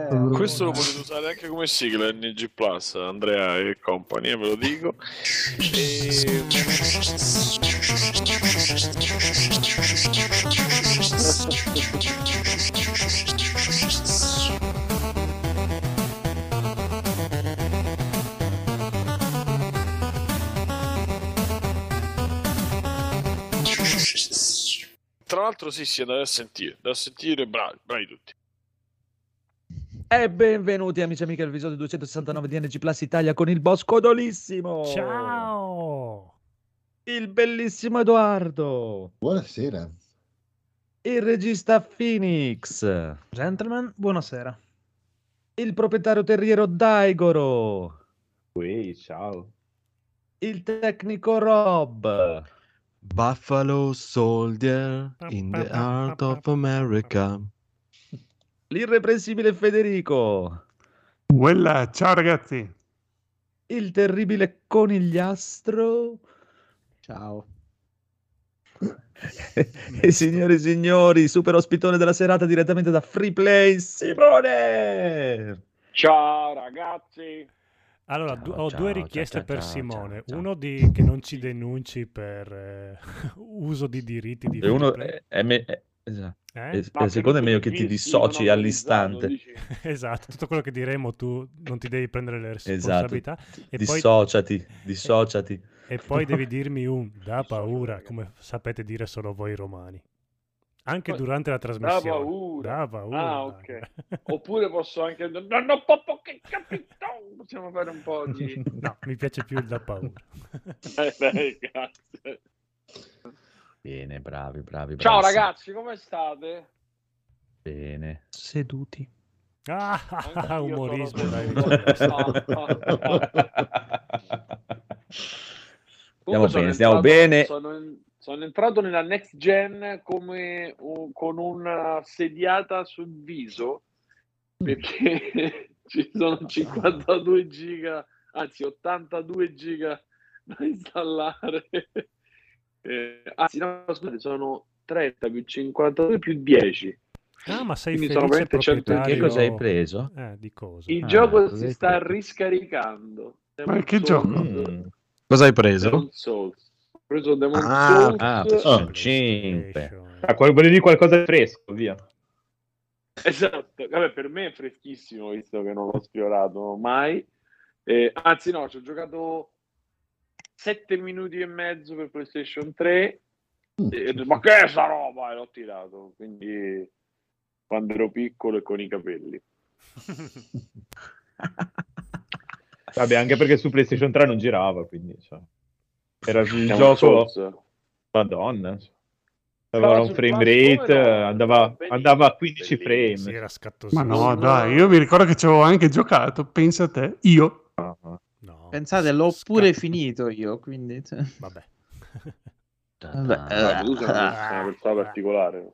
Questo lo potete usare anche come sigla NG Plus, Andrea e compagnia, ve lo dico. Tra l'altro sì, andate da sentire, bravi tutti. E benvenuti amici e amiche all'episodio 269 di NG Plus Italia con il boss Codolissimo. Ciao! Il bellissimo Edoardo. Buonasera. Il regista Phoenix. Gentlemen, buonasera. Il proprietario terriero Daigoro. Ui, ciao. Il tecnico Rob. Buffalo Soldier in the heart of America. L'irreprensibile Federico. Quella, ciao ragazzi. Il terribile conigliastro. Ciao. E signori e signori, super ospitone della serata direttamente da Free Play, Simone. Ciao ragazzi. Allora, Ciao, ho ciao, due richieste ciao, per ciao, Simone. ciao. Uno che non ci denunci per uso di diritti di E uno Free esatto. Play. E il secondo è meglio che ti dissoci all'istante. Esatto, tutto quello che diremo tu non ti devi prendere le Esatto. responsabilità. E Dissociati. e poi devi dirmi un da paura, come sapete dire solo voi romani. Anche durante la trasmissione. Da paura. Ah, ok. Oppure posso anche... No, Poppo, che capito? Possiamo fare un po' di... No, mi piace più il da paura. Dai, grazie. Bene, bravi. Ciao ragazzi, come state? Bene. Seduti. Anch'io Umorismo, sono dai. Comunque Stiamo bene. Sono entrato nella next gen come con una sediata sul viso, perché ci sono 52 giga, anzi 82 giga da installare. Anzi, no, scusate, sono 30 più 52 più 10. Ah, ma sei Quindi sono felice veramente proprietario... Che cosa hai preso? Di cosa? Il gioco cosa si hai sta preso? riscaricando. Ma che gioco? Cosa hai preso? Demon Souls. Ho preso Demon Ah, Souls. PlayStation 5. Volevo dire qualcosa fresco, via. Esatto, vabbè, per me è freschissimo visto che non l'ho sfiorato mai. Anzi no, ci ho giocato 7 minuti e mezzo per PlayStation 3 e ho detto, ma che è sta roba? E l'ho tirato, quindi quando ero piccolo e con i capelli. Vabbè, anche perché su PlayStation 3 non girava, quindi era il Demon gioco... Souls. Madonna. Stava Aveva un sul frame Plus, rate, come no? andava a 15 Bellissimo. frame. Sì, era scattoso. Ma no, dai, io mi ricordo che ci avevo anche giocato, pensa a te, io. No. Pensate, l'ho pure finito io, quindi... Vabbè. Ah, tu sei una persona particolare.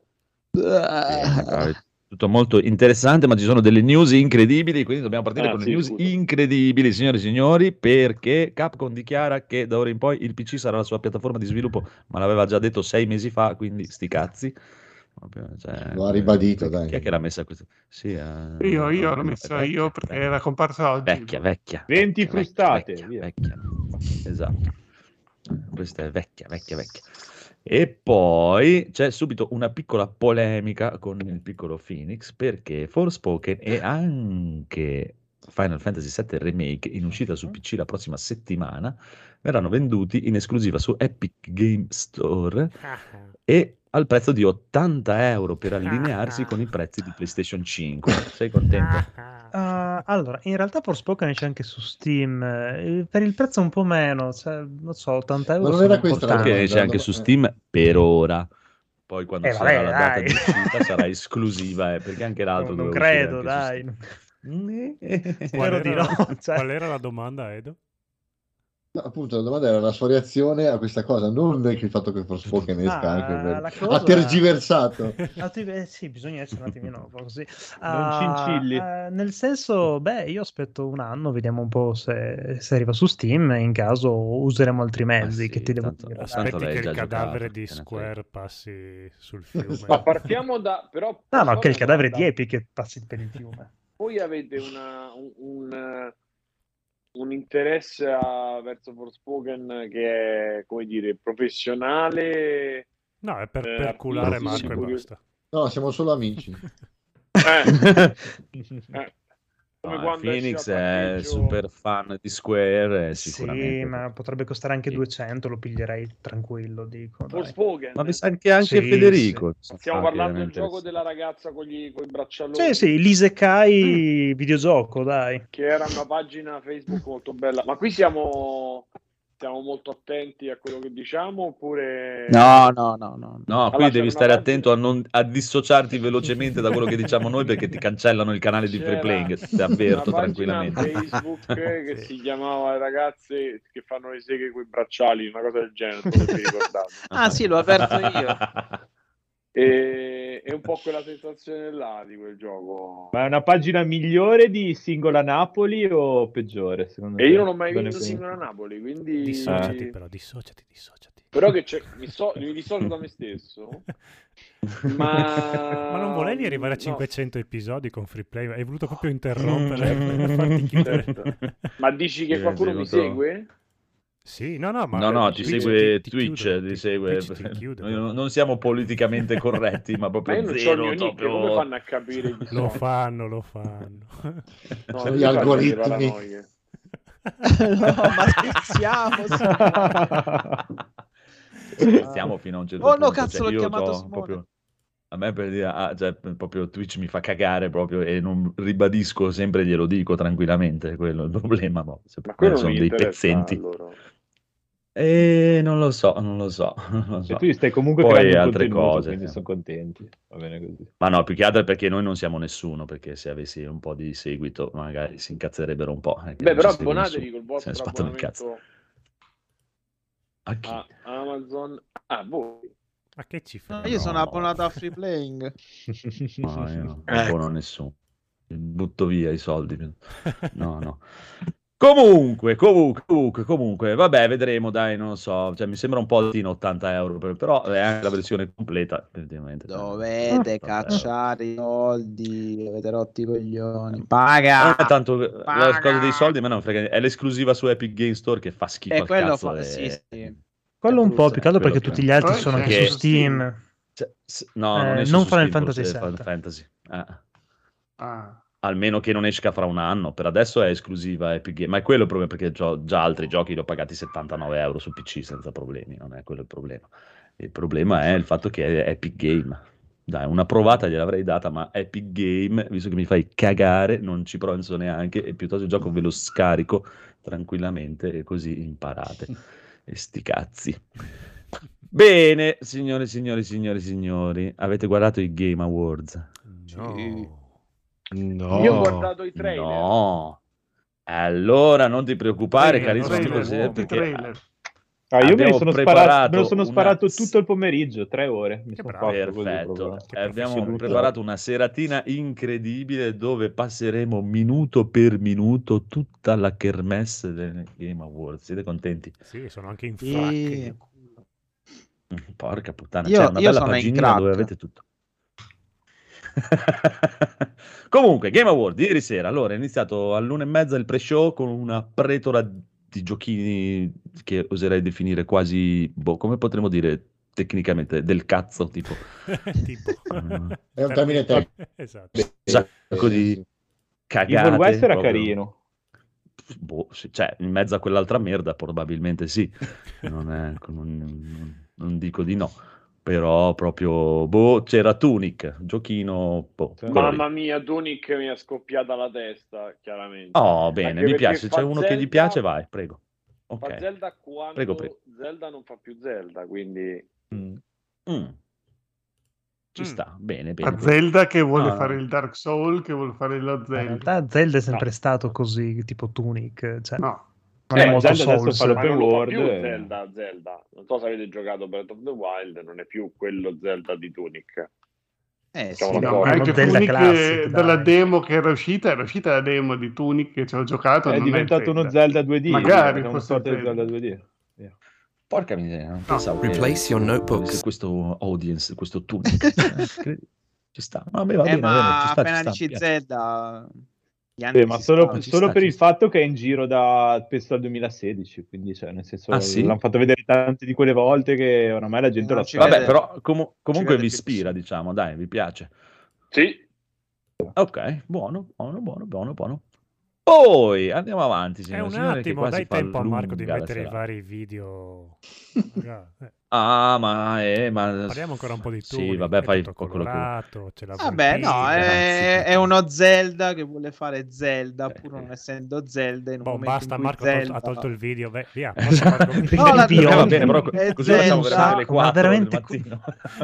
Tutto molto interessante, ma ci sono delle news incredibili, quindi dobbiamo partire con le sì, news scusa. incredibili, signore e signori, perché Capcom dichiara che da ora in poi il PC sarà la sua piattaforma di sviluppo, ma l'aveva già detto 6 mesi fa, quindi sti cazzi. Cioè, Lo ha ribadito, dai. Chi è che l'ha messa questa? Sì, Io l'ho messa io perché era comparsa oggi. Vecchia. 20 vecchia, frustate, vecchia, via. vecchia. Esatto. Questa è vecchia. E poi c'è subito una piccola polemica con il piccolo Phoenix, perché Forspoken e anche Final Fantasy VII Remake, in uscita su PC la prossima settimana, verranno venduti in esclusiva su Epic Game Store e al prezzo di €80 per allinearsi con i prezzi di PlayStation 5. Sei contento? Allora, in realtà Forspoken c'è anche su Steam, per il prezzo un po' meno, cioè, non so, 80 Ma euro non sono era questa la importanti. Che c'è anche su Steam per ora. Poi quando sarà vabbè, la data dai. di uscita sarà esclusiva, perché anche l'altro Non doveva uscire credo, anche su dai. Steam. Spero di no. Cioè. Qual era la domanda, Edo? No, appunto, la domanda era la sua reazione a questa cosa, non il fatto che Forspoken esca anche la per... cosa- ha tergiversato. Sì, bisogna essere un attimino un po' così. Non cincilli. Nel senso, io aspetto un anno, vediamo un po' se arriva su Steam, e in caso useremo altri mezzi, sì, che ti devo tanto- dire. tanto Aspetti l'hai che già il cadavere giocato, di te ne Square passi sul Ma fiume. partiamo da... Però No, che il cadavere di Epic Epic che passi per il fiume. voi avete un interesse verso Forspoken che è, come dire, professionale. No, è per culare Marco e curioso. basta. No, siamo solo amici. Come No, quando Phoenix esce al è parcheggio. super fan di Square, sicuramente. Sì, ma potrebbe costare anche 200, lo piglierei tranquillo, dico. Dai. Forspoken. Ma mi sa che anche Sì, Federico. Stiamo parlando del gioco della ragazza con i braccialoni. Sì, l'Isekai videogioco, dai. Che era una pagina Facebook molto bella. Ma qui siamo molto attenti a quello che diciamo oppure... No. No, qui devi stare attento a dissociarti velocemente da quello che diciamo noi, perché ti cancellano il canale di Free Playing, ti avverto una tranquillamente. pagina Facebook che si chiamava Le ragazze che fanno le seghe con i bracciali, una cosa del genere, non so se vi ricordate. Ah sì, l'ho aperto io. E è un po' quella sensazione là di quel gioco. Ma è una pagina migliore di Singola Napoli o peggiore, secondo te? E io non ho mai Cosa ne visto pensi? Singola Napoli, quindi... Dissociati. Però che mi dissocio da me stesso. Ma non volevi arrivare a 500 episodi con Free Play? Hai voluto proprio interrompere per farti chiudere. Certo. Ma dici che qualcuno mi segue? Sì, no, ma No, ti segue ti Twitch, chiudono, ti segue. Twitch ti chiude. Noi non siamo politicamente corretti, ma Ma proprio io non c'ho zero. il mio nick, come fanno a capire chi Lo sono? fanno. No, Sono io gli faccio algoritmi. le paranoie. No, ma scherziamo. Stiamo fino a un certo Oh punto. no, cazzo, l'ho io chiamato c'ho Simone. proprio... A me per dire, proprio Twitch mi fa cagare proprio, e non ribadisco, sempre glielo dico tranquillamente, quello è il problema. Ma quello non sono mi dei interessa, pezzenti. allora. Non lo so. E tu stai comunque Poi creando un altre contenuto, cose. quindi sono contenti. Va bene così. Ma no, più che altro è perché noi non siamo nessuno, perché se avessi un po' di seguito magari si incazzerebbero un po'. Che Beh, non però ci segue abbonatevi nessuno. col Se ne vostro sbattono il cazzo. abbonamento A chi? a Amazon. Voi. Ma che ci fai? Io sono abbonato a Free Playing. No, io non abbono nessuno. Butto via i soldi. No. Comunque, vabbè, vedremo, dai, non lo so, cioè, mi sembra un po' di 80 euro, però è anche la versione completa, effettivamente. Dovete cacciare i soldi, avete rotti i coglioni. Paga! Non è tanto la cosa dei soldi, ma non frega, è l'esclusiva su Epic Game Store che fa schifo E al quello cazzo. fa... Sì. Quello un po', più che altro Quello perché che- tutti gli altri Poi sono c'è anche anche su Steam. No, non esce non su Final Steam, Fantasy forse VII. Final Fantasy. Ah. Almeno che non esca fra un anno. Per adesso è esclusiva Epic Game. Ma è quello il problema, perché c'ho già altri giochi li ho pagati 79 euro su PC senza problemi. Non è quello il problema. Il problema è il fatto che è Epic Game. Dai, una provata gliel'avrei data, ma Epic Game, visto che mi fai cagare, non ci penso neanche, e piuttosto il gioco ve lo scarico tranquillamente e così imparate. E sti cazzi. Bene, signori, avete guardato i Game Awards? No. No. Io ho guardato i trailer. No. Allora non ti preoccupare, Trailer, carissimo trailer, Steve, tutti perché trailer. Ah, io me abbiamo ne preparato sono una- sparato tutto il pomeriggio, 3 ore. Mi Che sono bravo. fatto così perfetto. proprio. Che Abbiamo professionalità. preparato una seratina incredibile dove passeremo minuto per minuto tutta la kermesse dei Game Awards. Siete contenti? Sì, sono anche in Sì. frac. Porca puttana, Io- c'è una io bella sono in paginina dove crack. avete tutto. Comunque, Game Award ieri sera. Allora, è iniziato all'1:30 il pre-show con una pletora di giochini che oserei definire quasi, come potremmo dire tecnicamente, del cazzo, tipo Tipo. È un termine tecnico. Esatto. un sacco di Evil cagate. West era proprio. carino. Sì, cioè, in mezzo a quell'altra merda, probabilmente sì. Non dico di no. Però proprio, c'era Tunic, giochino, quello lì. Mamma mia, Tunic mi è scoppiata la testa, chiaramente. Oh, bene, Anche mi perché piace. fa C'è uno che gli Zelda- piace, vai, prego. Fa Ok. Zelda quando Prego. Zelda non fa più Zelda, quindi... Ci sta, bene. A Zelda che vuole No, fare no. il Dark Soul, che vuole fare lo In Zelda. realtà Zelda è sempre stato così, tipo Tunic. Cioè, No. non è molto Zelda adesso Souls. fa Ma l'open non lo fa world. più Zelda. Non so se avete giocato Breath of the Wild, non è più quello Zelda di Tunic. Sì, Siamo No, d'accordo. ma anche Zelda Tunic, Classic, dalla dai. demo che era uscita la demo di Tunic che ci ho giocato. È non diventato uno Zelda 2D. Magari è una fosse sorta di Zelda. Zelda 2D. Porca miseria, non pensavo che Replace your notebooks. avesse questo audience, questo Tunic. Ci sta. Vabbè, va bene, ma ci sta, appena ci sta, dici mi piace. Zelda, gli anni ma si solo stanno. Ci per sta, il ci sta. fatto che è in giro da penso dal 2016, quindi cioè, nel senso Ah, sì? l'hanno fatto vedere tante di quelle volte che oramai la gente Non lo ci aspetta. Vabbè, vede. però comunque vede vi più ispira, nessuno. diciamo, dai, vi piace. Sì. Ok, buono. Poi andiamo avanti, È signore e un signori, che attimo, qua si dai fa tempo a Marco di lunga la mettere i serata. vari video. Ah, ma Parliamo ancora un po' di sì, Tunic, vabbè, è fai tutto un po' quello che vuoi. colorato, c'è la Vabbè, no, volpina. è uno Zelda che vuole fare Zelda, pur non essendo Zelda, in un momento Basta, in cui Marco Zelda... ha tolto il video. Via, posso far cominciare? No, la va bene, però è così facciamo Zelda, veramente le 4 del veramente mattino.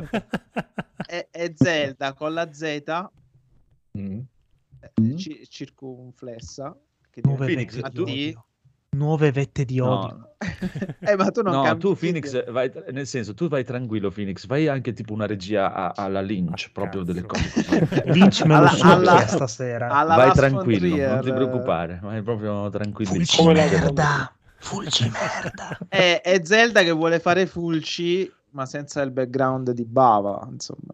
è Zelda con la Z Mm. circunflessa, che Nuove Phoenix, vette di tu- odio. Nuove vette di odio. No, ma tu non no, cambi tu video. Phoenix, vai, nel senso, tu vai tranquillo Phoenix, fai anche tipo una regia alla Lynch, proprio delle cose così. Lynch me lo Alla- succhia alla- stasera. alla Vai Lars von tranquillo, non ti Trier, preoccupare, vai proprio tranquillissimo. Fulci Come la- merda. Fulci merda. è Zelda che vuole fare Fulci, ma senza il background di Bava, insomma.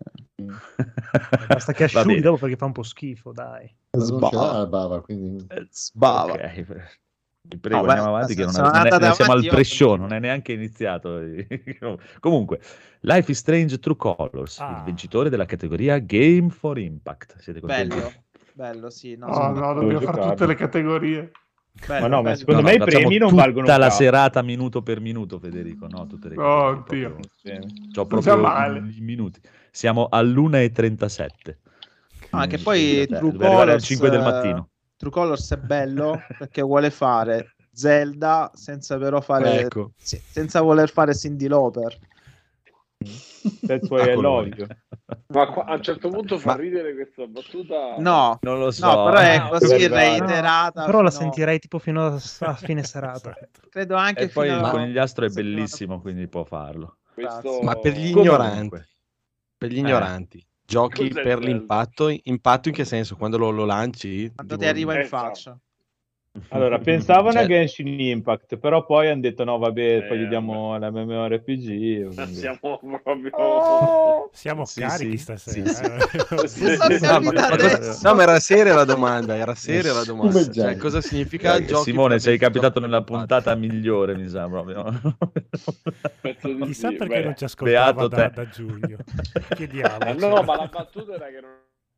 Basta che Va asciughi bene. dopo perché fa un po' schifo, dai. Non ce l'ha Sbava. la bava, quindi... Sbava. Ok, vi prego, No, andiamo beh, avanti che non sono è- non è- andata siamo al avanti, io pre-show, continuo. non è neanche iniziato. Comunque, Life is Strange True Colors, il Ah. vincitore della categoria Game for Impact. Siete contenti? Bello, sì. No, Oh sono no, d'accordo. dobbiamo Devo fare giocarlo. tutte le categorie. Bello, Ma no, ma bello. secondo me i facciamo premi non tutta valgono la un cazzo. serata minuto per minuto, Federico. No, tutte le categorie, Oddio. proprio- Sì. c'ho Già proprio male. i minuti. Siamo all'1:37. Ah, che poi True Deve arrivare alle Colors, 5 del mattino. True Colors è bello perché vuole fare Zelda senza però fare Ecco. senza voler fare Cyndi Lauper. That's why I love you. Ma a un certo punto fa ridere questa battuta. No, Non lo so. no, però è Ah, così vabbè, dai. reiterata. Però la fino- sentirei tipo fino a fine serata. credo anche E poi fino il a- conigliastro è settimana bellissimo, quindi può farlo. Questo... Ma per gli Comunque. ignoranti, per gli ignoranti, giochi Cos'è per Zelda? l'impatto? Impatto in che senso? Quando lo lanci? quando Tipo- ti arriva in Esatto. faccia. Allora, pensavano Cioè- a Genshin Impact, però poi hanno detto no, vabbè, poi gli Eh, diamo la MMORPG. quindi- Siamo proprio... Siamo Sì, carichi sì, stasera. sì. No, no, ma era seria la domanda, era seria la domanda. Spumeggiante. Cioè, cosa significa giochi Simone, per sei l'impatto? capitato nella puntata migliore, mi sa proprio. Penso di Chissà sì, perché beh. non ci ascoltava Beato da, te. da giugno. Chiediamo. Ah, no, ma la battuta era che non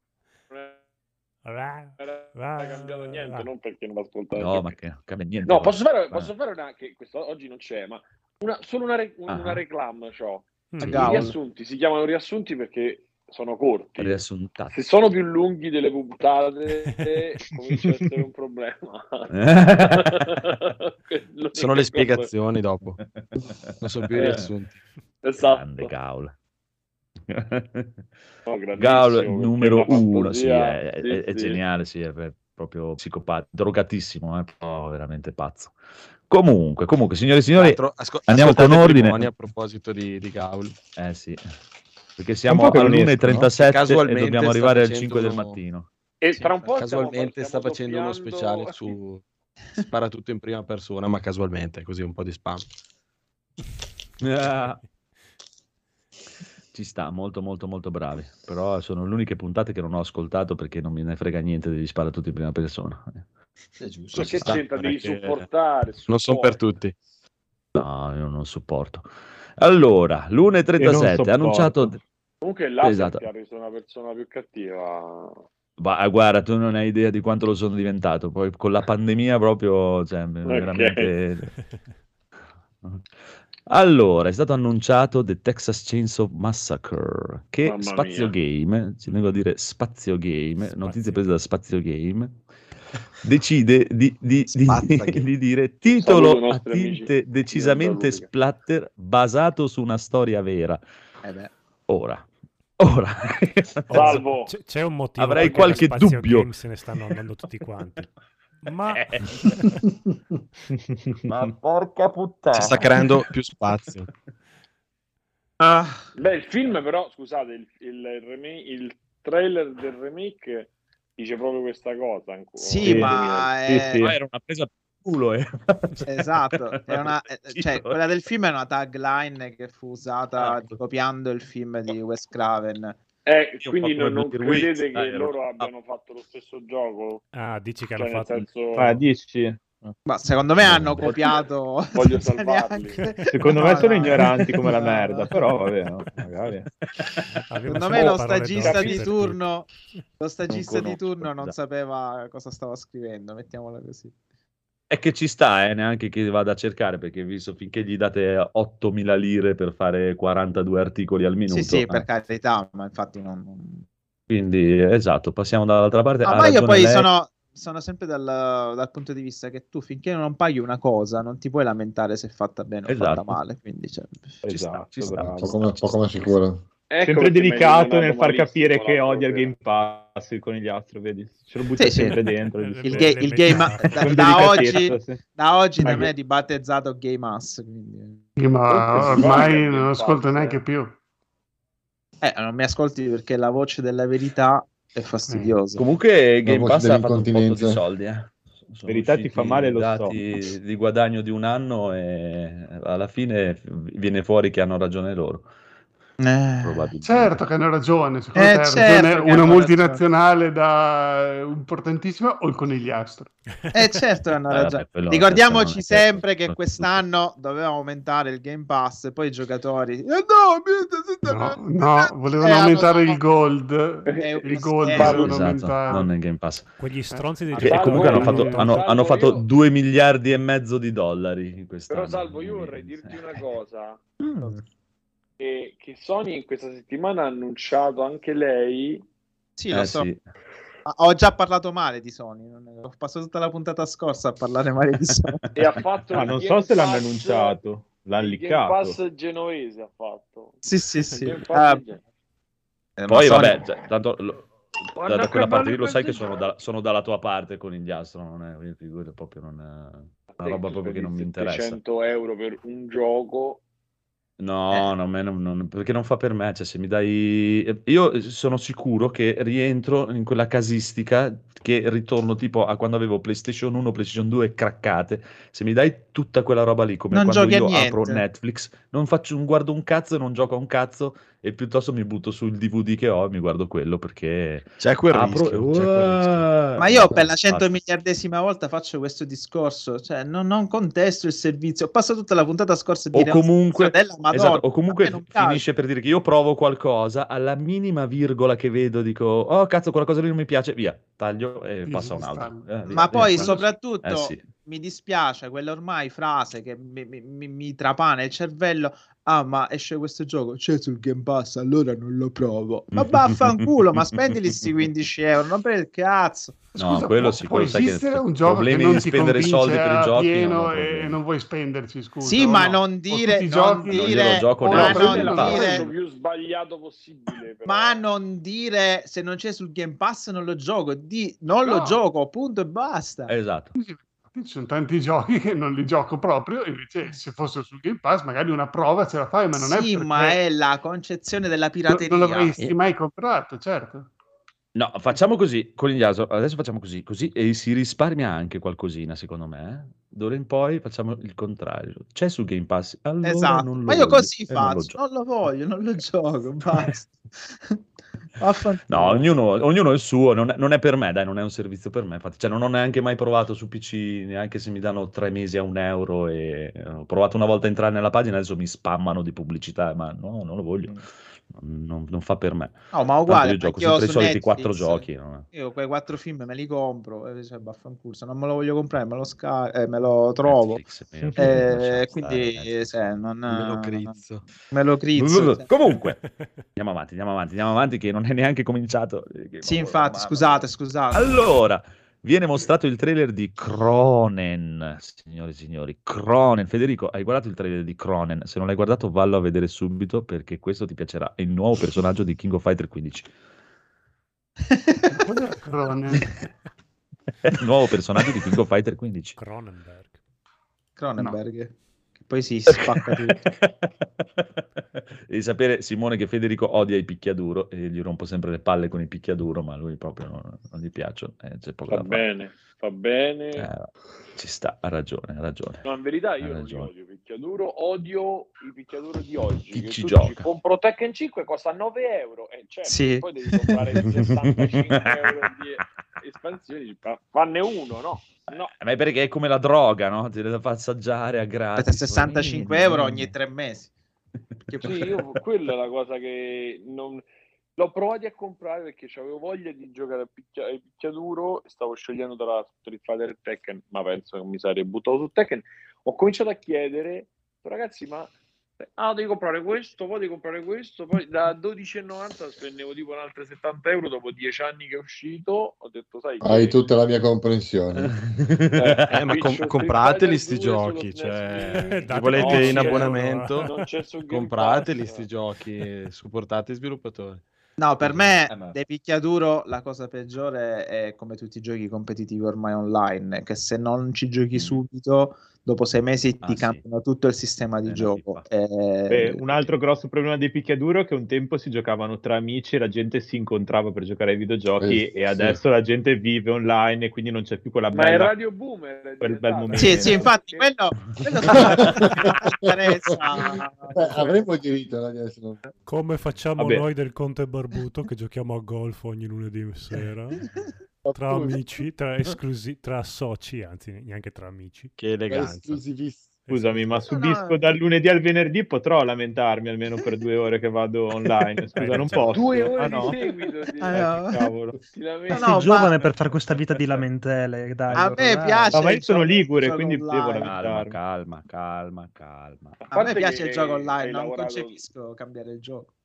Va, era va, cambiato niente, va. non perché non ascoltavo. No, ma che non cambia niente. No, guarda. posso fare una che questo oggi non c'è, ma solo una Ah. reclam c'ho. Mm. I Gaul. riassunti si chiamano riassunti perché sono corti. Riassuntato. Se sono più lunghi delle puntate comincia a essere un problema. Quello Sono che- le spiegazioni dopo, non sono più riassunti. Esatto. Grande Gaul. No, grandissimo, Gaul perché numero la uno, sì, fantasia- è sì. geniale, sì, è proprio psicopatico, drogatissimo, però veramente pazzo. Comunque, signore e signori, Tra l'altro, andiamo con ascoltate ordine. Primoni a proposito di Gaul. Sì, perché siamo Un po' che non all'1:37 e Casualmente dobbiamo sta arrivare al facendo 5 del uno- mattino. E Sì, tra un po' casualmente sta stiamo facendo uno soffiando- speciale su spara tutto in prima persona, ma casualmente, così un po' di spam. Ah. Ci sta, molto molto molto bravi, però sono le uniche puntate che non ho ascoltato perché non me ne frega niente degli spara tutti in prima persona. È giusto. Ma ci che sta, c'entra? non è Devi che- supportare. Non sono per tutti. No, io non sopporto. Allora, Io non l'1:37 sopporto. annunciato. Comunque l'Acer Esatto. ti ha reso una persona più cattiva. Ma guarda, tu non hai idea di quanto lo sono diventato. Poi con la pandemia proprio, cioè, veramente. Allora, è stato annunciato The Texas Chainsaw Massacre, che Mamma Spazio mia. Game, ci vengo a dire Spazio Game, Spazio. notizie prese da Spazio Game, decide di Spazzagame. di dire Saluto titolo i a nostri amici tinte di decisamente Onda Ludica. splatter basato su una storia vera. Beh. Ora. Salvo. C'è un motivo Avrei perché da qualche Spazio dubbio. Game se ne stanno andando tutti quanti. Ma Ma porca puttana. Si sta creando più spazio. Beh, il film però, scusate, il trailer del remake dice proprio questa cosa ancora. Sì, ma Sì, è... sì. Ma era una presa per culo, Esatto, è una, cioè, Sì. quella del film è una tagline che fu usata Esatto. copiando il film di Wes Craven. Quindi come non Blair Witch, credete che ero- loro abbiano fatto lo stesso gioco? Ah, dici che Cioè, hanno nel fatto... senso, Dici? Ma secondo me hanno copiato. voglio senza salvarli. neanche- Secondo No, me sono no. ignoranti come la No, merda, no. però vabbè, no, magari. Abbiamo Secondo me sempre lo parole stagista d'ordine di per turno, tutti. lo stagista di conosco, turno non esatto. sapeva cosa stava scrivendo, mettiamola così. È che ci sta, neanche che vada a cercare, perché visto finché gli date 8.000 lire per fare 42 articoli al minuto. Sì, per carità, ma infatti non... Quindi, esatto, passiamo dall'altra parte. No, Ha ma io ragione poi lei. sono sempre dal punto di vista che tu finché non paghi una cosa non ti puoi lamentare se è fatta bene o fatta Esatto. male, quindi Ci Esatto, sta, ci sta, bravo. ci sta, ci Poco ma sta. sicuro. Ecco Sempre perché mi hai delicato condannato nel far capire malissimo che l'altro odia il sera. Game Pass, il conigliastro, vedi? Ce lo butta Sì, sì. sempre dentro. Il il, Le- il le game mezzate. Con da delicatezza, oggi, sì. da oggi Ma da che- me è dibattezzato Game Ass, quindi... Sì, ma Comunque si ormai paga il non Game ascolto Pass, neanche più. non mi ascolti perché la voce della verità è fastidiosa. Comunque Game voce Pass ha fatto un botto di dell'incontinenza. soldi. Sono Verità ti fa usciti male, i lo so. dati di guadagno di un anno e alla fine viene fuori che hanno ragione loro. Probabilmente. Certo che hanno ragione, secondo te ha certo ragione che una hanno multinazionale importantissima o il conigliastro? Certo che hanno Vabbè, ragione. quello Ricordiamoci non è sempre certo. che quest'anno doveva aumentare il Game Pass e poi i giocatori No, volevano aumentare il gold. Il gold volevano Esatto, aumentare. non nel Game Pass. Quegli stronzi dei E giocatori comunque hanno hanno fatto, tolto- hanno fatto io- 2 miliardi e mezzo di dollari in quest'anno. Però Salvo, io vorrei dirti una cosa, Mm. che Sony in questa settimana ha annunciato anche lei Sì, lo so. Sì. Ho già parlato male di Sony. Ho passato tutta la puntata scorsa a parlare male di Sony. e ha fatto Ma il non Game so se l'hanno Pass- annunciato, l'hanno il Game liccato. Pass genovese ha fatto. Sì. Il Game Pass genovese. Poi ma Sony- vabbè, cioè, tanto da quella parte lì lo sai che sono dalla tua parte con il Diastro, non è proprio non è una roba proprio che non mi interessa. 700 euro per un gioco. No, perché non fa per me, cioè se mi dai... Io sono sicuro che rientro in quella casistica che ritorno tipo a quando avevo PlayStation 1, PlayStation 2 craccate. Se mi dai tutta quella roba lì, come Non quando giochi a io niente. apro Netflix, non guardo un cazzo e non gioco a un cazzo e piuttosto mi butto sul DVD che ho e mi guardo quello perché C'è quel apro rischio, c'è quel rischio. Ma io per la Infatti. 100.000ª volta faccio questo discorso, cioè non contesto il servizio. Ho passato tutta la puntata scorsa a O dire comunque, della Madonna, esatto, o comunque a me non piace. finisce per dire che io provo qualcosa, alla minima virgola che vedo dico, oh cazzo, quella cosa lì non mi piace, via, taglio e passa a un altro. Via, Ma poi via. soprattutto Sì. mi dispiace quella ormai frase che mi trapana il cervello. Ah, ma esce questo gioco, c'è sul Game Pass, allora non lo provo. Ma vaffanculo, ma spendili sti 15 euro, non per il cazzo. No, Scusa, quello può, sì, può quello sai che esistere un gioco che problemi non di ti spendere convince soldi per i a giochi pieno non ho e problemi. non vuoi spenderci, scusa. Sì, o ma no? non O dire, tutti i non giochi io dire, lo gioco ma neanche. non Non l'approccio dire, più sbagliato possibile. Però. ma non dire se non c'è sul Game Pass non lo gioco, non lo No. gioco, punto e basta. Esatto. Ci sono tanti giochi che non li gioco proprio, invece se fossero sul Game Pass magari una prova ce la fai, ma non è Sì, perché ma è la concezione della non pirateria. l'avresti mai comprato, certo. No, facciamo così, Conigliaso, adesso facciamo così e si risparmia anche qualcosina, secondo me. D'ora in poi facciamo il contrario. C'è su Game Pass, allora Esatto, non lo ma io voglio così e non lo faccio, gioco. non lo voglio, non lo gioco, basta. Vaffanculo. No, ognuno il suo, non è per me, dai, non è un servizio per me. Infatti, cioè, non ho neanche mai provato su PC, neanche se mi danno 3 mesi a €1 e ho provato una volta a entrare nella pagina, adesso mi spammano di pubblicità, ma no, non lo voglio. Non fa per me. No, ma Tanto uguale, io gioco anch'io sempre i su soliti Netflix, 4 giochi. No? Io quei 4 film me li compro, cioè, vaffanculo, se non me lo voglio comprare me lo trovo. Netflix, Quindi non Me lo crizzo. me lo crizzo. Cioè. Comunque, andiamo avanti, che non è neanche cominciato. Sì, infatti, scusate. Allora, viene mostrato il trailer di Cronen, signore e signori, Cronen. Federico, hai guardato il trailer di Cronen? Se non l'hai guardato, vallo a vedere subito, perché questo ti piacerà. È il nuovo personaggio di King of Fighter 15. Cos'è Cronen? È il nuovo personaggio di King of Fighter 15. Cronenberg. Cronenberg. poi si spacca tutto. Devi sapere, Simone, che Federico odia i picchiaduro e gli rompo sempre le palle con i picchiaduro, ma a lui proprio non gli piacciono. C'è poco da fare. Fa bene. Ci sta, ha ragione. No, in verità io Ha non li ragione. odio i picchiaduro, odio i picchiaduro di oggi. Chi che ci tu gioca? dici, compro Tekken 5, costa 9 euro, e certo, Sì. poi devi comprare 65 euro di espansioni, fanne uno, no? Ma è perché è come la droga, no? Ti deve far assaggiare a gratis. Aspetta, 65 euro ogni 3 mesi. Sì, io quella è la cosa che non... L'ho provato a comprare perché avevo voglia di giocare a picchiaduro e stavo scegliendo tra Street Fighter e Tekken, ma penso che mi sarei buttato su Tekken. Ho cominciato a chiedere, ragazzi, ma devi comprare questo, poi devi comprare questo, poi da 12,90 spendevo tipo un altro 70 euro dopo 10 anni che è uscito. Ho detto, sai, Hai tutta la mia comprensione. Ma comprateli sti giochi, cioè, li volete in abbonamento, non c'è su Game comprateli Pass. sti giochi, supportate i sviluppatori. No, per me dei picchiaduro la cosa peggiore è come tutti i giochi competitivi ormai online, che se non ci giochi subito, dopo 6 mesi ti cambiano tutto il sistema di gioco. Un altro grosso problema dei picchiaduro è che un tempo si giocavano tra amici e la gente si incontrava per giocare ai videogiochi e adesso la gente vive online e quindi non c'è più quella Ma è bella... Radio Boomer. Quel bel momento. Sì, infatti quello avremmo diritto di essere... Come facciamo Vabbè. noi del Conte Barbuto che giochiamo a golf ogni lunedì sera tra amici, tra soci, anzi neanche tra amici. Che eleganza. Scusami, ma su Disco dal lunedì al venerdì potrò lamentarmi almeno per 2 ore che vado online. Scusa, non posso. 2 ore no? di seguito. no. Cavolo. Sei giovane per fare questa vita di lamentele, dai. A me piace. No, ma io sono il ligure, gioco quindi online. devo lamentarmi. Calma. A me piace il gioco hai online, non lavorato- concepisco cambiare il gioco.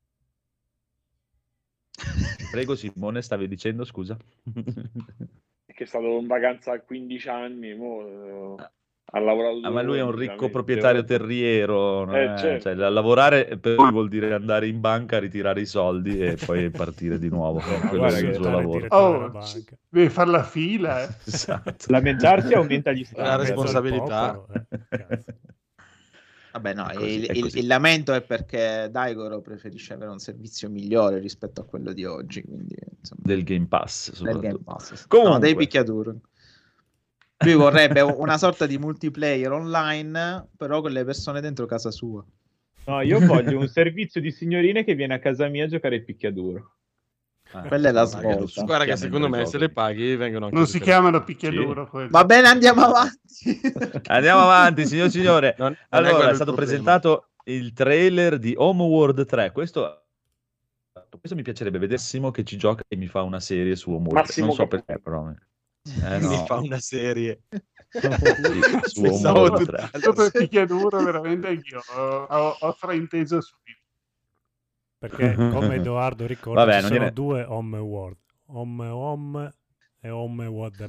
Prego, Simone, stavi dicendo, scusa? Che è stato in vacanza a 15 anni, ha lavorato Ma lui è un ricco veramente. proprietario terriero, no? certo. Cioè, lavorare per lui vuol dire andare in banca, ritirare i soldi e poi partire di nuovo. Quello guarda è il che suo lavoro. Devi fare la fila. Esatto. Lamentarsi aumenta gli La standard. responsabilità. Vabbè, no, È così, è così. il lamento è perché Daigoro preferisce avere un servizio migliore rispetto a quello di oggi, quindi insomma, Del Game Pass, del soprattutto. Game Pass. No, Comunque. dei picchiaduro. Lui vorrebbe una sorta di multiplayer online, però con le persone dentro casa sua. No, io voglio un servizio di signorine che viene a casa mia a giocare il picchiaduro. Quella è la svolta. Guarda che secondo me se le paghi vengono anche Non si tutte- chiamano picchiaduro quelli. Va bene, andiamo avanti. Andiamo avanti, signore. Non è Allora, quello è il stato problema. presentato il trailer di Homeworld 3. Questo mi piacerebbe vedersimo che ci gioca e mi fa una serie su Homeworld. Massimo Non so Capo. perché, però. Mi No. fa una serie. Su Pensavo Homeworld tutto- 3. Dopo il picchiaduro veramente anch'io ho frainteso subito. Perché come Edoardo ricorda Vabbè, ci non sono gliene- due Homeworld, Home e Homeworld.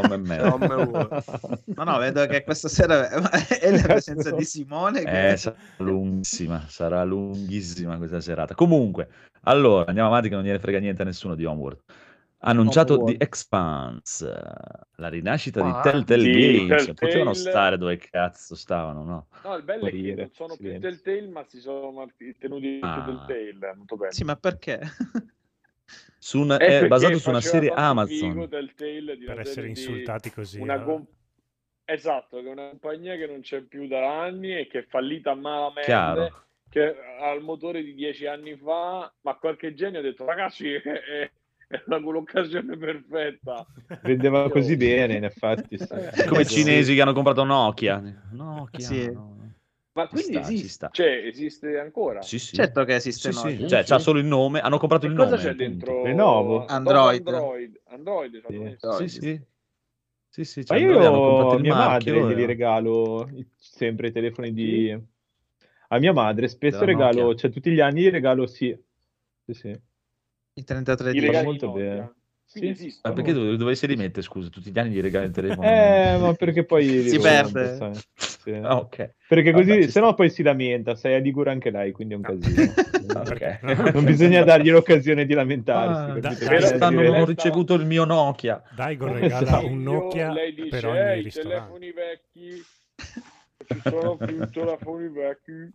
No, no, vedo che questa sera è la presenza di Simone. Che... Sarà lunghissima questa serata. Comunque, allora, andiamo avanti che non gliene frega niente a nessuno di Homeworld. Annunciato Homeworld. The Expanse, la rinascita di Ah, Telltale di Games. Telltale. Potevano stare dove cazzo stavano, no? No, il bello è che Morire, non sono più silenzio. Telltale, ma si sono tenuti Ah. Telltale. Molto bene. Sì, ma perché? È perché basato su una faceva serie tanto Amazon. figo Telltale di Per una essere serie di insultati così. una esatto, che è una compagnia che non c'è più da anni e che è fallita malamente, Chiaro. che ha il motore di 10 anni fa, ma qualche genio ha detto ragazzi è l'occasione perfetta. Vendeva così bene, in effetti. Sì. Come i cinesi che hanno comprato Nokia. Nokia. Sì. no. Ma Ci quindi sta, ci esiste, sta. cioè esiste ancora? Sì, sì. Certo che esiste. Sì, no? sì. Cioè, c'ha solo il nome. Hanno comprato E il cosa nome. c'è punto. dentro? Lenovo? Android. Android esatto. Sì, sì. Sì, sì, Ma cioè, Android hanno comprato io a il mia marchio. madre gli regalo sempre i telefoni di... A mia madre spesso Della regalo, Nokia. cioè tutti gli anni gli regalo sì. Sì. I 33 I di regali molto Nokia. bene. Quindi Sì. esistono. Ma perché dove si rimette, scusa? Tutti gli anni gli regali il telefono. Ma perché poi Si li perde. rompe, sai. Sì. Ah, ok. Perché così, Vabbè, ci se no poi si lamenta, sai, a Ligure anche lei, quindi è un casino. Ok. Non bisogna dargli l'occasione di lamentarsi. Ah, capito? dai, Bisogna quest'anno dire- non ho ricevuto il mio Nokia. Daigo Come regala figlio, un Nokia lei dice per ogni i ristorante. telefoni vecchi ci sono più telefoni vecchi.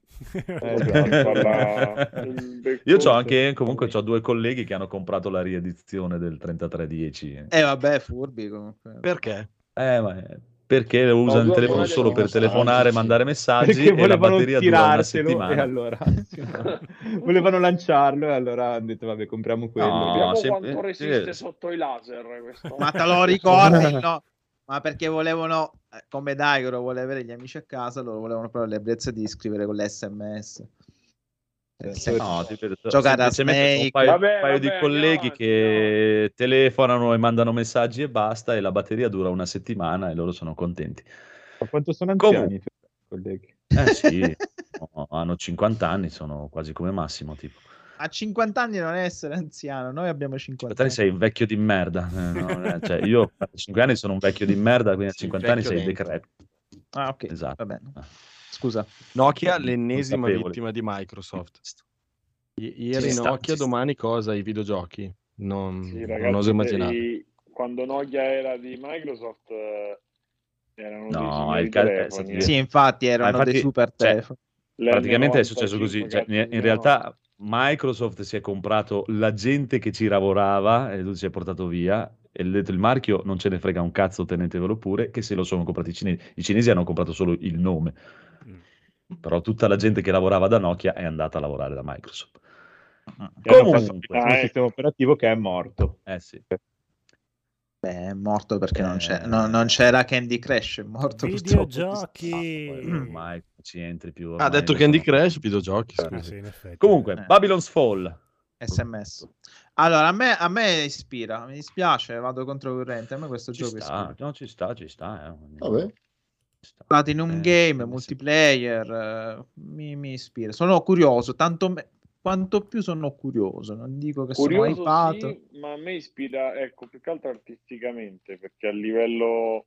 Io c'ho anche, comunque c'ho 2 colleghi che hanno comprato la riedizione del 3310. Vabbè, furbi comunque. Perché? Perché usano il telefono solo per telefonare, mandare messaggi Perché e la volevano batteria dura una tirarselo settimana. e allora volevano lanciarlo e allora hanno detto vabbè compriamo quello. No, Vediamo quanto resiste sotto i laser questo. Ma te lo ricordi? No? Ma perché volevano, come Daigoro vuole avere gli amici a casa, loro volevano però l'ebbrezza di scrivere con l'SMS. No, giocare a semplicemente Snake. un paio di colleghi che telefonano e mandano messaggi e basta, e la batteria dura una settimana e loro sono contenti. Ma quanto sono anziani i colleghi? Sì, hanno 50 anni, sono quasi come Massimo, tipo. A 50 anni non è essere anziano, noi abbiamo 50 50 anni sei un vecchio di merda. Cioè, io a 5 anni sono un vecchio di merda, quindi a 50 anni sei decrepito. Ah, ok. Esatto. Va bene. Scusa. Nokia, l'ennesima Consapevole. vittima di Microsoft. Ieri Ci sta, Nokia, ci sta. domani cosa? I videogiochi? Non, Sì, non ragazzi, oso immaginare. quando Nokia era di Microsoft erano dei No, signori il telefoni. Sì, infatti erano dei super telefoni. Praticamente è successo così. Cioè, L95 in realtà Microsoft si è comprato la gente che ci lavorava e lui si è portato via. E ha detto il marchio non ce ne frega un cazzo, tenetevelo pure, che se lo sono comprati i cinesi. I cinesi hanno comprato solo il nome. Però tutta la gente che lavorava da Nokia è andata a lavorare da Microsoft. E hanno fatto Comunque, un sistema operativo che è morto. Sì. Beh, è morto perché non c'era Candy Crush, è morto videogiochi. Ormai ci entri più. Ha detto Candy Crush, videogiochi. Sì, in effetti. Comunque, Babylon's Fall. SMS. Allora, a me ispira, mi dispiace, vado controcorrente. A me questo gioco ispira. No, ci sta. Vabbè. Platinum Game, multiplayer, mi ispira. Sono curioso, quanto più sono curioso. Non dico che sono hypato. Sì, ma a me ispira, ecco, più che altro artisticamente, perché a livello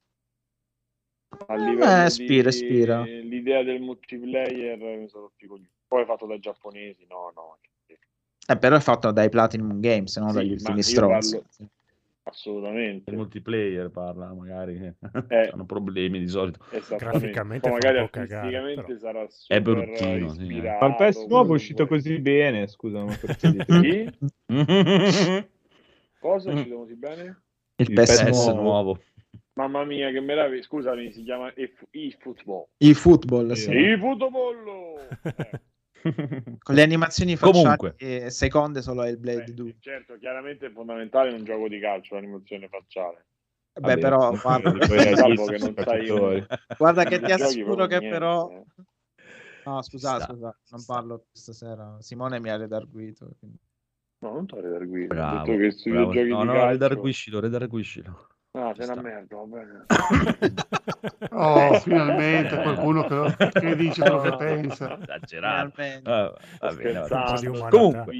ispira. L'idea del multiplayer mi sono più. Poi è fatto dai giapponesi, no. Però è fatto dai Platinum Games, non dagli ultimi stronzi. Assolutamente. Il multiplayer parla, magari hanno problemi di solito. Graficamente magari fa un po' cagare, artisticamente sarà super è bruttino, ispirato. Ma il PES nuovo è uscito così bene, scusa, ma perché Sì? Cosa è uscito così bene? Il PES nuovo. Mamma mia, che meraviglia. Scusami, si chiama eFootball. eFootball, sì. eFootball! Con le animazioni facciali seconde solo il Blade 2. Certo, chiaramente è fondamentale in un gioco di calcio l'animazione facciale. Beh, però guarda, che non sai guarda che ti assicuro che però no, scusa, non parlo stasera. Simone mi ha redarguito. Quindi... No, non ti ho redarguito. Bravo, ho detto che sui giochi di calcio... redarguiscilo. Ah, sei una merda, va bene. Oh, finalmente qualcuno che dice quello che pensa. Esagerato. Va bene. Comunque,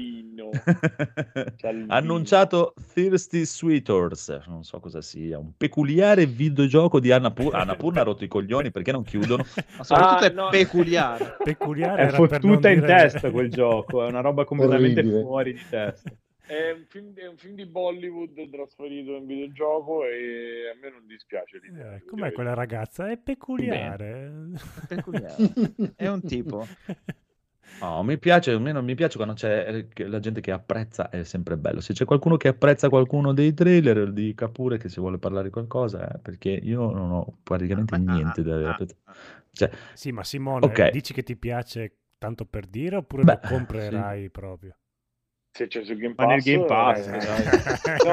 annunciato Thirsty Sweeters, non so cosa sia, un peculiare videogioco di Annapurna. Annapurna ha rotto i coglioni perché non chiudono. Ma soprattutto è peculiare. È fottuta in testa quel gioco, è una roba completamente orribile. Fuori di testa. È un film di Bollywood trasferito in videogioco e a me non dispiace l'idea. Com'è quella ragazza? È peculiare. È un tipo. No, mi piace, almeno mi piace quando c'è la gente che apprezza, è sempre bello. Se c'è qualcuno che apprezza qualcuno dei trailer, dica pure che se vuole parlare di qualcosa, perché io non ho praticamente niente da cioè, sì, ma Simone, dici che ti piace tanto per dire oppure lo comprerai proprio? Se c'è sul Game Pass, ma nel Game Pass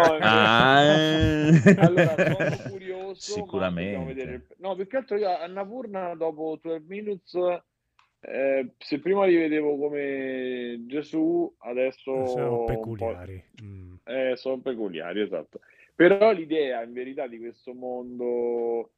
allora sono curioso, sicuramente. No, più che altro io a Annapurna dopo 12 Minutes se prima li vedevo come Gesù, adesso sono peculiari. Sono peculiari, esatto. Però l'idea in verità di questo mondo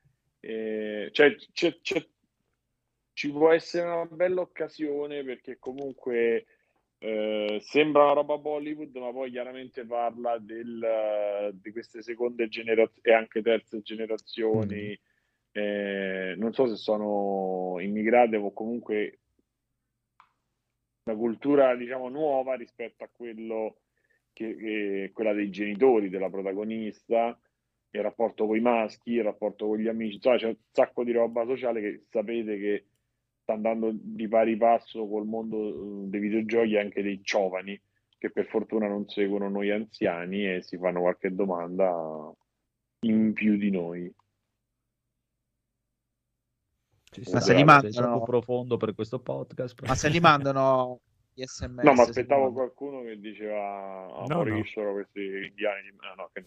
ci può essere una bella occasione, perché comunque sembra una roba Bollywood, ma poi chiaramente parla di queste seconde generazioni e anche terze generazioni. Non so se sono immigrate o comunque una cultura, diciamo, nuova rispetto a quello che quella dei genitori della protagonista. il rapporto con i maschi, il rapporto con gli amici, insomma, c'è un sacco di roba sociale che sapete che sta andando di pari passo col mondo dei videogiochi, anche dei giovani, che per fortuna non seguono noi anziani e si fanno qualche domanda in più di noi. Ma se li mandano... È troppo profondo per questo podcast. Ma se li mandano gli SMS? No, ma aspettavo qualcuno che diceva moriscono questi indiani. No, che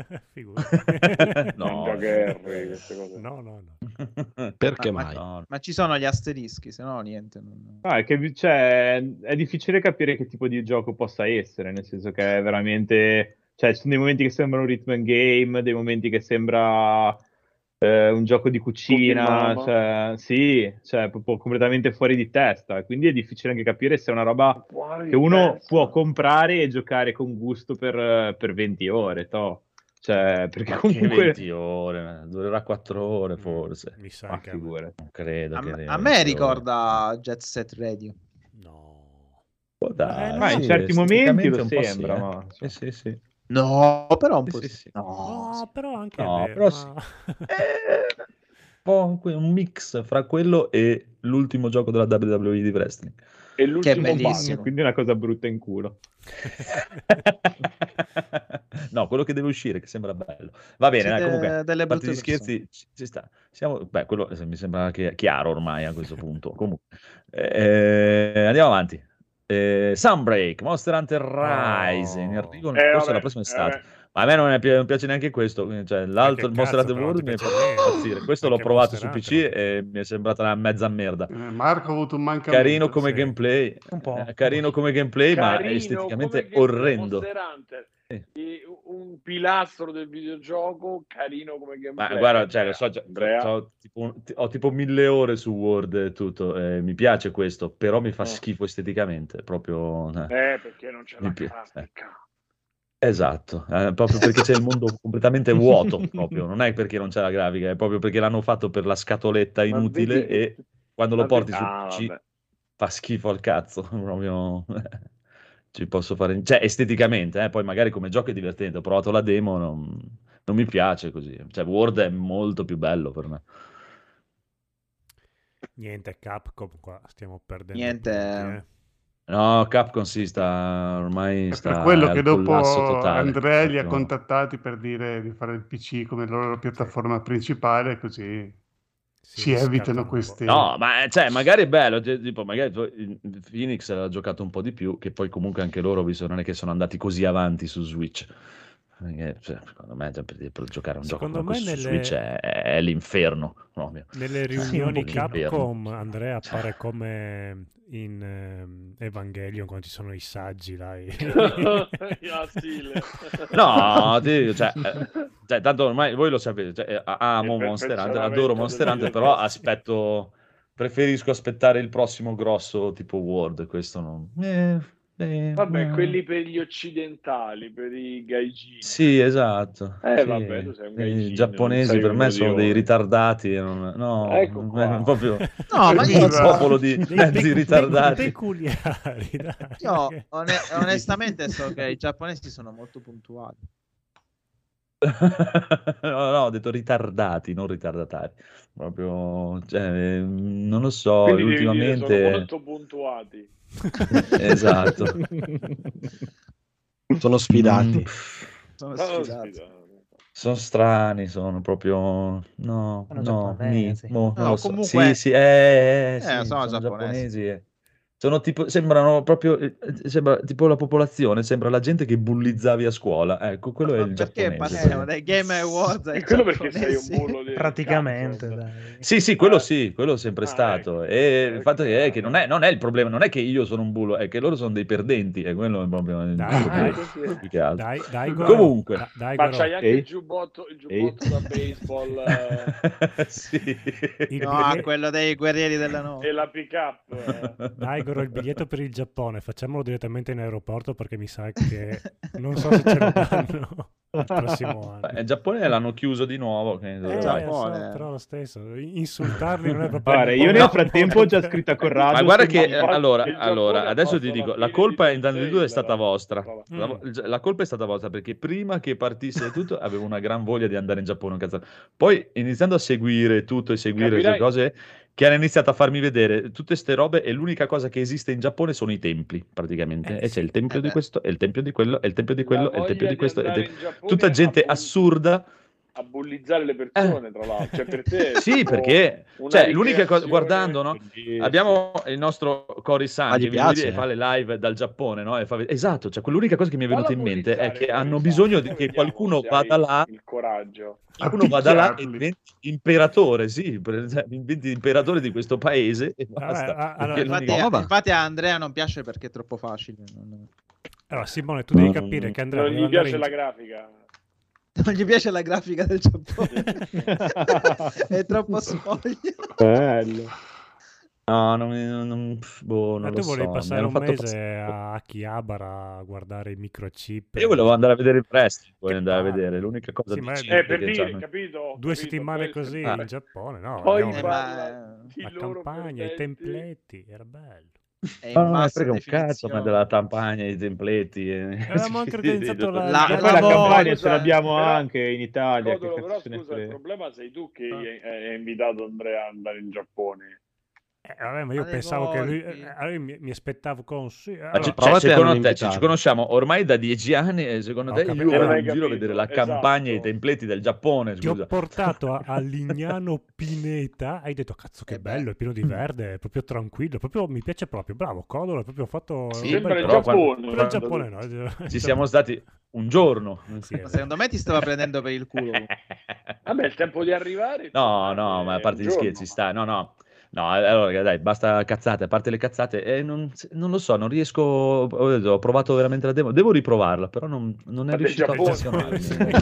no. Queste cose. No. Perché mai? Ma ci sono gli asterischi, se no niente. È che è difficile capire che tipo di gioco possa essere, nel senso che è veramente... Cioè, ci sono dei momenti che sembra un rhythm and game, dei momenti che sembra... un gioco di cucina, cioè proprio completamente fuori di testa, quindi è difficile anche capire se è una roba che uno può comprare e giocare con gusto per 20 ore, cioè, perché ma comunque 20 ore, durerà 4 ore forse, mi sa che non credo a me ricorda Jet Set Radio. Ma in certi momenti lo sembra, ma... sì. No, però un po' sì. No, però anche però sì. Un mix fra quello e l'ultimo gioco della WWE di wrestling. E l'ultimo che è bellissimo, quindi è una cosa brutta in culo. No, quello che deve uscire, che sembra bello. Va bene, comunque, delle brutte gli scherzi, ci sta. Quello mi sembra chiaro ormai a questo punto. Comunque, andiamo avanti. Sunbreak, Monster Hunter Rise in arrivo nel corso della prossima estate. Ma a me non piace neanche questo, cioè, l'altro Monster Hunter World mi fa impazzire. Questo l'ho provato su PC e mi è sembrata una mezza merda. Marco ha avuto un mancamento. Carino come gameplay, carino come gameplay, ma esteticamente orrendo. Un pilastro del videogioco, carino come gameplay. Ma guarda, cioè, ho tipo 1000 ore su Word e tutto, mi piace questo, però mi fa schifo esteticamente, proprio... perché non c'è la grafica. Esatto, proprio perché c'è il mondo completamente vuoto, proprio. Non è perché non c'è la grafica, è proprio perché l'hanno fatto per la scatoletta inutile e quando lo porti su PC fa schifo al cazzo, proprio... Ci posso fare... Cioè, esteticamente, poi magari come gioco è divertente. Ho provato la demo, non mi piace così. Cioè, World è molto più bello per me. Niente, Capcom qua, stiamo perdendo niente. No, Capcom ormai sta per quello che dopo totale, Andrea li ha contattati per dire di fare il PC come loro piattaforma principale, così si evitano questi... No, ma cioè, magari è bello, tipo, magari Phoenix ha giocato un po' di più, che poi comunque anche loro, visto non è che sono andati così avanti su Switch. Cioè, secondo me per giocare un gioco come questo su Switch è l'inferno proprio. Nelle riunioni Capcom Andrea appare come in Evangelion quando ci sono i saggi là no, cioè, tanto ormai voi lo sapete, cioè, amo Monster Hunter, adoro Monster Hunter, però preferisco aspettare il prossimo grosso tipo World, questo non... Vabbè, quelli per gli occidentali, per i gaijin. Sì, esatto. Vabbè, tu sei un gaijin, i giapponesi per me sono dei ritardati. Ecco qua. Proprio no, ma un popolo di mezzi ritardati. Peculiari, io onestamente so che i giapponesi sono molto puntuali. No, ho detto ritardati, non ritardatari. Proprio, cioè, non lo so, quindi ultimamente sono molto puntuati. Esatto. Sono sfidati. Sono strani, sono proprio giapponesi. Comunque sì, sono giapponesi. Sono tipo, sembrano proprio, sembra tipo la popolazione, sembra la gente che bullizzavi a scuola. Ecco, quello è il perché giapponese. passiamo dai Game Awards ai quello perché sei un bullo di praticamente, cazzo. dai. Quello è sempre stato. E il fatto è che non è il problema, non è che io sono un bullo, è che loro sono dei perdenti, e quello è proprio più che altro. Dai, comunque, ma c'hai anche il giubbotto da baseball. Sì. Quello dei guerrieri della notte. E la pick up. Dai, il biglietto per il Giappone, facciamolo direttamente in aeroporto perché mi sa che non so se ce lo danno. il prossimo anno. Il Giappone l'hanno chiuso di nuovo. Però lo stesso, insultarli non è proprio... Guarda, io nel frattempo ho già scritto a Corrado. Ma guarda che allora adesso ti dico, la colpa intanto di due è stata vostra. La colpa è stata vostra perché prima che partisse tutto avevo una gran voglia di andare in Giappone. Poi iniziando a seguire tutto e seguire queste cose che hanno iniziato a farmi vedere tutte ste robe e l'unica cosa che esiste in Giappone sono i templi praticamente e c'è il tempio di questo e il tempio di quello e il tempio di quello e il tempio di questo tutta gente assurda a bullizzare le persone, tra l'altro. Cioè, per te sì, perché l'unica cosa, guardando, no? Abbiamo il nostro Cory-san che fa le live dal Giappone, no? Esatto, cioè l'unica cosa che mi è venuta in mente è che hanno bisogno che qualcuno vada là, il coraggio. Qualcuno vada là e diventi imperatore, diventi imperatore di questo paese e basta. Infatti a Andrea non piace perché è troppo facile. Allora, Simone, tu devi capire che Andrea non gli piace la grafica. Non gli piace la grafica del Giappone. È troppo spoglia. Bello. No, non tu lo volevi so. passare un mese a Akihabara a guardare i microchip. Io volevo andare a vedere il resto, poi andare a vedere l'unica cosa sì, per dire, capito? 2 settimane così in Giappone, no? Poi la campagna, i templeti, era bello. Non frega un cazzo ma della campagna, i templeti. Avevamo anche organizzato la campagna ce l'abbiamo anche in Italia. Però scusa, il problema sei tu che hai invitato Andrea ad andare in Giappone. Vabbè, ma io pensavo che lui mi aspettavo con secondo te ci conosciamo ormai da 10 anni e secondo te io vado in giro a vedere la campagna e i templeti del Giappone, scusa. Ti ho portato a Lignano Pineta, hai detto cazzo che bello, è pieno di verde, è proprio tranquillo, proprio mi piace proprio, bravo Codolo, è proprio fatto sembra il Giappone. Il Giappone no. Ci siamo stati un giorno. Secondo me ti stava prendendo per il culo. Vabbè, il tempo di arrivare. No, ma a parte gli scherzi sta. No, allora dai, basta cazzate, a parte le cazzate, non lo so, non riesco, ho provato veramente la demo, devo riprovarla, però non è riuscito a funzionare.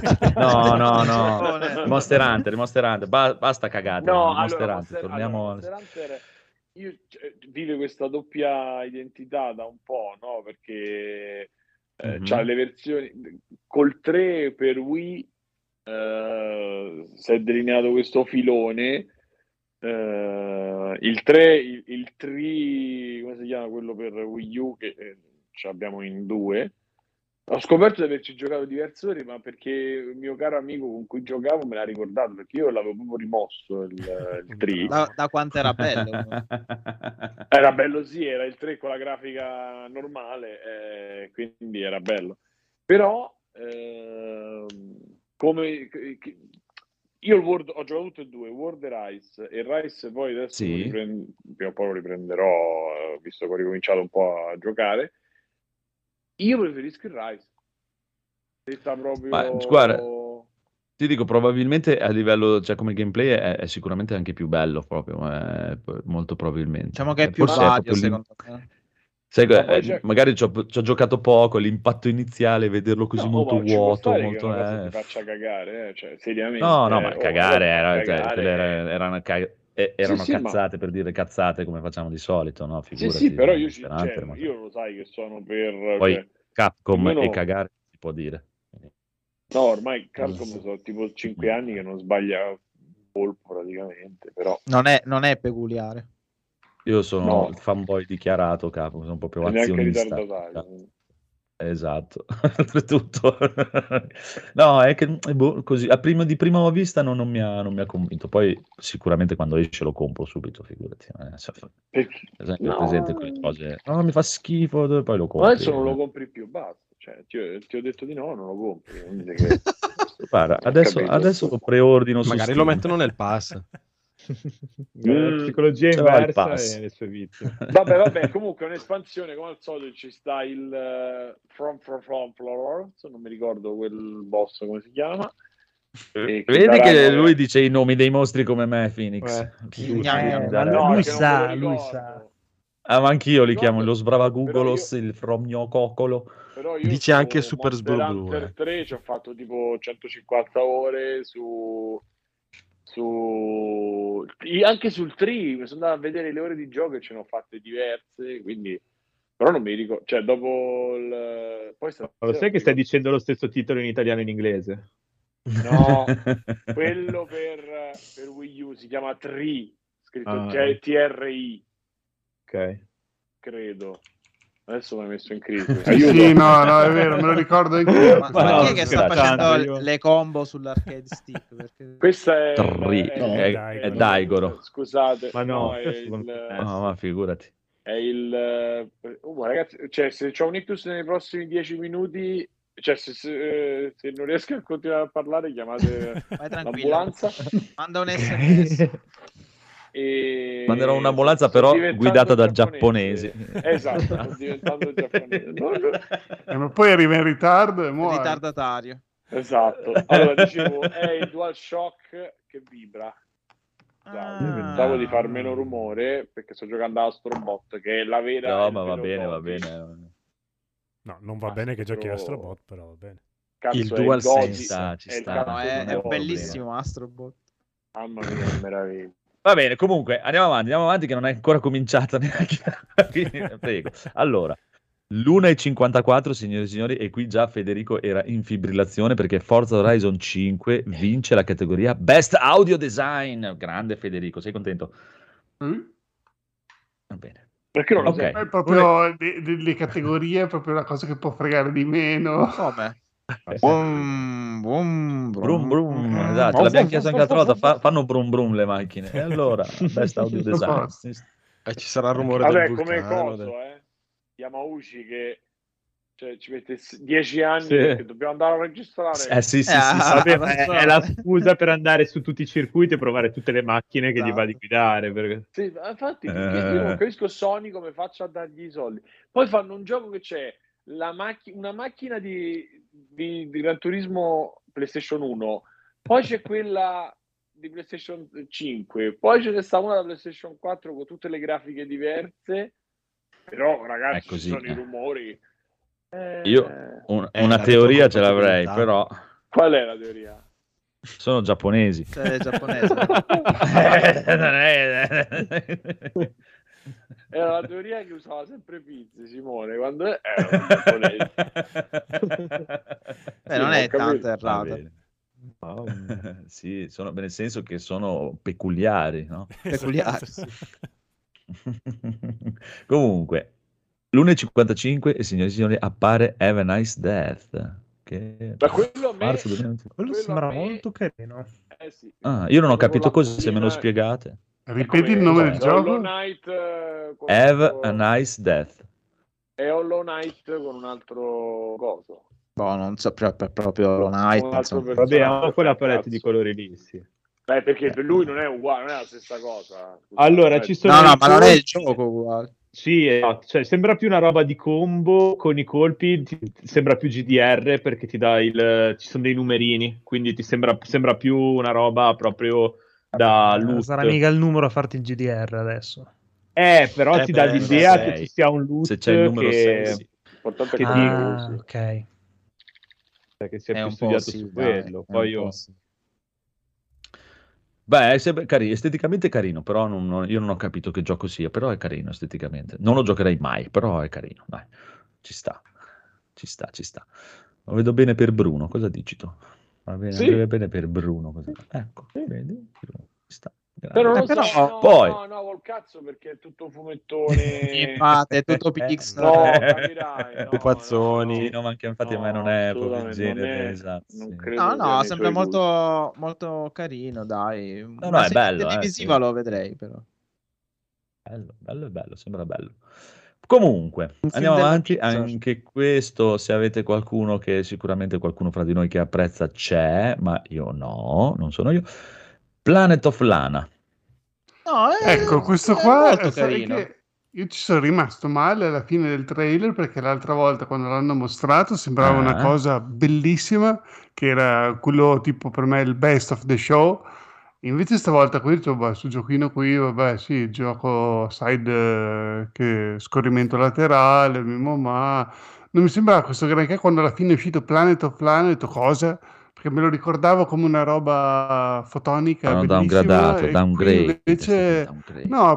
No, Monster Hunter, basta cagate, Monster Hunter, torniamo... Monster Hunter, vive questa doppia identità da un po', no? Perché c'ha le versioni, col 3 per Wii si è delineato questo filone. Il 3 come si chiama quello per Wii U che ce l'abbiamo in 2. Ho scoperto di averci giocato diverse ore, ma perché il mio caro amico con cui giocavo me l'ha ricordato, perché io l'avevo proprio rimosso il 3 da quanto era bello. Era bello, sì, era il 3 con la grafica normale, quindi era bello, però come io ho giocato tutte e due, World e Rise, e Rise poi adesso prima o poi lo riprenderò, visto che ho ricominciato un po' a giocare. Io preferisco il Rise. Sta proprio... guarda, ti dico, probabilmente a livello, cioè come gameplay è sicuramente anche più bello, proprio, molto probabilmente. Diciamo che è più vario, secondo me. Sai, magari ci ho giocato poco, l'impatto iniziale, vederlo così molto vuoto, molto... Che ti faccia cagare, cioè, seriamente. No, ma cagare erano cazzate, per dire cazzate come facciamo di solito, no? Figurati, sì, però io lo sai che sono per... Poi Capcom e cagare si può dire. No, ormai Capcom sono tipo 5 anni che non sbaglia colpo praticamente, però... Non è peculiare. Io sono il fanboy dichiarato, capo, sono proprio azionista. Esatto, tutto. No, è che così a prima vista non mi ha convinto. Poi sicuramente quando esce lo compro subito, figurati. Presente quelle cose. No, mi fa schifo, poi lo compro. Adesso non lo compri più, basta. Cioè, ti ho detto di no, non lo compri. Guarda, adesso lo preordino. Magari lo mettono nel pass. La psicologia inversa e le sue vittime. Vabbè, comunque un'espansione come al solito ci sta il From Flowers, non mi ricordo quel boss come si chiama. Vedi che lui dice i nomi dei mostri come me, Phoenix. Lui sa. Ma anch'io li chiamo lo Sbravagugolos, il Fromniococolo. Però io dice anche Super Sbru. Per 3 ci ho fatto tipo 150 ore anche sul 3 mi sono andato a vedere le ore di gioco e ce ne ho fatte diverse, quindi Però non mi ricordo, cioè dopo il... Poi lo sai che stai dicendo lo stesso titolo in italiano e in inglese? No, quello per Wii U si chiama Tri, scritto TRI. Ok. Credo. Adesso mi hai messo in crisi. Sì, no, è vero, me lo ricordo anche. Ma chi è che sta facendo le combo sull'arcade stick? Perché... Questa è Daigoro. Scusate, ma no, ma figurati. È il ragazzi, cioè se c'ho un ictus nei prossimi 10 minuti, cioè se non riesco a continuare a parlare, chiamate l'ambulanza. Manda un SMS. E... Manderò un'ambulanza però guidata da giapponesi. Esatto, sto diventando giapponese. Ma poi arriva in ritardo e muore. Ritardatario. Esatto. Allora dicevo, è il DualShock che vibra. Pensavo di far meno rumore perché sto giocando a Astrobot, che è la vera. No, ma va bene. No, non va bene che giochi Astrobot, però va bene. Cazzo, il DualSense ci sta. È bellissimo Astrobot. Mamma mia, che meraviglia. Va bene, comunque andiamo avanti che non è ancora cominciata neanche. Prego. Allora, l'1:54, signore e signori, e qui già Federico era in fibrillazione perché Forza Horizon 5 vince la categoria Best Audio Design. Grande Federico, sei contento? Va bene. Perché non lo sai? È proprio le categorie, è proprio la cosa che può fregare di meno. Come? Esatto, l'abbiamo chiesto anche l'altra volta, fanno brum brum le macchine. E allora, Best Audio Design. Ci sarà il rumore del vulcano. Come coso, Yamauchi che ci mette 10 anni perché dobbiamo andare a registrare. Sì. Vabbè, è la scusa per andare su tutti i circuiti e provare tutte le macchine che gli va di guidare. Perché... Sì, infatti, io non capisco Sony come faccia a dargli i soldi. Poi fanno un gioco che c'è una macchina di Gran Turismo PlayStation 1, poi c'è quella di PlayStation 5, poi ce ne sta una da PlayStation 4 con tutte le grafiche diverse, però ragazzi ci sono i rumori. Io una teoria ce l'avrei, però... Qual è la teoria? Sono giapponesi. È giapponese. Era la teoria che usava sempre Pizzi, Simone, quando era giapponese. Non è tanto errato. Sì, nel senso che sono peculiari, no? Peculiari. Comunque, l'1:55 e signori e signori appare Have a Nice Death. Che quello sembra molto carino. Sì. Io non ho capito cosa, se me lo spiegate. Ripeti il nome del gioco? Have a Nice Death. È Hollow Knight con un altro coso. Non so proprio Hollow Knight. Vabbè, ha quella palette di colori lì, sì. Perché per lui non è uguale, non è la stessa cosa. Allora, ci sono ma non è il gioco uguale. Sì, esatto. Cioè, sembra più una roba di combo con i colpi, sembra più GDR perché ti dà ci sono dei numerini, quindi ti sembra più una roba proprio da loot. Sarà mica il numero a farti il GDR adesso. Però ti dà l'idea che ci sia un loot, se c'è il numero 6, sì. Importante che ok. Che sia più studiato su quello. Poi io... Beh, è esteticamente carino, però io non ho capito che gioco sia, però è carino esteticamente. Non lo giocherei mai, però è carino, dai. Ci sta. Lo vedo bene per Bruno, cosa dici tu? Va bene, andrebbe bene per Bruno. Ecco, vedi? Ci sta. Però non so, poi col cazzo, perché è tutto fumettone. È tutto pixel. No, capirai. Pupazzoni. No, ma anche infatti a me non è proprio il genere, esatto. No, sembra molto, molto carino, dai. No, è bello. Televisiva lo vedrei, però. Bello, sembra bello. Comunque, andiamo avanti. Anche questo, se avete qualcuno sicuramente qualcuno fra di noi che apprezza c'è, ma io no, non sono io. Planet of Lana. Ecco, questo qua molto carino. Che io ci sono rimasto male alla fine del trailer perché l'altra volta quando l'hanno mostrato sembrava una cosa bellissima, che era quello tipo per me il best of the show. Invece stavolta qui ho detto, sul giochino qui, vabbè, sì, gioco side che scorrimento laterale, ma non mi sembrava questo granché. Quando alla fine è uscito Planet of Lana ho detto cosa? Perché me lo ricordavo come una roba fotonica bellissima, downgrade invece no,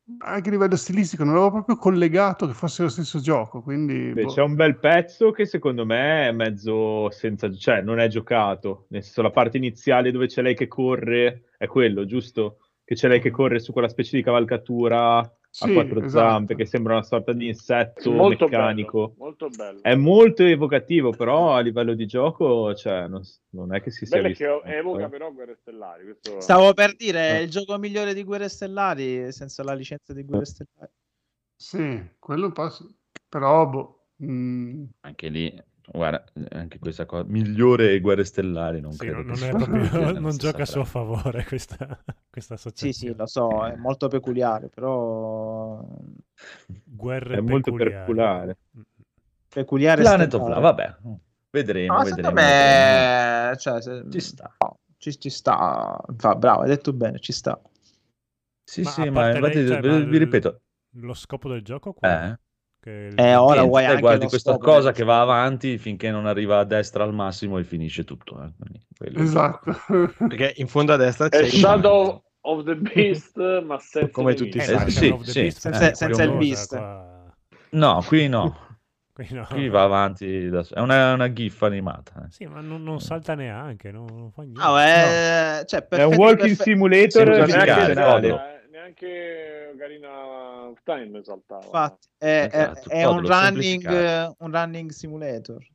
anche a livello stilistico non avevo proprio collegato che fosse lo stesso gioco, quindi Beh, c'è un bel pezzo che secondo me è mezzo senza, cioè non è giocato, nel senso la parte iniziale dove c'è lei che corre è quello, giusto? Che c'è lei che corre su quella specie di cavalcatura a quattro zampe che sembra una sorta di insetto Molto meccanico. bello, molto bello. È molto evocativo, però a livello di gioco, cioè, non è che si sia Bello visto. che evoca però Guerre Stellari. Questo... Stavo per dire, è il gioco migliore di Guerre Stellari senza la licenza di Guerre Stellari. Sì, quello un po' però anche lì, guarda, anche questa cosa migliore Guerre Stellari non credo non che è sia proprio, non stessa gioca a suo frase. favore questa associazione. Sì, lo so, è molto peculiare, però Guerre È molto peculiari. peculiare Planet of stellare. Love, vabbè, vedremo, No, vedremo. secondo me, cioè, Ci sta. Ci sta. Bravo, hai detto bene, ci sta. Sì, Ma sì, a ma parte infatti lei, cioè, vi ripeto. Lo scopo del gioco qual è? Ora Niente, vuoi te anche guardi lo questa scopo cosa dello che va avanti finché non arriva a destra al massimo e finisce tutto. Quindi quello è il esatto. Perché in fondo a destra È c'è Shadow of the Beast, ma senza come nemici. tutti i ma sì, Shadow of the sì, Beast senza il cosa Beast. qua? No, qui no. Qui no. Qui va avanti. È una gif animata. Sì, ma non salta neanche, non fa niente. No, cioè, È un walking simulator semplificare, neanche Ocarina of Time saltava. Infatti, Esatto, è un Codolo, semplificare. running simulator.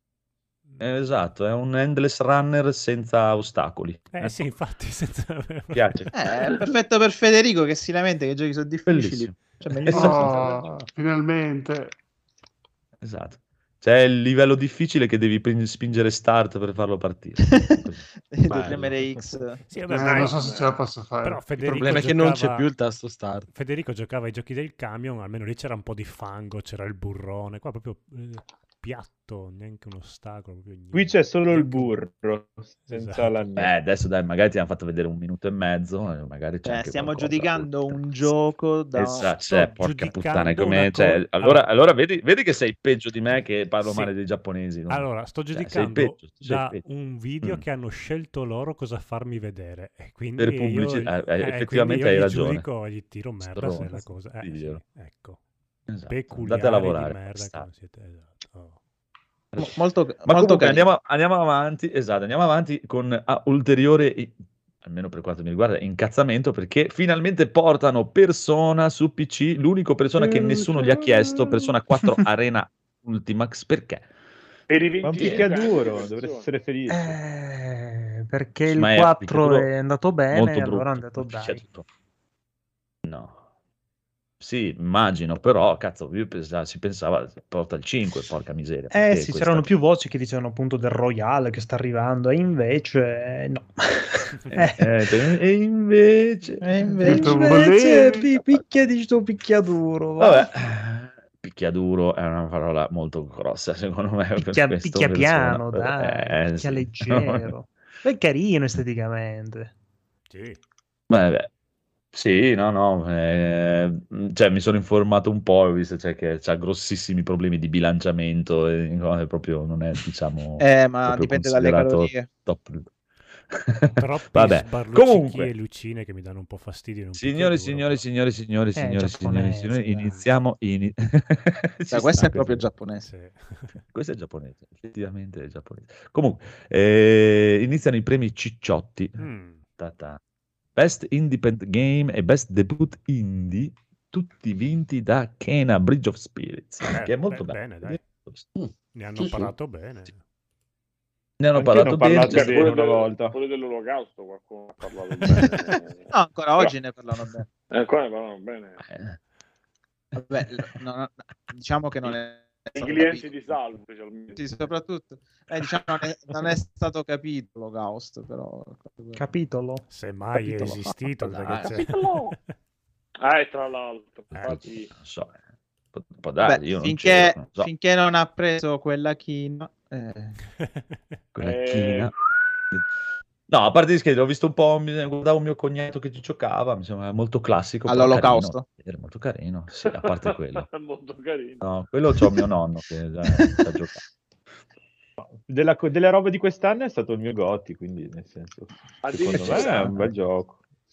Esatto, è un endless runner senza ostacoli. Sì, infatti, piace. È perfetto per Federico che si lamenta che i giochi sono difficili. Bellissimo. Cioè, Finalmente. Esatto. C'è il livello difficile che devi spingere start per farlo partire. Devi premere X. Sì, vabbè, non so se ce la posso fare. Però Il problema è che non c'è più il tasto start. Federico giocava ai giochi del camion, almeno lì c'era un po' di fango, c'era il burrone, qua proprio piatto, neanche un ostacolo. Qui c'è solo il burro, senza Esatto. la Adesso dai, magari ti hanno fatto vedere 1 minuto e mezzo, magari c'è anche stiamo qualcosa. giudicando un gioco da... Esatto, porca puttana, come, una allora vedi che sei peggio di me che parlo male dei giapponesi. No? Allora, sto sei giudicando peggio, sei da peggio. un video che hanno scelto loro cosa farmi vedere. E quindi Per pubblicità, effettivamente quindi io hai li ragione. giudico, gli tiro merda se è la cosa. Sì, ecco. Esatto. Peculiari Andate a lavorare, di merda che bastardi. non siete. Esatto. Oh. Molto, Ma molto comunque carino. andiamo avanti, esatto, andiamo avanti con ulteriore, almeno per quanto mi riguarda, incazzamento, perché finalmente portano Persona su PC, l'unico Persona che nessuno gli ha chiesto, Persona 4 Arena Ultimax, perché? Per i Ma un 25 picchiaduro, anni, dovresti essere felice. Perché il Ma è 4 è andato bene, molto allora è brutto, andato dai. tutto. No. Sì, immagino, però, cazzo, si pensava, porta il 5, porca miseria. Sì, c'erano più voci che dicevano appunto del Royale che sta arrivando, e invece no. E invece picchia sto picchiaduro. Vabbè, picchiaduro è una parola molto grossa, secondo me. Picchia piano, dai, picchia leggero. È carino esteticamente. Sì. Vabbè. Sì, no, cioè mi sono informato un po', ho visto che c'ha grossissimi problemi di bilanciamento e proprio non è, diciamo, ma dipende dalle calorie. Top. Troppi Vabbè, sbarluccichi comunque, e lucine che mi danno un po' fastidio in un signori, iniziamo. Questo è proprio giapponese. Questo è giapponese, effettivamente è giapponese. Comunque, iniziano i premi cicciotti. Best Independent Game e Best Debut Indie, tutti vinti da Kena Bridge of Spirits, che è molto bello. Bene, dai. Ne hanno parlato bene. Ne hanno parlato bene. Una volta. Pure dell'Olocausto qualcuno ha parlato bene. No, ancora oggi ne parlano bene. Ancora ne parlano bene. Vabbè, diciamo che non è... I clienti di Salvo, specialmente. Sì, soprattutto. Diciamo non è stato capito l'Olocausto, però... Capitolo? Se mai è esistito. Capitolo! Tra l'altro. Infatti... Non so. Può dare, io finché, non so. finché non ha preso quella china... Quella china... No, a parte di scherzo, ho visto un po', guardavo mio cognato che ci giocava, mi sembra molto classico. All'Olocausto? Era molto carino, sì, a parte quello. Molto carino. No, quello c'ho mio nonno che ha giocato. Delle robe di quest'anno è stato il mio Gotti, quindi nel senso, secondo me è un bel gioco.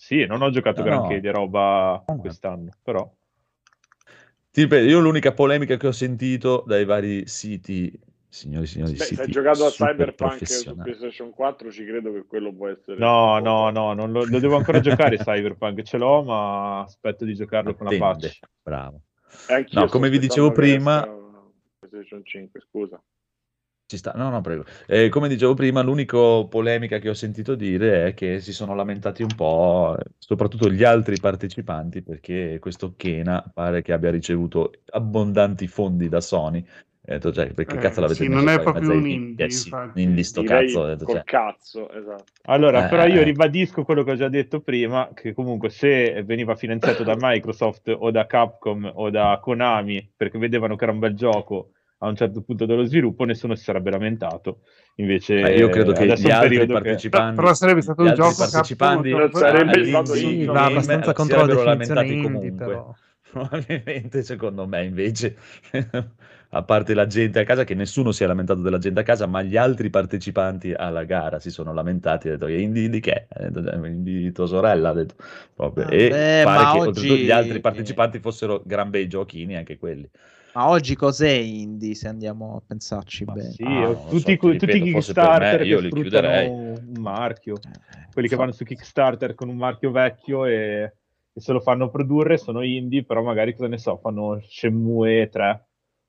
Sì, non ho giocato No, granché no. di roba quest'anno, però. Ti ripeto, io l'unica polemica che ho sentito dai vari siti, signori, Beh, se hai siti giocato a super Cyberpunk su professionali. PlayStation 4, ci credo che quello può essere No, un po' non lo devo ancora giocare Cyberpunk, ce l'ho, ma aspetto di giocarlo con la Attende, patch. bravo. Anch'io No, sto come vi dicevo aspettando che prima, esca PlayStation 5, scusa. ci sta, no, prego. Come dicevo prima, l'unica polemica che ho sentito dire è che si sono lamentati un po', soprattutto gli altri partecipanti, perché questo Kena pare che abbia ricevuto abbondanti fondi da Sony. Ho detto, cioè, perché cazzo l'avete Sì, messo non è qua in mezzo proprio un ai indie, sì, infatti. indie sto Direi cazzo? Ho detto, col cioè, cazzo, esatto. Allora, però io eh. ribadisco quello che ho già detto prima, che comunque se veniva finanziato da Microsoft o da Capcom o da Konami, perché vedevano che era un bel gioco a un certo punto dello sviluppo, nessuno si sarebbe lamentato. Invece Io credo che adesso gli è un altri periodo che... partecipanti, Però sarebbe stato gli un altri gioco partecipanti Capcom, Non sarebbe stato all'Indie Sì, indie. va Game abbastanza si contro la sarebbero definizione lamentati indie, comunque. però. Probabilmente, secondo me, invece, a parte la gente a casa, che nessuno si è lamentato della gente a casa, ma gli altri partecipanti alla gara si sono lamentati. Ha detto, indie di che? Ha detto, indie di tua sorella, ha detto, proprio. E Vabbè, pare ma che oltretutto gli altri oggi... partecipanti fossero gran bei giochini, anche quelli. Ma oggi cos'è indie, se andiamo a pensarci Ma bene? sì, Non lo so, tutti, ti tutti i ripeto, forse per me Kickstarter che io li chiuderei. sfruttano un marchio, quelli che So. vanno su Kickstarter con un marchio vecchio e se lo fanno produrre sono indie, però magari, cosa ne so, fanno Shenmue 3.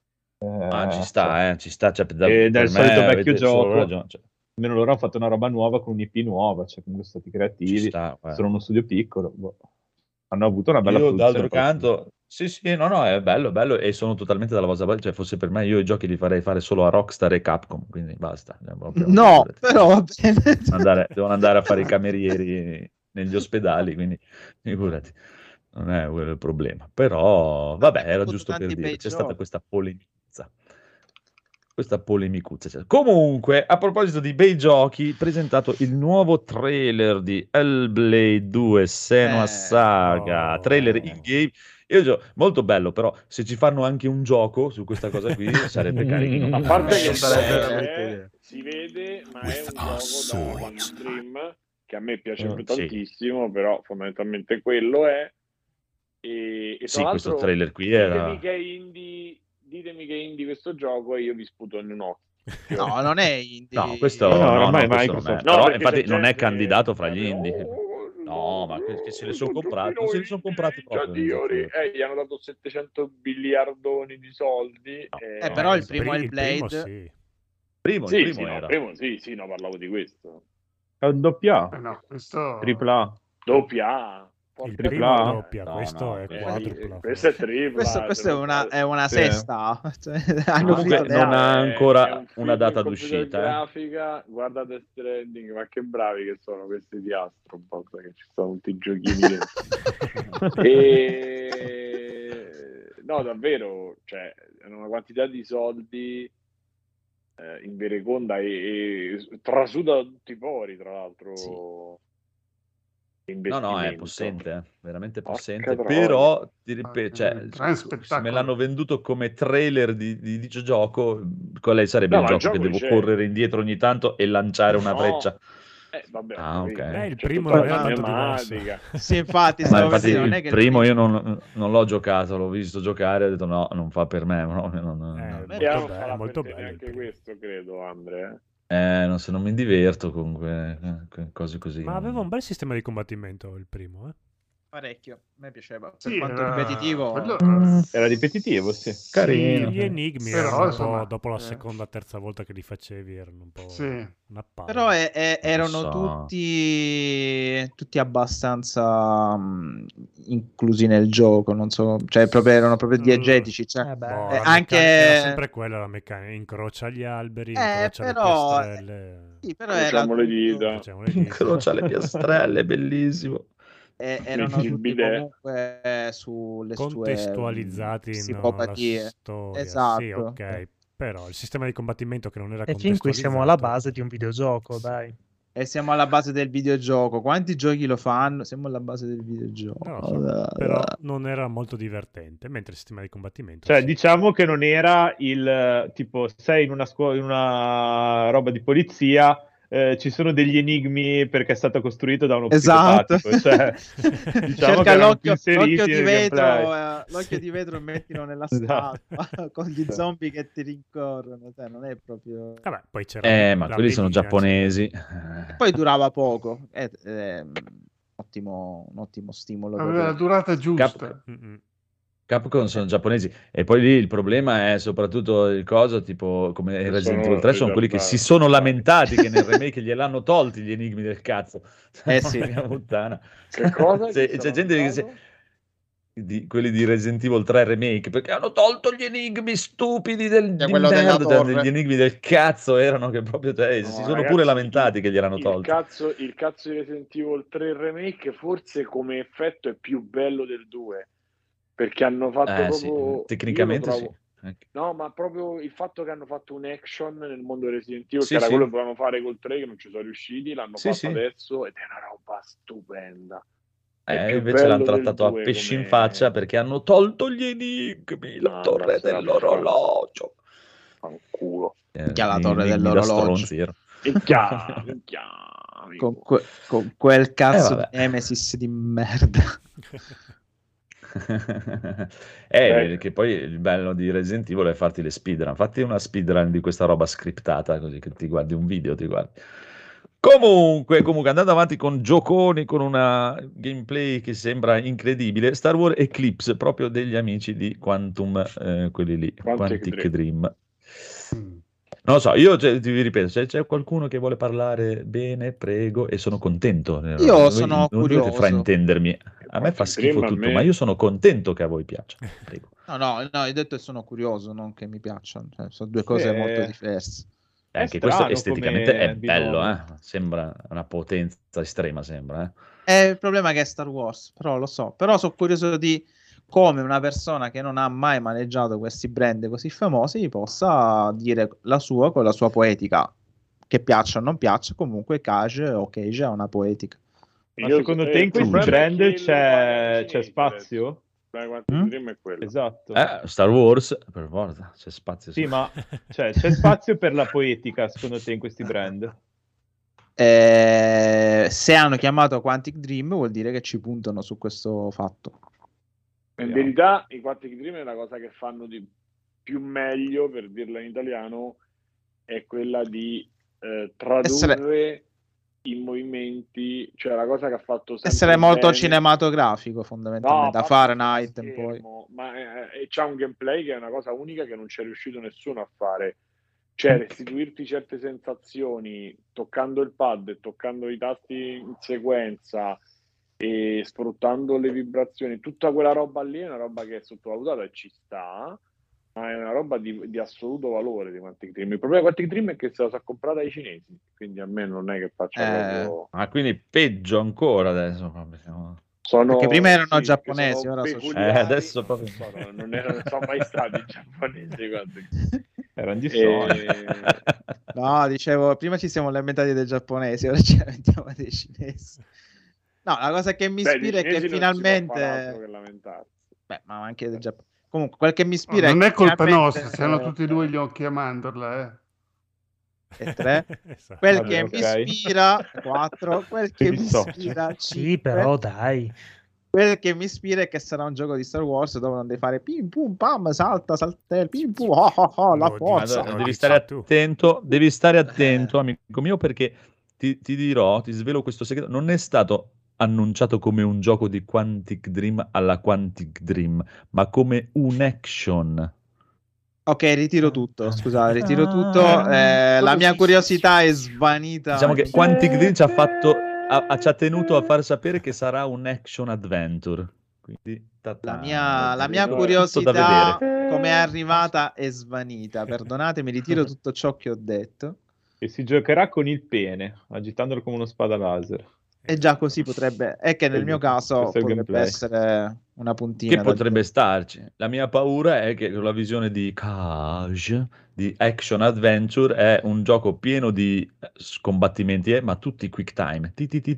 Ci sta, cioè, Ed è per il solito me vecchio avete solo gioco, ragione. Cioè, almeno loro hanno fatto una roba nuova con un'IP nuova, cioè comunque sono stati ci creativi, sta, guarda. sono uno studio piccolo, boh. Hanno avuto una bella Io produzione. d'altro canto, sì, no, è bello e sono totalmente dalla vostra parte, cioè fosse per me io i giochi li farei fare solo a Rockstar e Capcom, quindi basta, proprio, No, figurati. però va bene. Devono andare a fare i camerieri negli ospedali, quindi figurati, non è quello il problema. Però, vabbè, Hanno era avuto giusto per tanti dire, bei c'è stata giochi. questa polemizza. Questa polemicuzza. Comunque, a proposito di bei giochi, presentato il nuovo trailer di Hellblade 2 Senua Saga, trailer in game. Molto bello, però se ci fanno anche un gioco su questa cosa qui sarebbe carino. A parte che Non il sarebbe trailer veramente idea. si vede, ma è un gioco da mainstream che a me piace Sì. tantissimo, però fondamentalmente quello è. E tra Sì, questo l'altro trailer qui ditemi era... che è indie questo gioco e io vi sputo in un occhio. No, non è No, indie. questo No, no, oramai questo non è. Microsoft. No, Però perché infatti c'è non è gente candidato fra che gli indie. No, ma che se li sono comprati, non se li sono comprati proprio i giocatori. gli hanno dato 700 biliardoni di soldi. No, Però il no, primo il primo Hellblade... sì. il Sì, primo sì, no, era. primo sì, no, parlavo di questo. È un doppia, No, questo... tripla A. Doppia A. Il Porca primo è tripla A? doppia, No, questo no, è questo- quadrupla. Questo è tripla. Questo è una Sì. sesta. Cioè, hanno Comunque finito non ha è ancora un una film data in computer d'uscita. grafica, guarda Death Stranding, ma che bravi che sono questi di Astrobot, che ci sono tutti i giochini dentro. No, davvero, cioè, è una quantità di soldi in vereconda e trasuda da tutti i pori, tra l'altro. Sì. Investimento. No, è possente, veramente Porca possente. troia. Però, ti ripeto, cioè, gran se me spettacolo. l'hanno venduto come trailer di videogioco, qual sarebbe No, il ma il gioco che gioco devo c'è. correre indietro ogni tanto e lanciare una No. freccia? Vabbè, ho Ah, capito. ok. Il C'è primo tutta non la era tanto diverso. cinematica. Sì, infatti, Ma stavo per infatti dire, non è il che primo io non l'ho giocato, l'ho visto giocare e ho detto no, non fa per me. proprio, no. E non è farà molto per te bello il neanche primo. questo, credo, Andre. Se non mi diverto comunque, cose così. Ma aveva un bel sistema di combattimento il primo, parecchio. A me piaceva. Per Sì, quanto era... ripetitivo... quello- Era ripetitivo, sì. Carino. Gli enigmi Però, erano un insomma, po', dopo la seconda, terza volta che li facevi, erano un po' Sì. una palla. Però erano so. tutti abbastanza inclusi nel gioco, non so, cioè erano proprio diegetici, cioè, Boh, anche... era sempre quella la meccanica, incrocia gli alberi, incrocia le però, piastrelle. sì, però era Incrociamo le tutto... dita. Incrociamo le dita. Incrocia le piastrelle, bellissimo. erano Metti il tutti bidet. comunque sulle sue Contestualizzati nella psicopatie. storia. Esatto. Sì, ok. Però il sistema di combattimento che non era E fin qui siamo alla base di un videogioco, dai. E siamo alla base del videogioco. Quanti giochi lo fanno? Siamo alla base del videogioco. Non lo so, però non era molto divertente, mentre il sistema di combattimento Cioè, sì. diciamo che non era il tipo, sei in una roba di polizia, ci sono degli enigmi perché è stato costruito da uno Esatto. psicopatico, cioè, diciamo che cerca erano più l'occhio inseriti di nel vetro, gameplay. l'occhio di vetro e mettilo nella Esatto. statua con gli zombie che ti rincorrono, cioè, non è proprio... Vabbè, poi c'era Ma la quelli sono medina, giapponesi. Poi durava poco, un ottimo stimolo Aveva la per... durata giusta. Capcom sono giapponesi, e poi lì il problema è soprattutto il coso, tipo come in Resident Evil 3 sono quelli che si sono lamentati che nel remake gliel'hanno tolti gli enigmi del cazzo. Sì. Porca puttana. Che cosa? C'è gente che quelli di Resident Evil 3 remake, perché hanno tolto gli enigmi stupidi di quello della merda, cioè, torre. gli enigmi del cazzo erano che proprio, cioè, si sono ragazzi, pure lamentati che gliel'hanno tolti. Il cazzo di Resident Evil 3 remake forse come effetto è più bello del 2, perché hanno fatto proprio... Tecnicamente io lo trovo... sì. No, ma proprio il fatto che hanno fatto un action nel mondo Resident Evil, Sì, che era sì. quello che volevano fare col 3, che non ci sono riusciti, l'hanno Sì, fatto sì. adesso ed è una roba stupenda. È più Invece l'hanno bello del trattato a 2 pesci in come- faccia perché hanno tolto gli enigmi, la No, torre andarsela a dell'orologio. Fanculo. Che ha la Gli torre enigmi da dell'orologio. stronzi erano. Minchia, amico. Con quel cazzo vabbè. di Nemesis di merda. Che poi il bello di Resident Evil è farti le speedrun. Fatti una speedrun di questa roba scriptata, così che ti guardi un video, ti guardi. Comunque, andando avanti con gioconi, con una gameplay che sembra incredibile, Star Wars Eclipse, proprio degli amici di Quantum, quelli lì, Quantic Dream. Non lo so, io vi ripeto, se c'è qualcuno che vuole parlare bene, prego, e sono contento. Io sono non dovete curioso. fraintendermi. A me fa schifo tutto, ma io sono contento che a voi piaccia. Prego. No, io ho detto che sono curioso, non che mi piacciono. Cioè, sono due cose molto diverse. Anche questo esteticamente è bello, sembra una potenza estrema, sembra. Il problema è che è Star Wars, però lo so. Però sono curioso di come una persona che non ha mai maneggiato questi brand così famosi possa dire la sua con la sua poetica, che piaccia o non piaccia, comunque Cage ha una poetica. Ma secondo te in questi brand c'è spazio? Dream è quello. Esatto. Star Wars, per forza, c'è spazio. Sì, ma c'è spazio per la poetica, secondo te, in questi brand? Se hanno chiamato Quantic Dream vuol dire che ci puntano su questo fatto. In verità i Quantic Dream è la cosa che fanno di più meglio, per dirla in italiano, è quella di tradurre i movimenti, cioè la cosa che ha fatto essere molto bene. cinematografico fondamentalmente, da Fahrenheit in poi. Ma c'ha un gameplay che è una cosa unica che non c'è riuscito nessuno a fare, cioè restituirti certe sensazioni toccando il pad e toccando i tasti in sequenza e sfruttando le vibrazioni, tutta quella roba lì è una roba che è sottovalutata e ci sta, ma è una roba di assoluto valore di Quantic Dream. Il problema di Quantic Dream è che se la sa comprata ai cinesi, quindi a me non è che faccia proprio... quindi peggio ancora adesso. Perché prima erano giapponesi, ora sono adesso proprio... non sono mai stati giapponesi. Erano di Sony. No, dicevo, prima ci siamo lamentati dei giapponesi, ora ci lamentiamo dei cinesi. No, la cosa che mi ispira è che finalmente... Beh, ma anche del Giappone. Comunque, quel che mi ispira non è colpa finalmente... nostra, se hanno tutti e due gli occhi a mandorla, E 3. Esatto. Quel che mi ispira 4. Quel che mi ispira 5. Sì, però dai. Quel che mi ispira è che sarà un gioco di Star Wars dove non devi fare pim pum pam, saltella, pim pum, la forza. Devi stare attento, amico mio, perché ti dirò, ti svelo questo segreto, non è stato annunciato come un gioco di Quantic Dream alla Quantic Dream, ma come un action. Ok, ritiro tutto, scusate, ritiro tutto. La mia curiosità è svanita. Diciamo che Quantic Dream ci ha tenuto a far sapere che sarà un action adventure. Quindi la mia curiosità, come è arrivata, è svanita. Perdonatemi, ritiro tutto ciò che ho detto. E si giocherà con il pene, agitandolo come uno spada laser. E già così potrebbe, è che nel mio caso potrebbe essere una puntina. Che potrebbe starci. La mia paura è che la visione di Cage, di action adventure, è un gioco pieno di combattimenti, ma tutti quick time.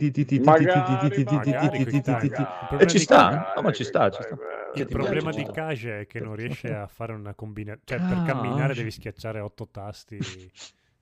E ci sta, ma ci sta. Il problema di Cage è che non riesce a fare una combinazione, cioè per camminare devi schiacciare 8 tasti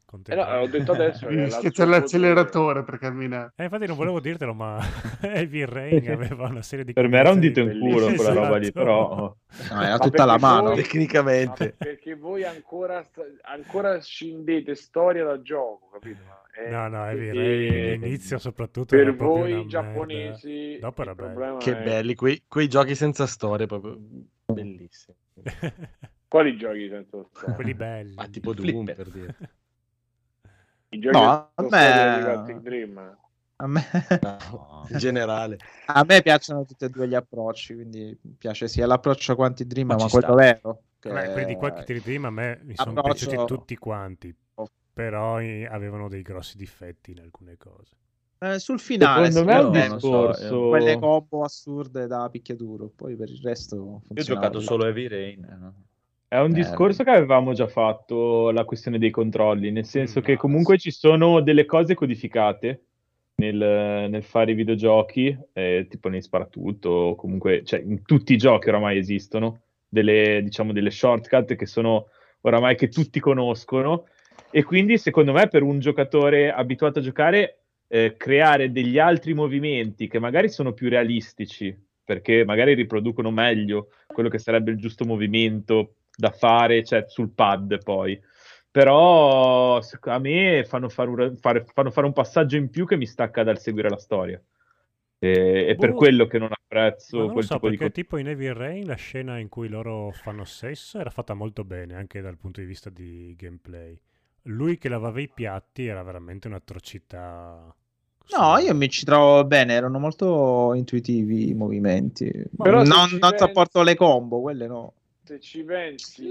No, ho detto adesso che c'è l'acceleratore per camminare. Infatti non volevo dirtelo, ma Heavy Rain aveva una serie di per me era un dito in bellissime. culo quella roba lì, però no, era tutta la mano tecnicamente. Perché voi ancora scindete storia da gioco, capito? No, Heavy Rain l'inizio soprattutto per era proprio voi una giapponesi merda. Dopo era bello. Che belli quei giochi senza storia, proprio bellissimi. Quali giochi senza storia? Quelli belli. Tipo Doom, per dire. I giochi No, senza storia di Quantic Dream. A me... No, in generale. A me piacciono tutti e due gli approcci, quindi mi piace sia l'approccio a Quantic Dream, ma quello sta. vero. Quelli di Quantic Dream a me mi sono piaciuti tutti quanti, però avevano dei grossi difetti in alcune cose. Sul finale, secondo me è un discorso quelle combo assurde da picchiaduro, poi per il resto Io ho giocato solo Heavy Rain. No? È un discorso che avevamo già fatto, la questione dei controlli, nel senso che comunque ci sono delle cose codificate nel fare i videogiochi, tipo nei sparatutto, comunque, cioè in tutti i giochi oramai esistono delle shortcut che sono oramai che tutti conoscono, e quindi secondo me per un giocatore abituato a giocare creare degli altri movimenti che magari sono più realistici, perché magari riproducono meglio quello che sarebbe il giusto movimento da fare, cioè sul pad poi, però a me fanno fare un passaggio in più che mi stacca dal seguire la storia, e per quello che non apprezzo non lo quel so, tipo perché di tipo in Heavy Rain la scena in cui loro fanno sesso era fatta molto bene anche dal punto di vista di gameplay. Lui che lavava i piatti era veramente un'atrocità. No, io mi ci trovo bene, erano molto intuitivi i movimenti. Però non sopporto le combo, quelle no. Se ci pensi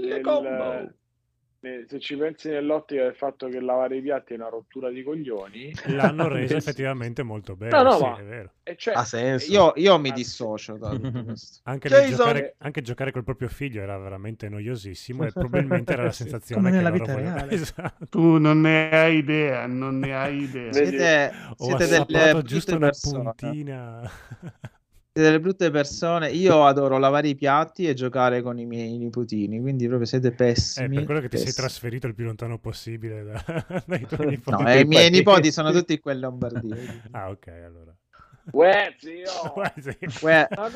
se ci pensi nell'ottica del fatto che lavare i piatti è una rottura di coglioni, l'hanno resa effettivamente molto bene. No, sì, ma è vero. Cioè, ha senso. Io mi dissocio da tutto questo. Anche giocare col proprio figlio era veramente noiosissimo e probabilmente era la sensazione che loro volevano. Esatto. Tu non ne hai idea, Siete delle giusto una puntina. Delle brutte persone. Io adoro lavare i piatti e giocare con i miei nipotini, quindi proprio siete pessimi. È per quello che ti sei trasferito il più lontano possibile dai tuoi nipoti. No, i miei nipoti sono tutti qua in Lombardia. Ah, ok, allora. Zio. Ma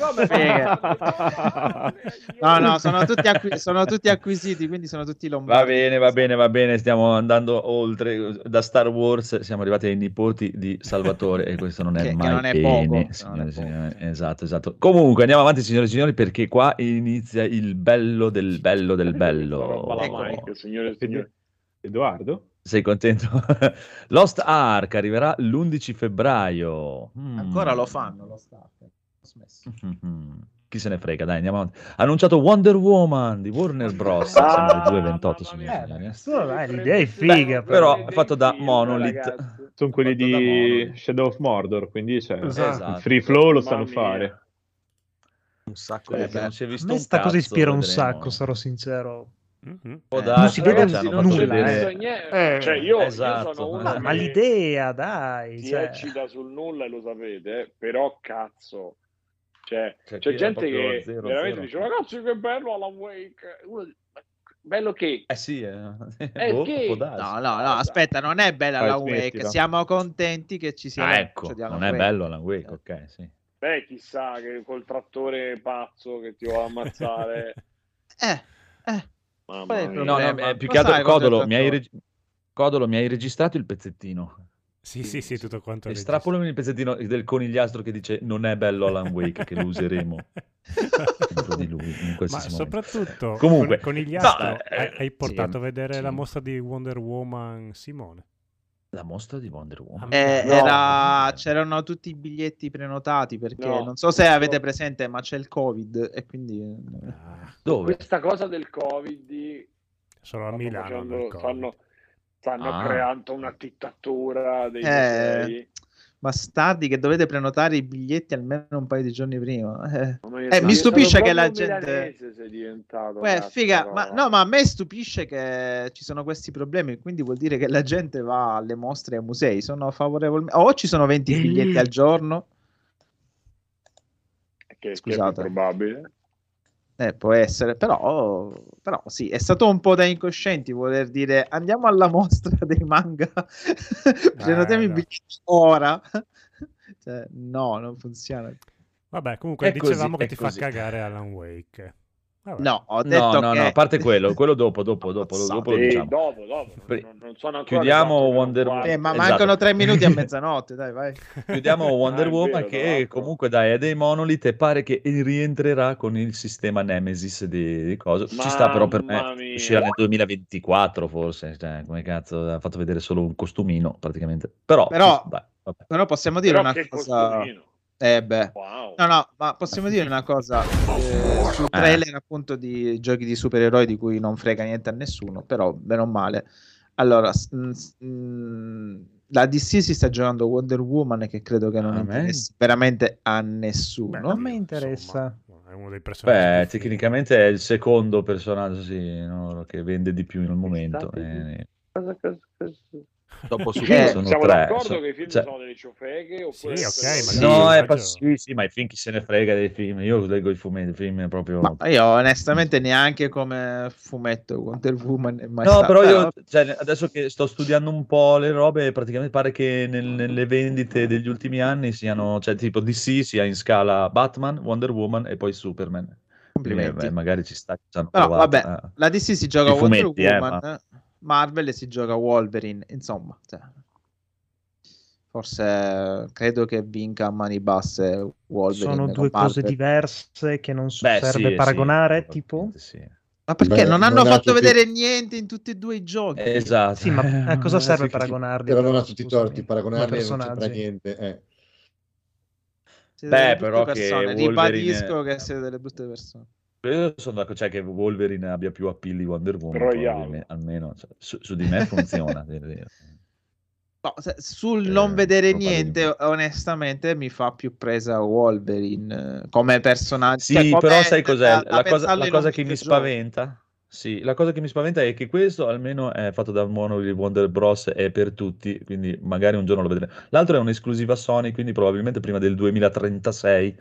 come? No, sono tutti acquisiti, quindi sono tutti lombardi. Va bene, stiamo andando oltre. Da Star Wars siamo arrivati ai nipoti di Salvatore e questo non è mai non è bene, poco, signore, signori. Esatto. Comunque andiamo avanti, signore e signori, perché qua inizia il bello del bello del bello. Signore e signori. Edoardo? Sei contento? Lost Ark arriverà l'11 febbraio. Ancora lo fanno, Lost Ark. Ho smesso. Chi se ne frega, dai, andiamo avanti. Annunciato Wonder Woman di Warner Bros. Siamo alle 2:28, signori. L'idea è figa. Però è fatto da Monolith. Sono quelli di Shadow of Mordor, quindi esatto. Il free flow lo sanno fare. Un sacco di non si è visto a me un sta cosa cazzo, ispira un vedremo. sacco, sarò sincero. Non si vede nulla. Cioè io esatto. sono uno ma l'idea, dai, si eccita sul nulla e lo sapete, però cazzo, c'è gente che veramente dice ragazzi che bello Alan Wake. Bello che sì, che no, aspetta, non è bella Alan Wake, siamo contenti che ci sia ecco, non è bello Alan Wake, ok, sì. Beh, chissà che col trattore pazzo che ti vuole ammazzare. No, più che altro Codolo mi hai registrato il pezzettino. Sì, tutto quanto. Estrapolami il pezzettino del conigliastro che dice non è bello Alan Wake, che lo useremo contro di lui in qualsiasi momento. Soprattutto comunque conigliastro, hai portato a vedere la mostra di Wonder Woman, Simone? La mostra di Wonder Woman? C'erano tutti i biglietti prenotati perché non so se avete presente, ma c'è il Covid e quindi dove? Questa cosa del Covid solo a Milano stanno creando una dittatura dei musei. Bastardi che dovete prenotare i biglietti almeno un paio di giorni prima. Mi stupisce che la gente sei diventato figa, ma a me stupisce che ci sono questi problemi, quindi vuol dire che la gente va alle mostre e ai musei. Sono favorevolmente o ci sono 20 biglietti al giorno, che è probabile. Può essere, però sì, è stato un po' da incoscienti voler dire andiamo alla mostra dei manga, prenotiamo i biglietti ora. Cioè, no, non funziona. Vabbè, comunque dicevamo che ti fa così. cagare Alan Wake. Vabbè. No, ho detto no, che... a parte quello dopo lo diciamo. Dopo, non sono ancora Chiudiamo esatto, Wonder non Woman. ma Esatto. mancano 3 minuti a mezzanotte, dai, vai. Chiudiamo Wonder è Woman vero, che tra l'altro. comunque dai è dei Monolith e pare che rientrerà con il sistema Nemesis di cosa. Ci sta, però per Mamma me mia. uscirà nel 2024 forse, cioè, come cazzo, ha fatto vedere solo un costumino praticamente. Però vabbè. Però possiamo dire Però una che cosa... costumino. No, ma possiamo dire una cosa sul trailer appunto di giochi di supereroi di cui non frega niente a nessuno, però bene o male. Allora, la DC si sta giocando Wonder Woman che credo che non interessi veramente a nessuno. Non mi interessa. È uno dei personaggi. Tecnicamente è il secondo personaggio che vende di più nel momento. Dopo siamo sono d'accordo che i film sono delle ciofeghe oppure sì, ma i film chi se ne frega dei film, io leggo i film proprio. Ma io onestamente neanche come fumetto Wonder Woman è mai stato. Però io adesso che sto studiando un po' le robe, praticamente pare che nelle vendite degli ultimi anni siano, cioè tipo DC sia in scala Batman, Wonder Woman e poi Superman. Complimenti. Quindi, magari ci sta, però vabbè, la DC si gioca Wonder Woman, ma... Marvel si gioca Wolverine, insomma, forse credo che vinca a mani basse Wolverine. Sono due cose diverse che non serve paragonare, tipo? Sì. Ma perché non hanno fatto vedere niente in tutti e due i giochi? Esatto. Sì, ma a cosa serve paragonarli? Però non ha tutti i torti, paragonarli non c'entra niente. Però persone. che Ribadisco che siete delle brutte persone. Io sono d'accordo, cioè che Wolverine abbia più appeal di Wonder Woman, almeno su di me funziona. No, sul non vedere niente, onestamente mi fa più presa Wolverine come personaggio. Sì, però sai cos'è? La cosa che mi spaventa? Sì, la cosa che mi spaventa è che questo almeno è fatto da Wonder Bros. È per tutti, quindi magari un giorno lo vedremo. L'altro è un'esclusiva Sony, quindi probabilmente prima del 2036.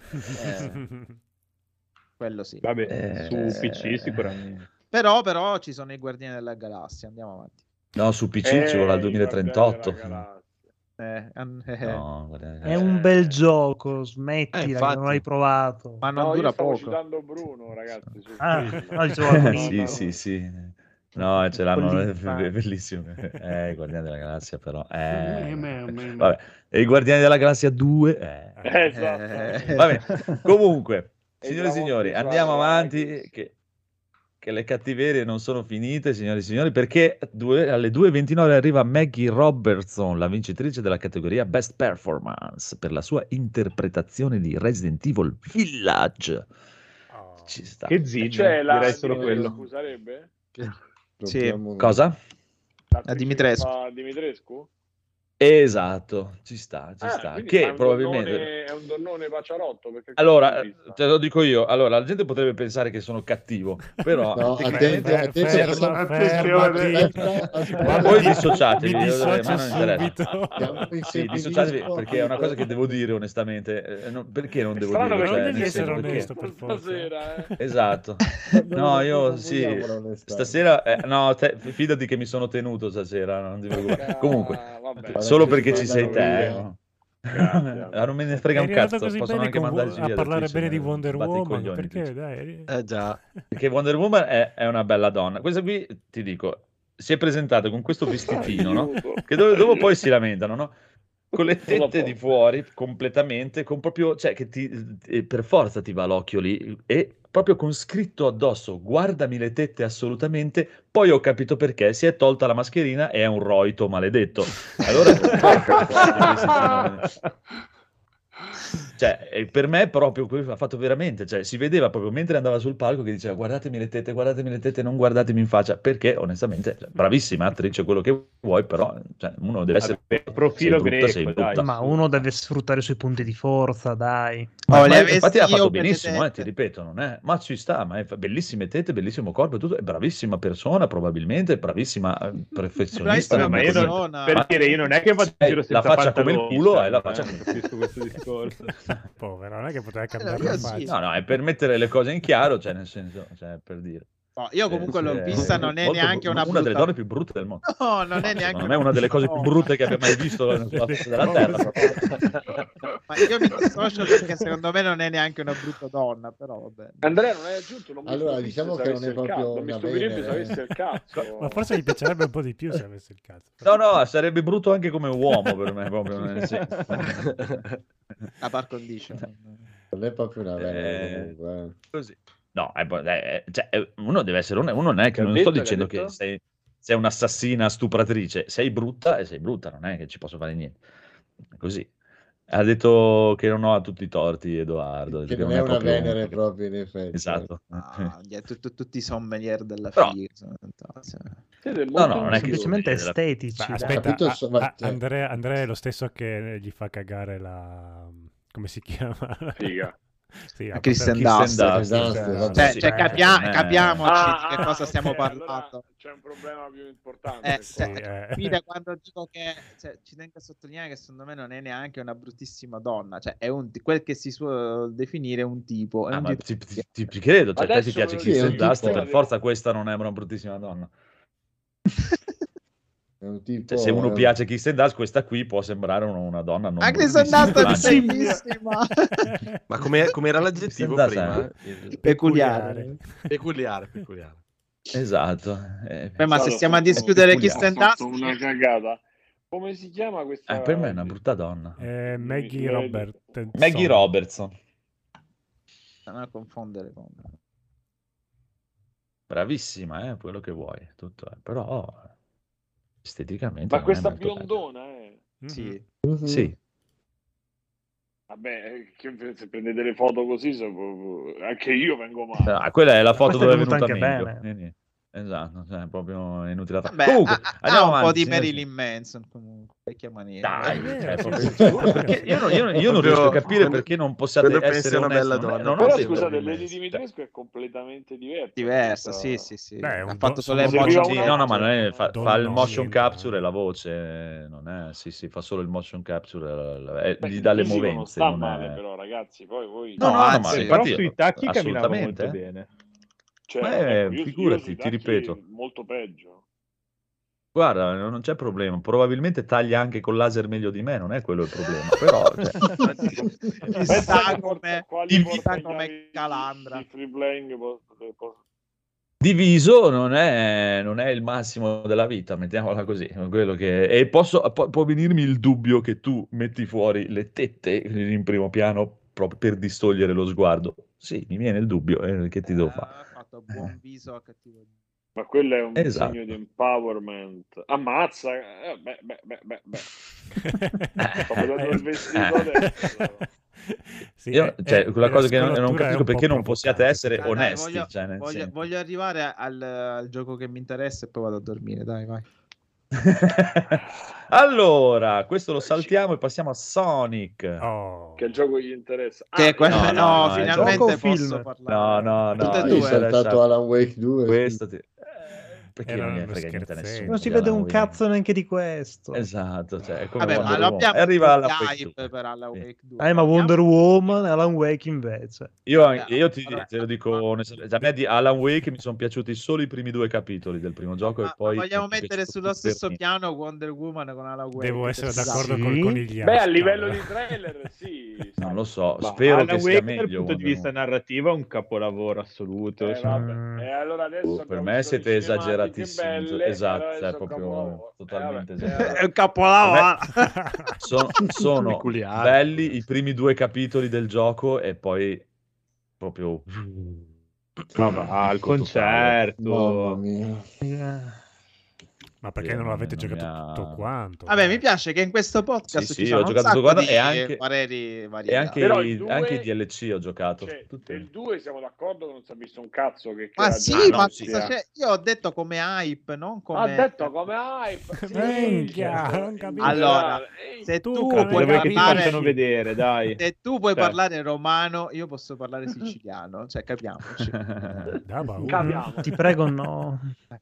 Quello sì. Vabbè, su PC sicuramente. Però ci sono i Guardiani della Galassia, andiamo avanti. No, su PC ci vorrà il 2038. No, è un bel gioco, smettila, non l'hai provato. Ma non dura poco. Stavo citando Bruno, ragazzi. Sì. No, ce l'hanno, bellissimo. Guardiani della Galassia, però. Vabbè. E i Guardiani della Galassia 2. Esatto. Vabbè. Comunque, signore e signori, andiamo avanti. Che le cattiverie non sono finite, signori e signori, perché alle 2:29 arriva Maggie Robertson, la vincitrice della categoria Best Performance, per la sua interpretazione di Resident Evil Village. Ci sta. Che zitto, direi solo quello. Scuserebbe? Sì. Cosa? La Dimitrescu. Esatto, ci sta. Che probabilmente è un donnone paciarotto. Allora, te lo dico io. Allora, la gente potrebbe pensare che sono cattivo, però no, tecnicamente ma voi dissociatevi, mi ma non interessa. Sì, dissociatevi, perché è una cosa che devo dire onestamente. Perché non devo dire? Non devi essere onesto per forza. Esatto. No, io sì. Stasera, no, fidati che mi sono tenuto stasera, non ti preoccupare. Comunque, solo perché ci sei te. Non me ne frega un cazzo, possono anche mandarci via a parlare bene di Wonder Woman, perché dai. Già. Perché Wonder Woman è una bella donna. Questa qui, ti dico, si è presentata con questo vestitino, no? Che dopo poi si lamentano, no? Con le tette di fuori completamente, con proprio, cioè che per forza ti va l'occhio lì, e proprio con scritto addosso guardami le tette assolutamente. Poi ho capito perché si è tolta la mascherina e è un roito maledetto. Allora cioè, per me proprio ha fatto veramente, cioè si vedeva proprio mentre andava sul palco che diceva guardatemi le tette, non guardatemi in faccia, perché onestamente bravissima attrice, quello che vuoi, però cioè, uno deve essere profilo greco, dai. Ma uno deve sfruttare i suoi punti di forza, dai. Infatti ha fatto benissimo, ti ripeto, non è, ma ci sta, ma è bellissime tette, bellissimo corpo e tutto, è bravissima persona probabilmente, bravissima perfezionista, ma io per dire, io non è che faccio giro senza la faccia come il culo, è la faccia capisco questo discorso. Povero, non è che poteva Allora, cambiare io la sì. faccia. No, è per mettere le cose in chiaro, cioè nel senso, cioè, per dire. No, io comunque l'ho Sì, vista, non è molto neanche una delle brutta... donne più brutte del mondo. No, non è Secondo neanche me è una delle cose più brutte che abbia mai visto sulla faccia della terra. Ma io mi dissocio perché secondo me non è neanche una brutta donna, però va bene. Andrea, non hai aggiunto? Non mi Allora, stupisce diciamo se che non avesse è il proprio cazzo. Non mi una stupirebbe se Venere. avesse il cazzo. Ma forse gli piacerebbe un po' di più se avesse il cazzo. No, sarebbe brutto anche come uomo per me, proprio nel senso. A par condition. Non è proprio una Venere comunque. Così. No, cioè, uno deve essere uno non è che Che ha non detto, sto che ha dicendo detto? che sei un'assassina stupratrice, sei brutta e sei brutta, non è che ci posso fare niente. È così. Ha detto che non ho tutti i torti, Edoardo. Che Che non è una proprio Venere proprio, in effetti. Esatto. Ah, tutti i sommelier della Però- figa sono fantastici. Siete No, molto no, non è che Semplicemente sono- estetici. Ma dai. aspetta, capito, ma- cioè- Andrea è lo stesso che gli fa cagare la... come si chiama? figa. Sì, a Kristen parte- Dunst. Vabbè, Cioè, capiamoci di che cosa stiamo allora parlando. c'è un problema più importante. Sì, qua. Capite quando dico che ci tengo a sottolineare che secondo me non è neanche una bruttissima donna, cioè è quel che si può definire un tipo. È un ma tipo ti credo, cioè, a te Adesso ti piace ve lo Kirsten dico, Dunst, sì, per forza questa non è una bruttissima donna. È un tipo, Cioè, se uno piace Kirsten Dunst, questa qui può sembrare una donna non Ah, Kristen bruttissima. Dunst è bellissima. Ma com'era l'aggettivo Kirsten prima? Peculiare. Peculiare. Esatto. Beh, ma se Guarda, stiamo a sono- discutere peculiare. Kristen Ho fatto Dunst, una cagata. Come si chiama questa? Per me è una brutta donna. Maggie Robertson. Maggie Robertson. non confondere con... Bravissima, quello che vuoi, tutto, però esteticamente Ma non è questa molto bella. biondona, Sì. Mhm. Sì, Vabbè, che se prendete le foto così, anche io vengo male. Ah, quella è la foto Questa è dove è venuta venuta anche meglio. bene. Quindi, esatto, cioè, proprio inutile. Vabbè, Comunque, ha andiamo un po' avanti, di signori. Marilyn Manson comunque, vecchia maniera. Dai, vero, cioè, sì, proprio- sì. perché io non riesco a capire perché non possiate quando pensi essere a una onesti. bella Non è- donna, non ho Però dei scusate, problemi. Lady Dimitrescu è completamente diversa. Diversa, Questa- sì. Beh, è Ha un fatto do- solo le sono- voci. Sì, no, ma non è, fa il Donna motion niente, capture e la voce, non è, sì, fa solo il motion capture, Beh, gli dà le il fisico non movenze. sta non male, è- però, ragazzi. Poi voi. No, ma anzi, Però infatti, sui tacchi camminava assolutamente, molto bene. Cioè, Beh, io figurati, sui ti tacchi ripeto. molto peggio. Guarda, non c'è problema, probabilmente taglia anche col laser meglio di me, non è quello il problema, però cioè, Chissà che come, quali chissà come portachiavi Calandra. di free playing diviso non è il massimo della vita, mettiamola così, quello che... E può venirmi il dubbio che tu metti fuori le tette in primo piano proprio per distogliere lo sguardo. Sì, mi viene il dubbio, che ti devo fare? Ha fatto buon viso a cattivo. Ma quello è un Esatto. segno di empowerment. Ammazza! Beh. Sto vedendo il vestito adesso. Sì, Io, cioè, quella la cosa che non scollatura è capisco un perché po' non possiate provocante. essere Dai, onesti. Cioè, nel senso. voglio arrivare al gioco che mi interessa e poi vado a dormire. Dai, vai. Allora, questo lo saltiamo e passiamo a Sonic. Oh. Che gioco gli interessa? Che no, no, finalmente gioco o posso film? parlare. No, Tutte e Hai due. saltato Alan Wake 2. Questo perché Era non gliene uno frega niente a scherzetto. nessuno. Non si di vede Alan un Wake. cazzo neanche di questo. Esatto, cioè, è come Vabbè, ma Wonder lo Woman. abbiamo Arriva tutti Alan Wake hype 2. per Alan Sì. Wake 2. Ma Wonder Woman e Alan Wake invece. Io Vabbè, te allora, lo dico onestamente, a me di Alan Wake mi sono piaciuti solo i primi 2 capitoli del primo gioco e ma poi vogliamo non mi è mettere piaciuto sullo più per stesso niente. piano Wonder Woman con Alan Wake? Devo essere Esatto. d'accordo Sì. col conigliastro. Beh, a livello di trailer, sì. Non lo so, Ma spero Alan che sia Wake meglio dal punto di Wonder vista narrativo è un capolavoro assoluto. Vabbè. E allora adesso per abbiamo me visto siete le cinematiche esageratissimi, belle, esatto, allora è adesso proprio capolavoro. totalmente Vabbè, esagerato. È un capolavoro. Sono Peculiare. belli i primi 2 capitoli del gioco e poi proprio Ma va, al Picco totale. concerto. Mamma mia. Ma perché non l'avete giocato tutto quanto? Vabbè, mi piace che in questo podcast Sì, ci sì, sono ho un giocato sacco tutto quanto di e anche- pareri e variegati. anche, Però il 2 anche i DLC ho giocato. Cioè, Tutte. del 2 siamo d'accordo che non si è visto un cazzo che Ma era sì, già ma sì. cosa c'è? Io ho detto come hype, non come... ha detto come hype. Sì, Minchia, sì, non sì. capisco. Allora, Ehi, se tu tu capi- puoi Vuoi che ti parlare... facciano vedere, dai. Se tu puoi Cioè. parlare romano, io posso parlare siciliano, cioè capiamoci. Da baule. capiamo. Ti prego, no.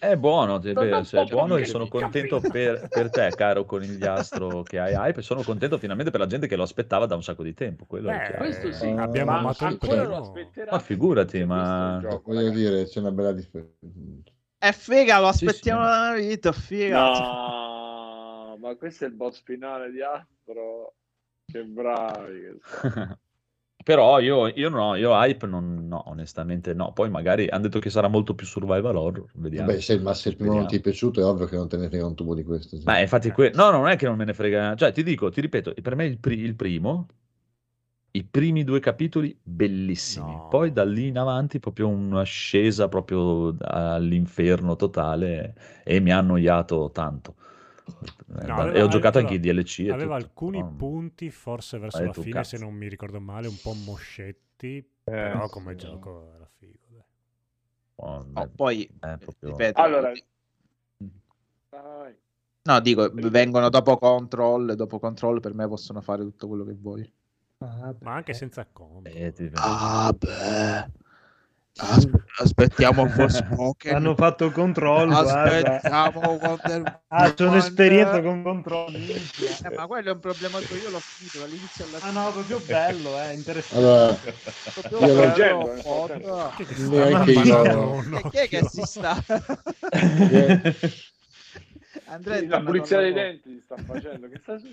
È buono, se è buono e capire, sono contento per te, caro conigliastro che hai hype, e sono contento finalmente per la gente che lo aspettava da un sacco di tempo, quello è chiaro. Questo sì, abbiamo ma amato il ancora lo primo. aspetterà. Ma figurati, Cioè, questo è il ma... gioco, Voglio ragazzi. dire, c'è una bella differenza. Figa, lo Sì, aspettiamo sì. da una vita, figa. No, ma questo è il boss finale di Astro. Che bravi che sono. Però io hype no, onestamente no. Poi magari hanno detto che sarà molto più survival horror, vediamo. Vabbè, se il primo non ti è Speriamo. piaciuto, è ovvio che non te ne frega un tubo di questo. Sì. Ma infatti, no, non è che non me ne frega. Cioè, ti ripeto, per me il primo, i primi 2 capitoli bellissimi. No. Poi da lì in avanti proprio un'ascesa proprio all'inferno totale e mi ha annoiato tanto. No, E ho giocato allora, anche i DLC e aveva tutto, alcuni però- punti, forse verso Hai la detto, fine, cazzo. se non mi ricordo male, un po' moscetti, però come sì. gioco era figo. Dai. Poi, proprio... ripeto, Allora, dai. no, dico, vengono dopo Control per me possono fare tutto quello che vuoi. Ma anche senza combo. Beh. Aspettiamo Forspoken. Hanno fatto Control, guarda. Aspettiamo Wonder C'è Woman. un'esperienza con Control. Ma quello è un problema che io l'ho finito dall'inizio alla fine. No, proprio bello, interessante. Allora, Proprio io lo- bello, neanche io... E chi è che si sta? Andrea è La tornato pulizia al dei lavoro. denti sta facendo. Che sta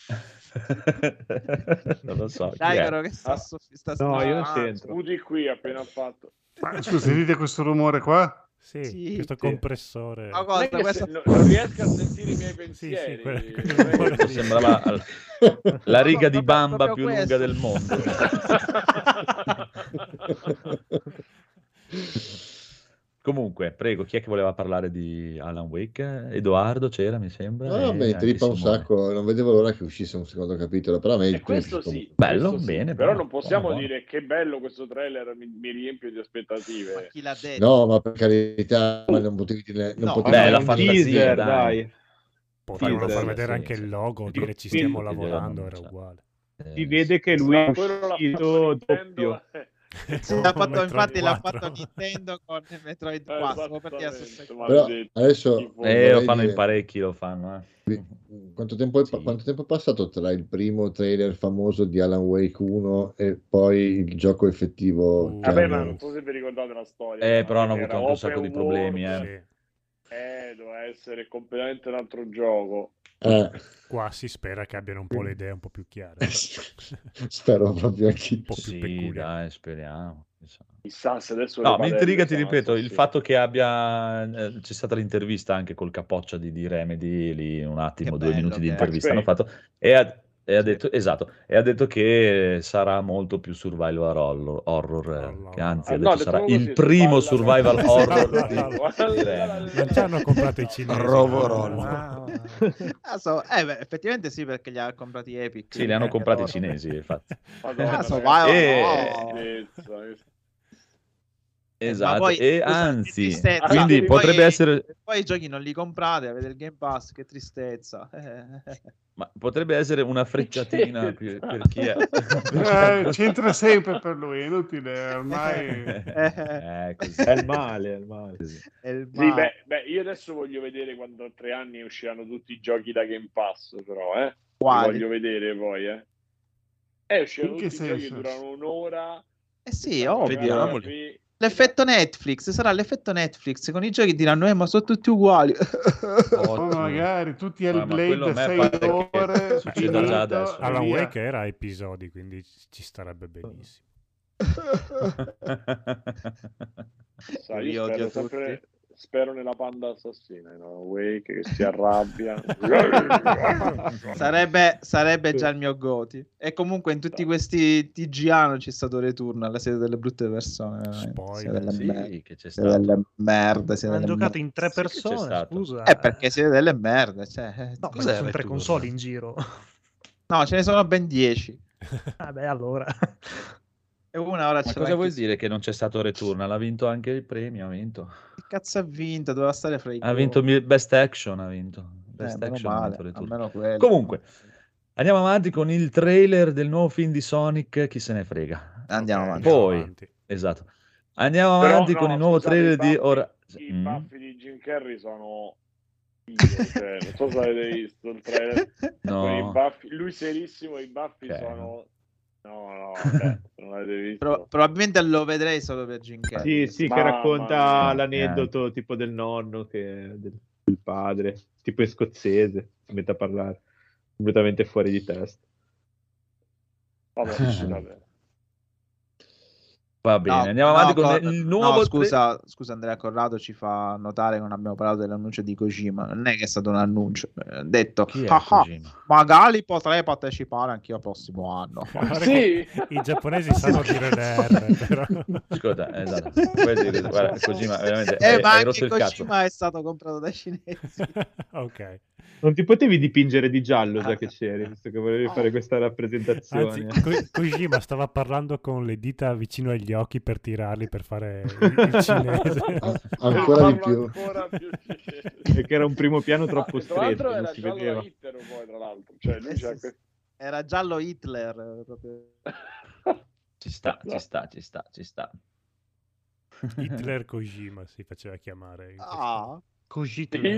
Non lo so. chi Dai, è? caro, che sta No, io non Ah, c'entro. sputi qui appena fatto. Ma scusa, sentite questo rumore qua? Sì, Sì, questo sì. compressore. Ma Non, guarda, è che questo... non riesco a sentire i miei pensieri. quello sì. Sembrava la riga di Proprio bamba più lunga questo. del mondo. Comunque, prego, chi è che voleva parlare di Alan Wake? Edoardo c'era, mi sembra. No, e beh, anche trippa un Simone. sacco, non vedevo l'ora che uscisse un secondo capitolo, però a me E il primo è questo piaciuto sì, Bello, questo sì. bene, Però buono, non possiamo buono. dire che bello questo trailer, mi riempie di aspettative. Chi l'ha detto? No, ma per carità, ma non potevi dire... Non No, potevi Beh, la un fantasia, teaser, dai. Potevano Teaser, far vedere sì, anche sì. il logo, Sì, dire ci sì, stiamo sì, lavorando, sì, era sì. uguale. Si vede che lui è Quello l'ha uscito fatto doppio. Nintendo. Infatti l'ha 4. fatto Nintendo con Metroid 4 per dire la stessa Esattamente, cosa. Però maledetti, adesso tifosi. Lo vorrei fanno in dire, parecchi, lo fanno. quanto tempo è passato tra il primo trailer famoso di Alan Wake 1 e poi il gioco effettivo? Cioè, Vabbè, ma non so se vi ricordate la storia. Però hanno Era avuto anche un sacco open di problemi. world, doveva essere completamente un altro gioco. Qua si spera che abbiano un po' le idee un po' più chiare. Spero proprio anche Un po' più Sì, peculiari. dai, speriamo. Chissà se adesso No, le mi padelle intriga, ti sono ripeto, il assassine. fatto che c'è stata l'intervista anche col capoccia di Remedy, lì un attimo, Che 2 bello minuti di che è. intervista hanno Max fatto, e ha detto, esatto, e ha detto che sarà molto più survival horror, che anzi ha no, detto sarà detto il così, primo spalla- survival horror di Guarda- Remedy. Non ci hanno comprato i cinesi. Rovorollo. Effettivamente sì, perché li ha comprati Epic. Sì, li hanno comprati i Allora. cinesi, infatti. Madonna, so, ragazzi, vai, che tristezza. Esatto, poi, e scusa, che anzi, tristezza. quindi Poi- potrebbe essere... Poi i giochi non li comprate, avete il Game Pass, che tristezza. Ma potrebbe essere una frecciatina per chi è. C'entra sempre per lui, è inutile, ormai... Così. È il male, è il male. Così. È il Sì, male. beh, io adesso voglio vedere quando a 3 anni usciranno tutti i giochi da Game Pass, però, Li Quali? voglio vedere poi, usciranno In che tutti i giochi che senso? durano un'ora. Eh sì, stanno ovvio. magari Vediamoli. L'effetto Netflix, sarà l'effetto Netflix, con i giochi diranno, ma sono tutti uguali. Ma Ottimo. magari tutti Ma quello a Hellblade me 6 pare che ore, succeda già adesso. Alan via. Wake era a episodi, quindi ci starebbe benissimo. Sai, Li io odio spero, tutti. sempre, spero nella panda assassina, no? Wake che si arrabbia. sarebbe già il mio Goti. E comunque in tutti questi TGA non c'è stato Returnal, la sede delle brutte persone. veramente. Spoiler, Siete delle Sì, merde. che c'è Siete stato. delle merde. Siete Hanno delle giocato merde. in 3 Sì, che c'è persone, stato. scusa. Perché siete delle merde. Cioè, No, ma Cos'era sono il 3 tuo? console in giro. no, ce ne sono ben 10. Vabbè, allora. E una ora Ma ce cosa l'ha vuol anche- dire che non c'è stato Returnal? Ha vinto anche il premio, ha vinto. Che cazzo ha vinto? Doveva stare fra i Ha vinto Best Action, ha vinto. Best meno Action ha male, vinto Returnal. almeno quello. Comunque, andiamo avanti con il trailer del nuovo film di Sonic, chi se ne frega. Andiamo Ok, avanti. Poi, avanti. esatto. Andiamo Però, avanti no, con il nuovo scusate, trailer di Bambi, i baffi di Jim Carrey sono cioè, non so se avete visto il trailer con i baffi, lui serissimo, i baffi sono non l'avete visto. Probabilmente lo vedrei solo per Jim Carrey. Sì, che racconta l'aneddoto tipo del nonno del padre, tipo è scozzese, si mette a parlare completamente fuori di testa. Vabbè. Va bene, andiamo avanti con il nuovo... scusa Andrea, Corrado ci fa notare che non abbiamo parlato dell'annuncio di Kojima. Non è che è stato un annuncio, ha detto magari potrei partecipare anch'io al prossimo anno. Sì, i giapponesi sanno dire l'R, però. Scusa, esatto. Guarda, Kojima veramente ma hai anche rotto il cazzo. Kojima è stato comprato dai cinesi. Ok. Non ti potevi dipingere di giallo già che c'eri, visto che volevi fare questa rappresentazione. Anzi, Kojima stava parlando con le dita vicino agli occhi per tirarli per fare il cinese. Ancora di più. Perché era un primo piano troppo stretto, non si vedeva. Hitler, poi, tra l'altro. Cioè, lui era giallo Hitler. Proprio. Ci sta. Hitler Kojima si faceva chiamare. Hitler.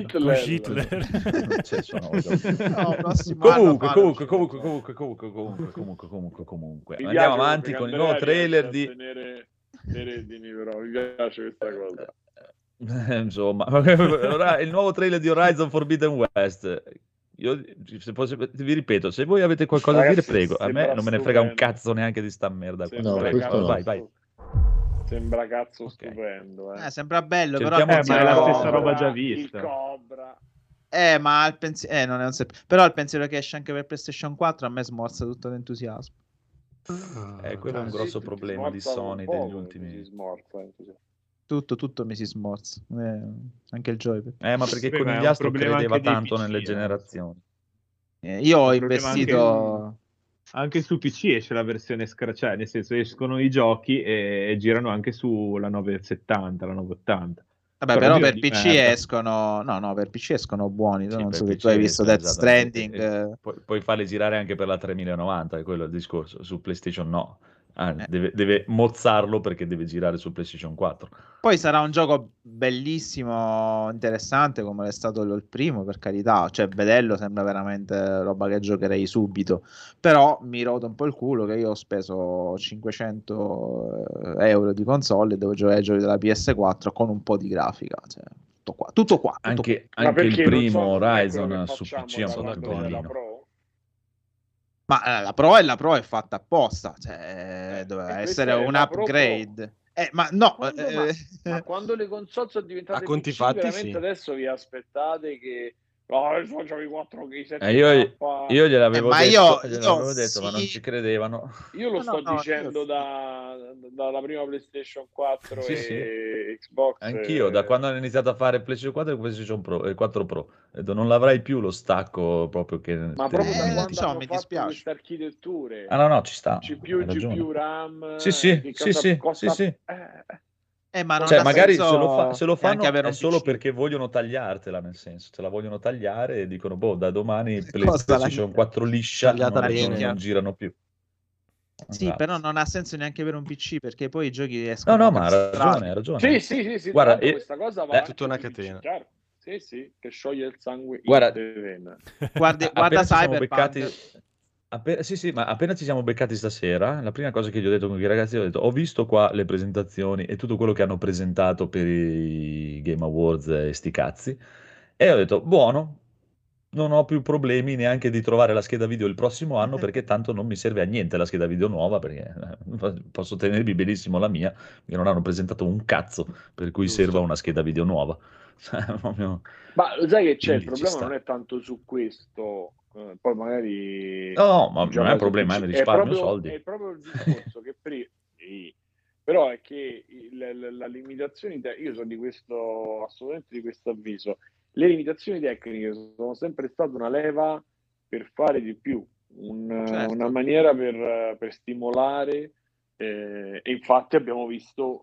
Comunque. Andiamo avanti con il nuovo trailer di Redini, però mi piace questa cosa. Insomma, allora, il nuovo trailer di Horizon Forbidden West. Io vi ripeto, se voi avete qualcosa da dire, prego. A me non me ne frega un cazzo neanche di sta merda. Vai. Sembra cazzo stupendo. Sembra bello, cerchiamo, però ma è la stessa roba già vista. Il Cobra. Ma il pensiero non è però il pensiero che esce anche per PlayStation 4 a me smorza tutto l'entusiasmo. Quello è un grosso problema di Sony degli ultimi. Tutto mi si smorza, anche il joypad. Ma perché Conigliastro credeva tanto nelle generazioni. Io ho investito anche su PC esce la versione cioè nel senso escono i giochi e girano anche sulla 970, la 980. Vabbè, però per PC escono per PC escono buoni, non so se tu hai visto Death Stranding. Puoi farli girare anche per la 3090, è quello il discorso, su PlayStation no. Deve mozzarlo perché deve girare su PlayStation 4. Poi sarà un gioco bellissimo, interessante come è stato il primo, per carità, cioè vederlo sembra veramente roba che giocherei subito, però mi rota un po' il culo che io ho speso 500 euro di console e devo giocare ai giochi della PS4 con un po' di grafica, cioè, tutto qua. Anche il primo Horizon su PC è un po' bellino. Ma la Pro è fatta apposta, cioè doveva essere un upgrade. Ma no, ma quando le console sono diventate a conti PC, fatti, veramente sì. Adesso vi aspettate che giochi 4K, io gliel'avevo detto, sì. ma non ci credevano. Io lo sto dicendo dalla prima PlayStation 4 e sì. Xbox. Anch'io, da quando hanno iniziato a fare PlayStation 4 e PlayStation Pro, e 4 Pro. Non l'avrai più lo stacco proprio che... Ma proprio da quando hanno mi fatto dispiace. queste architetture. No, ci sta. GPU, RAM. Sì. Ma non cioè, ha magari senso se lo fanno è solo PC. perché vogliono tagliartela, nel senso, se la vogliono tagliare e dicono, da domani PlayStation 4 liscia non girano più. Sì, però non ha senso neanche per un PC, perché poi i giochi escono. No, ma ha ragione. Sì. Guarda, questa cosa va è tutta una catena. Chiaro. Sì, che scioglie il sangue Guarda, in vena. Guarda Cyberpunk. Ma appena ci siamo beccati stasera, la prima cosa che gli ho detto con i ragazzi, ho visto qua le presentazioni e tutto quello che hanno presentato per i Game Awards e sti cazzi, e ho detto, buono, non ho più problemi neanche di trovare la scheda video il prossimo anno, perché tanto non mi serve a niente la scheda video nuova, perché posso tenermi benissimo la mia, che non hanno presentato un cazzo per cui serva una scheda video nuova. Ma lo sai che c'è, il Quindi problema non è tanto su questo, poi magari no, ma non è un problema, mi risparmio soldi. È proprio il discorso che però è che la limitazione, io sono assolutamente di questo avviso, le limitazioni tecniche sono sempre state una leva per fare di più, una maniera per stimolare, e infatti abbiamo visto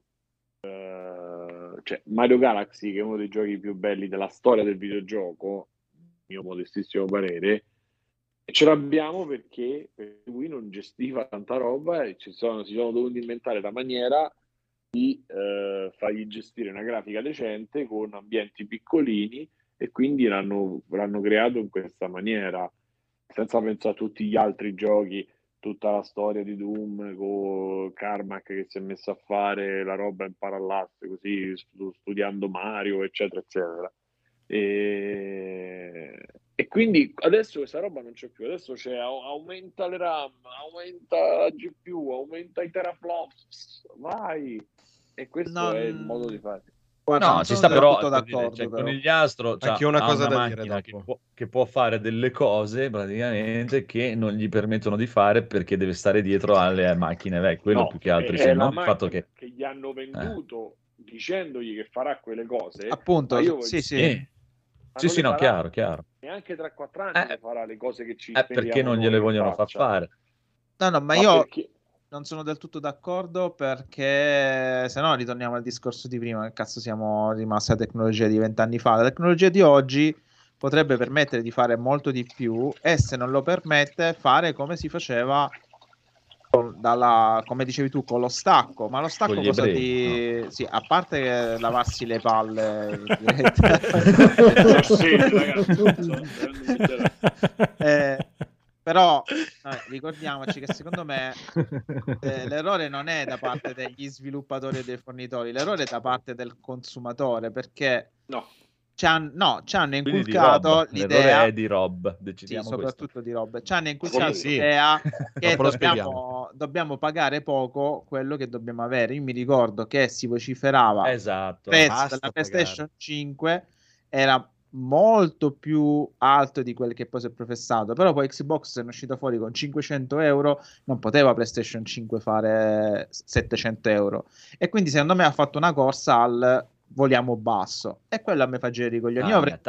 Mario Galaxy, che è uno dei giochi più belli della storia del videogioco, mio modestissimo parere, e ce l'abbiamo perché Wii non gestiva tanta roba e si sono dovuti inventare la maniera di fargli gestire una grafica decente con ambienti piccolini, e quindi l'hanno creato in questa maniera, senza pensare a tutti gli altri giochi, tutta la storia di Doom con Carmack che si è messo a fare la roba in parallasse, così studiando Mario, eccetera, eccetera. E quindi adesso questa roba non c'è più, adesso c'è aumenta le RAM, aumenta la GPU, aumenta i teraflops, vai! E questo è il modo di fare. No, ci sta, però, d'accordo, Conigliastro anche una cosa da dire macchina che può fare delle cose praticamente che non gli permettono di fare perché deve stare dietro alle macchine vecchie, quello più che altro, è la non il fatto che gli hanno venduto dicendogli che farà quelle cose, appunto. Sì, no, chiaro. Neanche tra 4 anni farà le cose che ci speriamo perché non gliele vogliono far fare. No, ma io non sono del tutto d'accordo, perché se no ritorniamo al discorso di prima, che cazzo siamo rimasti alla tecnologia di 20 anni fa. La tecnologia di oggi potrebbe permettere di fare molto di più, e se non lo permette fare come si faceva come dicevi tu, con lo stacco. Ma lo stacco cosa no. Sì, a parte lavarsi le palle in diretta. Però ricordiamoci che secondo me l'errore non è da parte degli sviluppatori e dei fornitori, l'errore è da parte del consumatore, perché ci hanno inculcato l'idea. L'errore è di Rob, decidiamo soprattutto di Rob. Ci hanno inculcato l'idea che dobbiamo pagare poco quello che dobbiamo avere. Io mi ricordo che si vociferava il prezzo della PlayStation 5 era molto più alto di quel che poi si è professato, però poi Xbox è uscito fuori con 500 euro, non poteva PlayStation 5 fare 700 euro, e quindi secondo me ha fatto una corsa al vogliamo basso, e quello a me fa girare i coglioni. Io avrei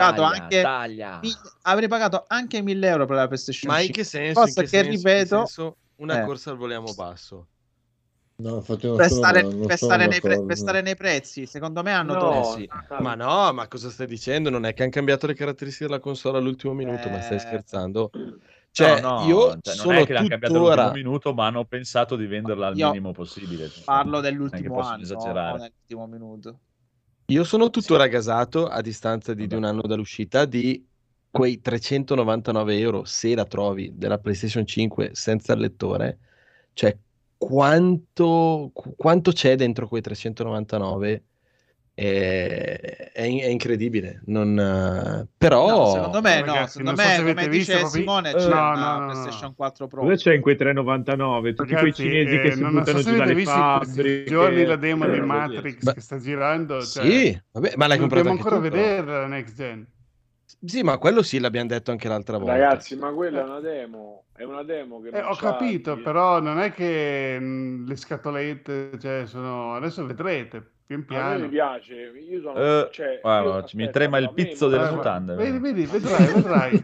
pagato anche 1.000 euro per la PlayStation 5. Ma in che senso? Ripeto, una corsa al vogliamo basso. No, per stare nei prezzi, secondo me hanno ma cosa stai dicendo? Non è che hanno cambiato le caratteristiche della console all'ultimo minuto, ma stai scherzando? Cioè, io sono non è che l'hanno cambiato all'ultimo minuto, ma hanno pensato di venderla al minimo possibile. Parlo dell'ultimo anno, non dell'ultimo minuto. Io sono tuttora gasato, a distanza di un anno dall'uscita, di quei 399 euro, se la trovi, della PlayStation 5 senza il lettore. Cioè, quanto c'è dentro quei 399 è incredibile. Però secondo me come dice Simone, c'è una PlayStation 4 Pro. Cosa c'è in quei 399? Tutti quei cinesi che si buttano giù dalle fabbriche. Giorni la demo di Matrix che sta girando, sì, vabbè, ma l'hai comprata dobbiamo ancora vedere la next gen. Sì, ma quello sì, l'abbiamo detto anche l'altra volta. Ragazzi, ma quella è una demo. È una demo che ho capito, però non è che le scatolette, cioè, sono. Adesso vedrete, pian piano. A me mi piace. Io sono. Mi trema il pizzo delle mutande. Vedi, vedrai.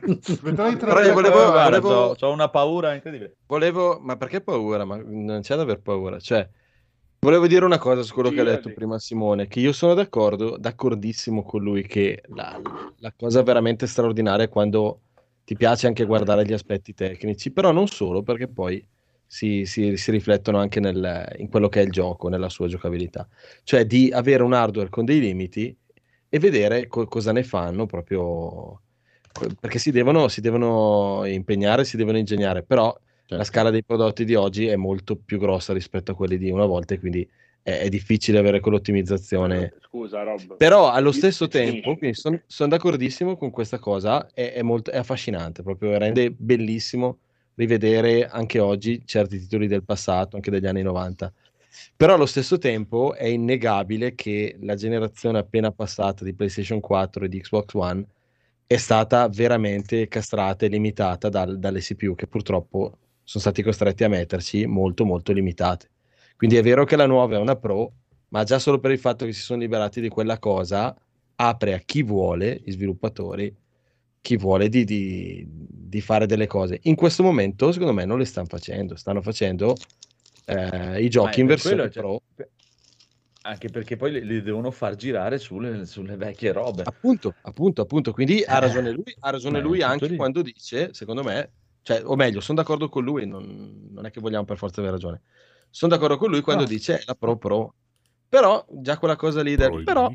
C'ho una paura incredibile. Ma perché paura? Ma non c'è da aver paura. Cioè, volevo dire una cosa su quello che ha detto prima Simone, che io sono d'accordissimo con lui, che la cosa veramente straordinaria è quando ti piace anche guardare gli aspetti tecnici, però non solo, perché poi si riflettono anche in quello che è il gioco, nella sua giocabilità. Cioè di avere un hardware con dei limiti e vedere cosa ne fanno, proprio perché si devono impegnare, si devono ingegnare, però la scala dei prodotti di oggi è molto più grossa rispetto a quelli di una volta, e quindi è difficile avere quell'ottimizzazione. Scusa, Rob. Però allo stesso tempo, sono d'accordissimo con questa cosa, è affascinante, proprio rende bellissimo rivedere anche oggi certi titoli del passato, anche degli anni 90. Però allo stesso tempo è innegabile che la generazione appena passata di PlayStation 4 e di Xbox One è stata veramente castrata e limitata dalle CPU, che purtroppo sono stati costretti a metterci molto molto limitate. Quindi è vero che la nuova è una Pro, ma già solo per il fatto che si sono liberati di quella cosa apre a chi vuole, gli sviluppatori, chi vuole di fare delle cose. In questo momento secondo me non le stanno facendo i giochi in versione Pro. Anche perché poi li devono far girare sulle vecchie robe. Appunto. Quindi ha ragione lui anche quando dice, secondo me, cioè, o meglio, sono d'accordo con lui, non è che vogliamo per forza avere ragione. Sono d'accordo con lui quando dice la Pro Però già quella cosa lì della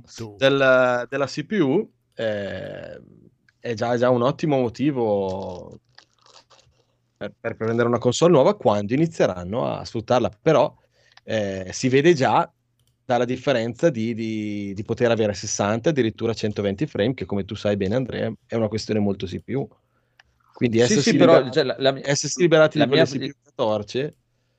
CPU è già un ottimo motivo per prendere una console nuova quando inizieranno a sfruttarla. Però si vede già dalla differenza di poter avere 60, addirittura 120 frame, che come tu sai bene Andrea è una questione molto CPU. Quindi essersi liberati di quelle CPU 14.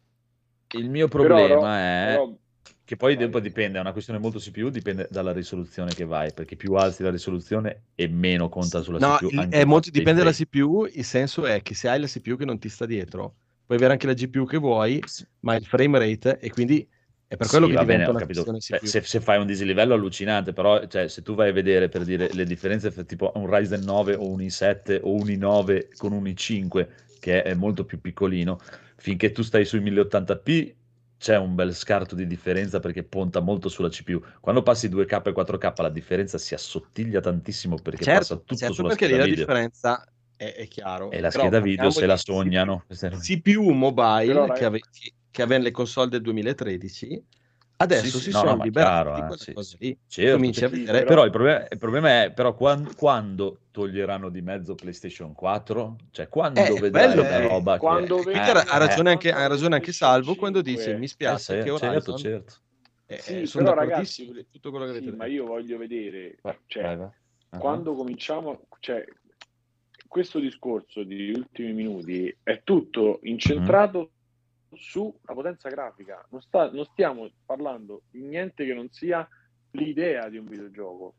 Il mio problema è che poi dopo dipende, è una questione molto CPU, dipende dalla risoluzione che vai, perché più alzi la risoluzione e meno conta sulla CPU. È molto dipende dalla CPU, il senso è che se hai la CPU che non ti sta dietro, puoi avere anche la GPU che vuoi, ma il frame rate, e quindi è per quello che diventa una questione CPU. Se fai un dislivello allucinante, però cioè, se tu vai a vedere, per dire, le differenze tipo un Ryzen 9 o un i7 o un i9 con un i5, che è molto più piccolino, finché tu stai sui 1080p c'è un bel scarto di differenza perché punta molto sulla CPU. Quando passi 2K e 4K la differenza si assottiglia tantissimo perché passa tutto sulla perché scheda lì video. La differenza è chiaro. E la scheda video se la sognano. CPU mobile che avevano le console del 2013, adesso si sono liberati di quella cosa lì. Cominci a vedere. Però il problema è però quando toglieranno di mezzo PlayStation 4, cioè quando vedrai la roba ha ragione anche Salvo quando dice mi spiace che Horizon sono però ragazzi, tutto quello che avete detto. Ma io voglio vedere quando cominciamo, cioè questo discorso di ultimi minuti è tutto incentrato sulla potenza grafica, non stiamo parlando di niente che non sia l'idea di un videogioco.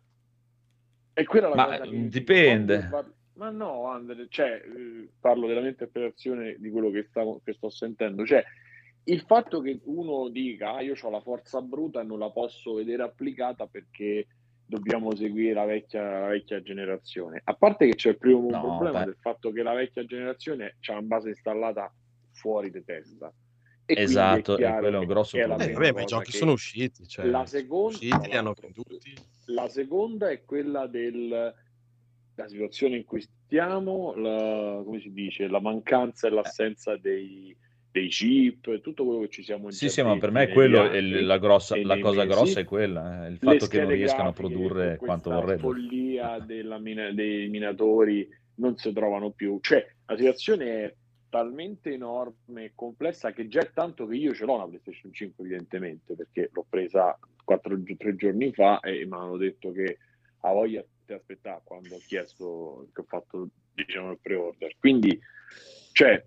E quella è la cosa che dipende. Ma no, Andre, cioè, parlo della mia interpretazione di quello che sto sentendo. Cioè, il fatto che uno dica io ho la forza bruta e non la posso vedere applicata perché dobbiamo seguire la vecchia generazione. A parte che c'è il primo problema del fatto che la vecchia generazione c'ha una base installata fuori di testa. Esatto, e quello è un grosso problema. Ma i giochi sono usciti, cioè, la seconda, li hanno venduti. La seconda è quella della situazione in cui stiamo, come si dice, la mancanza e l'assenza dei chip, tutto quello che ci siamo Sì, ma per me è quello la cosa grossa è quella, il fatto che non riescano a produrre quanto vorrebbero. La follia dei minatori non si trovano più, cioè la situazione è talmente enorme e complessa che già è tanto che io ce l'ho una PlayStation 5 evidentemente, perché l'ho presa 3 giorni fa e mi hanno detto che a voglia di aspettare quando ho chiesto, che ho fatto diciamo il pre-order. Quindi cioè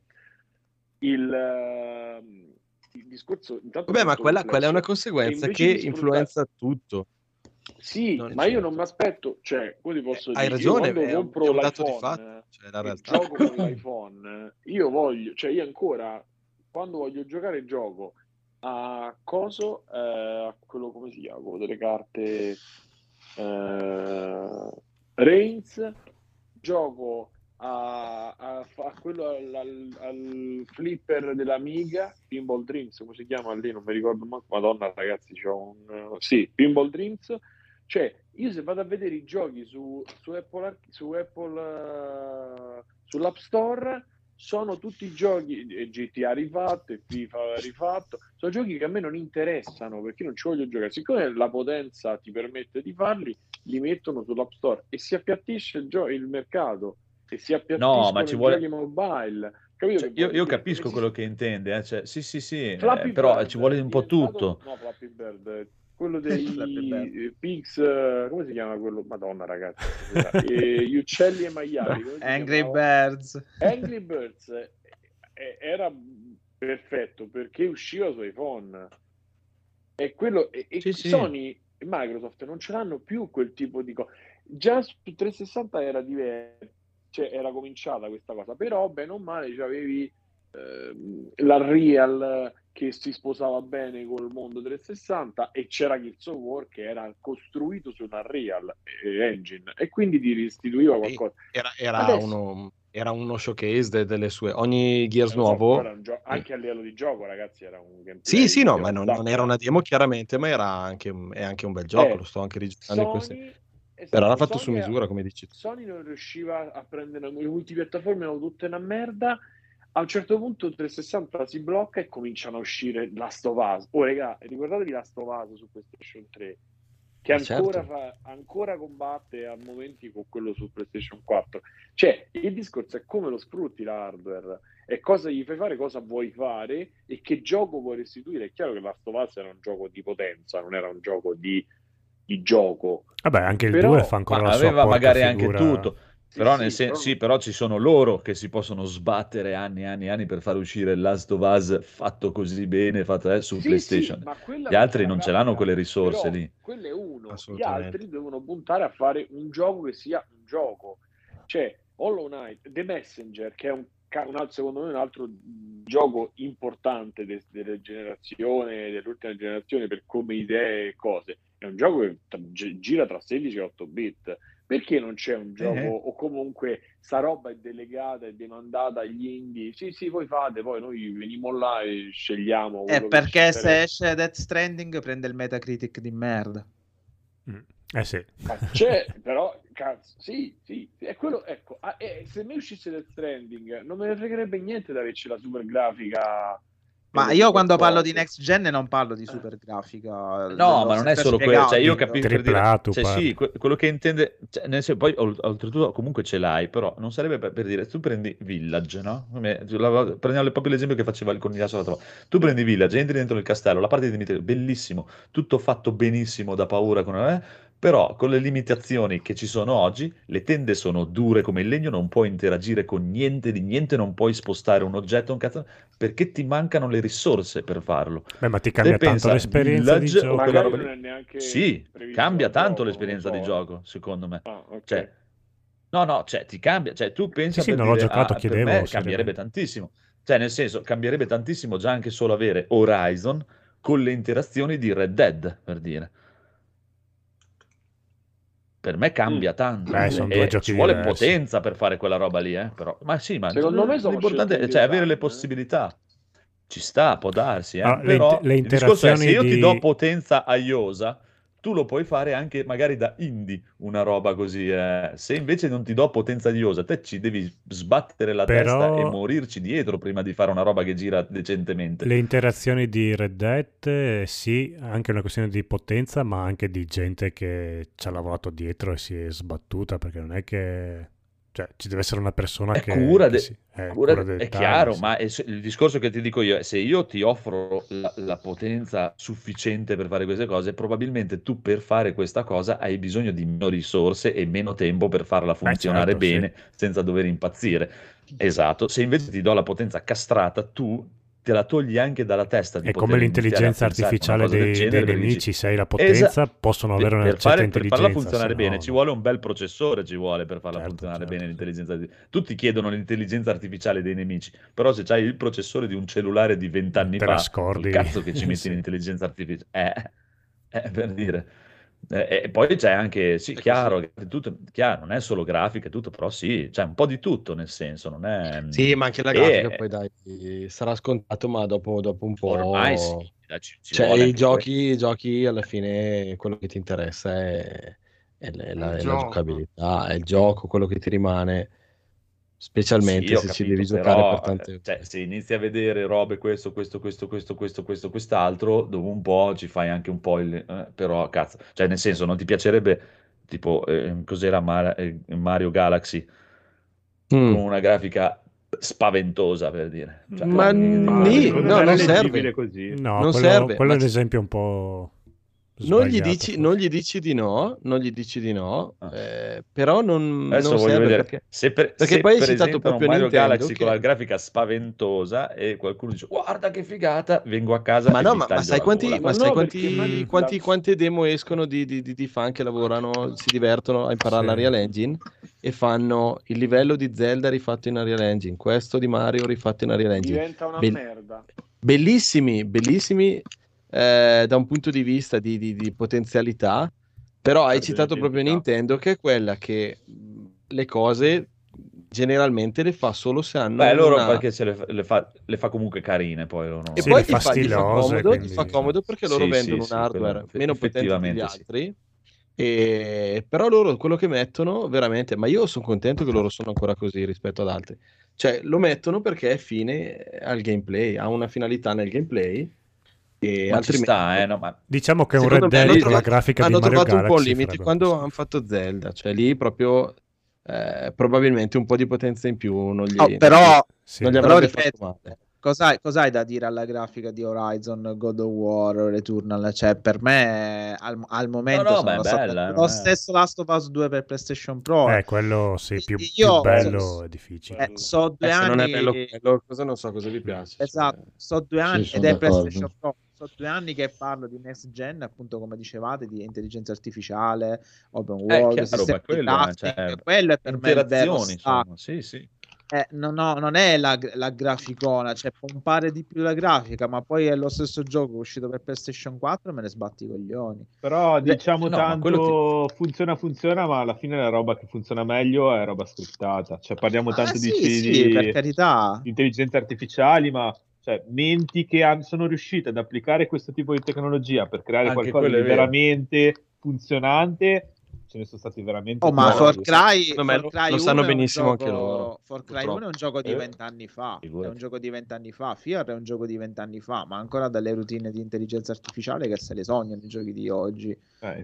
il discorso vabbè, ma quella è una conseguenza che influenza tutto. Sì, ma io non mi aspetto, cioè, come ti posso dire? Hai ragione, io quando compro l'iPhone, la realtà. gioco con l'iPhone, io voglio, cioè io ancora, quando voglio giocare gioco a coso, a quello, come si chiama, quello delle carte Reigns, gioco a quello al flipper dell'Amiga, Pinball Dreams, come si chiama lì, non mi ricordo manco, madonna ragazzi, c'ho Pinball Dreams. Cioè, io se vado a vedere i giochi su Apple sull'App Store, sono tutti giochi GTA rifatto e FIFA rifatto, sono giochi che a me non interessano perché non ci voglio giocare. Siccome la potenza ti permette di farli, li mettono sull'App Store e si appiattisce il mercato e si appiattiscono i giochi mobile. Cioè, io capisco quello che intende, cioè, sì, però Bird ci vuole un po' tutto. No, Flappy Bird, quello dei Pigs, come si chiama quello? Madonna ragazzi, gli uccelli e maiali. Angry Birds era perfetto perché usciva su iPhone e quello Sony e Microsoft non ce l'hanno più quel tipo di cosa. Già su 360 era diverso, cioè era cominciata questa cosa, però bene o male avevi l'Unreal che si sposava bene col mondo 360 e c'era Gears of War che era costruito su un Unreal Engine e quindi ti restituiva qualcosa. Era uno showcase delle sue, ogni Gears nuovo anche a livello di gioco, ragazzi, era un gameplay. Sì, no, ma non era una demo chiaramente, ma era anche un bel gioco, lo sto anche rigiocando in queste. Però l'ha fatto su misura, come dici tu. Sony non riusciva a prendere le multipiattaforme, erano tutte una merda. A un certo punto il 360 si blocca e cominciano a uscire Last of Us. Oh, raga, ricordatevi Last of Us su PlayStation 3, che ancora combatte a momenti con quello su PlayStation 4. Cioè, il discorso è come lo sfrutti l'hardware, e cosa gli fai fare, cosa vuoi fare, e che gioco vuoi restituire. È chiaro che Last of Us era un gioco di potenza, non era un gioco di gioco. Vabbè, anche il Però 2 fa ancora la sua aveva porca magari figura. anche tutto. Però, però... però ci sono loro che si possono sbattere anni e anni e anni per far uscire il Last of Us fatto così bene, fatto su PlayStation. ma quella Gli altri era non ce rapida, l'hanno quelle risorse però lì. quello è uno, gli Assolutamente. altri devono puntare a fare un gioco che sia un gioco. Cioè, Hollow Knight, The Messenger, che è secondo me un altro gioco importante delle generazioni, dell'ultima generazione per come idee e cose, è un gioco che gira tra 16 e 8 bit. Perché non c'è un gioco, o comunque sta roba è delegata e demandata agli indie? Sì, voi fate, poi noi veniamo là e scegliamo. Perché se esce Death Stranding prende il Metacritic di merda. Sì. Ma c'è, però, cazzo, sì, è quello, ecco, se mi uscisse Death Stranding non me ne fregherebbe niente di averci la super grafica. Ma io quando parlo di next gen non parlo di super grafica. No, ma non è solo quello, cioè io capisco per dire, cioè, sì, quello che intende, cioè, nel senso, poi oltretutto comunque ce l'hai, però non sarebbe per dire, tu prendi Village, no? Prendiamo proprio l'esempio che faceva il conigliato l'altra volta. Tu prendi Village, entri dentro il castello, la parte di Dimitri, bellissimo, tutto fatto benissimo, da paura, però con le limitazioni che ci sono oggi, le tende sono dure come il legno, non puoi interagire con niente di niente, non puoi spostare un oggetto, un cazzo, perché ti mancano le risorse per farlo. Beh, ma ti cambia tanto l'esperienza di gioco. Magari non è neanche sì, cambia tanto l'esperienza di gioco, secondo me. Okay. Cioè, ti cambia, cioè tu pensi sì, non l'ho giocato, chiedevo, per me cambierebbe tantissimo. Cioè, nel senso, cambierebbe tantissimo già anche solo avere Horizon con le interazioni di Red Dead, per dire. Per me cambia tanto. Sono due giochi ci vuole diversi. Potenza per fare quella roba lì, però. Ma sì, ma secondo me l'importante è avere le possibilità. Ci sta, può darsi, Ah, però le il discorso è, se io ti di- do potenza a Iosa, tu lo puoi fare anche magari da indie, una roba così. Se invece non ti do potenza di Iosa, te ci devi sbattere la testa e morirci dietro prima di fare una roba che gira decentemente. Le interazioni di Red Dead, sì, anche una questione di potenza, ma anche di gente che ci ha lavorato dietro e si è sbattuta, perché non è che... Cioè, ci deve essere una persona che... Cura cura è chiaro, ma il discorso che ti dico io è, se io ti offro la potenza sufficiente per fare queste cose, probabilmente tu per fare questa cosa hai bisogno di meno risorse e meno tempo per farla funzionare bene, senza dover impazzire. Esatto, se invece ti do la potenza castrata, tu te la togli anche dalla testa. È come l'intelligenza artificiale dei nemici, se hai la potenza possono avere una certa intelligenza. Per farla funzionare bene ci vuole un bel processore, per farla funzionare bene l'intelligenza artificiale. Tutti chiedono l'intelligenza artificiale dei nemici, però se c'hai il processore di un cellulare di 20 anni fa, il cazzo che ci metti l'intelligenza artificiale per dire. E poi c'è anche, chiaro, non è solo grafica e tutto, però sì, c'è un po' di tutto, nel senso, non è... Sì, ma anche la grafica poi dai, sarà scontato, ma dopo un po'... Ormai sì, cioè i giochi alla fine quello che ti interessa è la giocabilità, è il gioco, quello che ti rimane... Specialmente se ci devi giocare per tante... Cioè, se inizi a vedere robe quest'altro, dopo un po' ci fai anche un po' però cazzo, cioè nel senso non ti piacerebbe tipo cos'era Mario Galaxy con una grafica spaventosa, per dire, cioè, ma non serve così. No, non quello, serve, quello è l'esempio un po' non gli dici di no, però non serve vedere. perché poi hai citato proprio Mario Nintendo Galaxy con la grafica spaventosa e qualcuno dice guarda che figata, vengo a casa ma sai quante demo escono di fan che lavorano, si divertono a imparare l'Unreal Engine e fanno il livello di Zelda rifatto in Unreal Engine, questo di Mario rifatto in Unreal Engine, diventa una merda. Bellissimi da un punto di vista di potenzialità, però hai citato proprio Nintendo, che è quella che le cose generalmente le fa solo se hanno perché le fa comunque carine, poi loro. E poi gli fa comodo perché loro vendono un hardware meno potente degli altri Però loro quello che mettono veramente, ma io sono contento che loro sono ancora così rispetto ad altri, cioè lo mettono perché è fine al gameplay, ha una finalità nel gameplay e Ma ci altrimenti sta, no, ma Diciamo che un secondo Red me Dead con la grafica di hanno Mario trovato un po' Galaxy limiti farebbe quando un po' hanno fatto Zelda, cioè lì proprio probabilmente un po' di potenza in più non gli, però Sì. non gli però avrebbe ripeto, fatto male. cos'hai da dire alla grafica di Horizon, God of War, Returnal? Cioè, per me al momento no, ma è sono stato bella, lo non è... stesso Last of Us 2 per PlayStation Pro. Quello sì, più Io bello è difficile. so 2 Se non è anni, bello quello, cosa non so cosa vi piace. esatto, so 2 Sì, anni sono ed è d'accordo. PlayStation Pro. So 2 anni che parlo di next gen, appunto come dicevate, di intelligenza artificiale, open world, chiaro, sistemi ma di quello crafting, cioè, quello è per me il vero interazioni, stacco. insomma, sì, sì. Non è la graficona, cioè pompare di più la grafica, ma poi è lo stesso gioco uscito per PlayStation 4 e me ne sbatti i coglioni. Però diciamo no, ma quello tanto funziona, ma alla fine la roba che funziona meglio è roba scriptata. Cioè parliamo tanto sì, per carità. di intelligenze artificiali, ma cioè, menti che sono riuscite ad applicare questo tipo di tecnologia per creare Anche qualcosa quello di è vero. veramente funzionante, ce ne sono stati veramente Oh, ma pochi. Secondo me lo sanno benissimo anche loro. Far Cry 1 è un gioco di 20 anni fa. Figurati. È un gioco di 20 anni fa. Fear è un gioco di 20 anni fa, ma ancora dalle routine di intelligenza artificiale che se le sognano i giochi di oggi.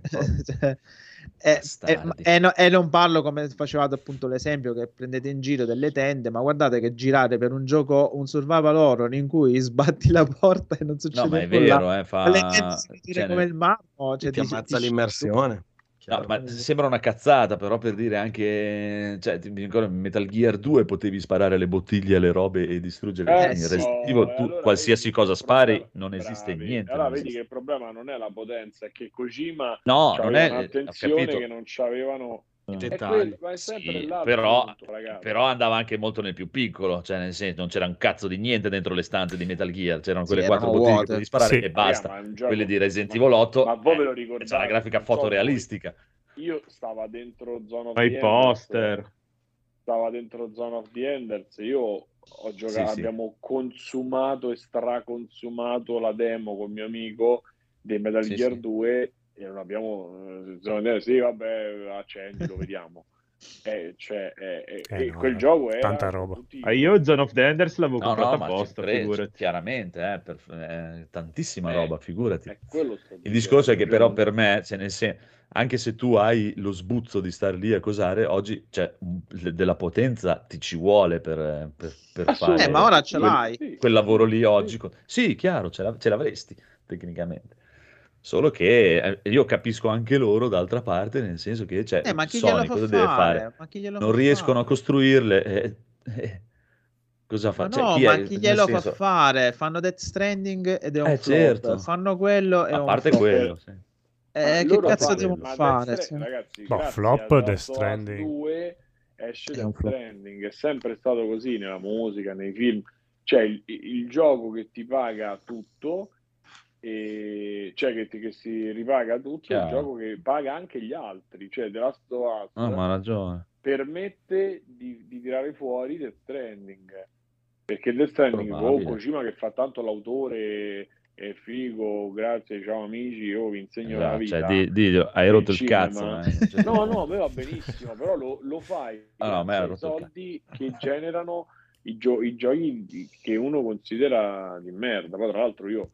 E non parlo, come facevate appunto l'esempio che prendete in giro delle tende, ma guardate che girare per un gioco, un survival horror in cui sbatti la porta e non succede No, ma è nulla, vero, le tende si chiudono cioè, come il marmo, cioè ti ammazza l'immersione. No, ma sembra una cazzata, però per dire anche, cioè, mi ricordo in Metal Gear 2 potevi sparare le bottiglie alle robe e distruggere. In Resident Evil tu allora qualsiasi vedi cosa che spari problema- non esiste bravi. niente. Allora non vedi esiste. che il problema non è la potenza, è che Kojima No, non aveva è, ho un'attenzione capito. che non c'avevano. I È dettagli. ma è sempre Sì, là il però, punto, ragazzi. però andava anche molto nel più piccolo, cioè nel senso non c'era un cazzo di niente dentro le stanze di Metal Gear, c'erano quelle erano 4 bottiglie che vuote. potevi sparare Sì. e basta. Ma è un gioco- Quelle di Resident Evil 8 ma voi ve lo c'è ricordate? la grafica Non so voi. fotorealistica. Io stavo dentro Zone of Ma i the Enders, poster. stava dentro Zone of the Enders, io ho giocato, Sì, sì. abbiamo consumato e straconsumato la demo con mio amico dei Metal Sì, Gear sì. 2 e non abbiamo Zone of the Enders, sì vabbè, accendi, lo vediamo. E no, quel gioco era tanta roba. tutti- Io Zone of the Enders l'avevo No, comprato ma apposta, figurati. chiaramente, tantissima roba, figurati. è quello sto Il dicendo, discorso è che io però non- per me, anche se tu hai lo sbuzzo di star lì a cosare, oggi della potenza ti ci vuole per fare Ma ora ce l'hai. quel lavoro lì oggi. Sì, chiaro, ce l'avresti tecnicamente. Solo che io capisco anche loro d'altra parte, nel senso che Ma chi glielo Sony fa cosa deve fare? Ma chi glielo Non fa riescono a fare? costruirle. Cosa fa? Ma Cioè, no, chi ma è- chi nel glielo fa senso- fare? Fanno Death Stranding ed è un flop. certo. Fanno quello e A è un parte flop. quello, sì. Che loro cazzo fanno- devono ma fare? Death Stranding, ragazzi, Boh, grazie flop, a Death Last of Us Stranding. 2 esce È un Death flop. Stranding, è sempre stato così nella musica, nei film, cioè il gioco che ti paga tutto, cioè che si ripaga tutto, il Chiaro. gioco che paga anche gli altri, cioè The Last of Us Ah, ma ha ragione. permette di tirare fuori Death Stranding, perché Death Stranding con Probabile. Kojima che fa tanto l'autore è figo, grazie, ciao amici, io vi insegno la Esatto, vita. cioè, diglielo, hai nel rotto il cinema. cazzo. Non c'è No, niente. a me va benissimo, però lo fai Ah, no, a me ha grazie ai rotto il soldi che generano i giochi che uno considera di merda. Poi tra l'altro io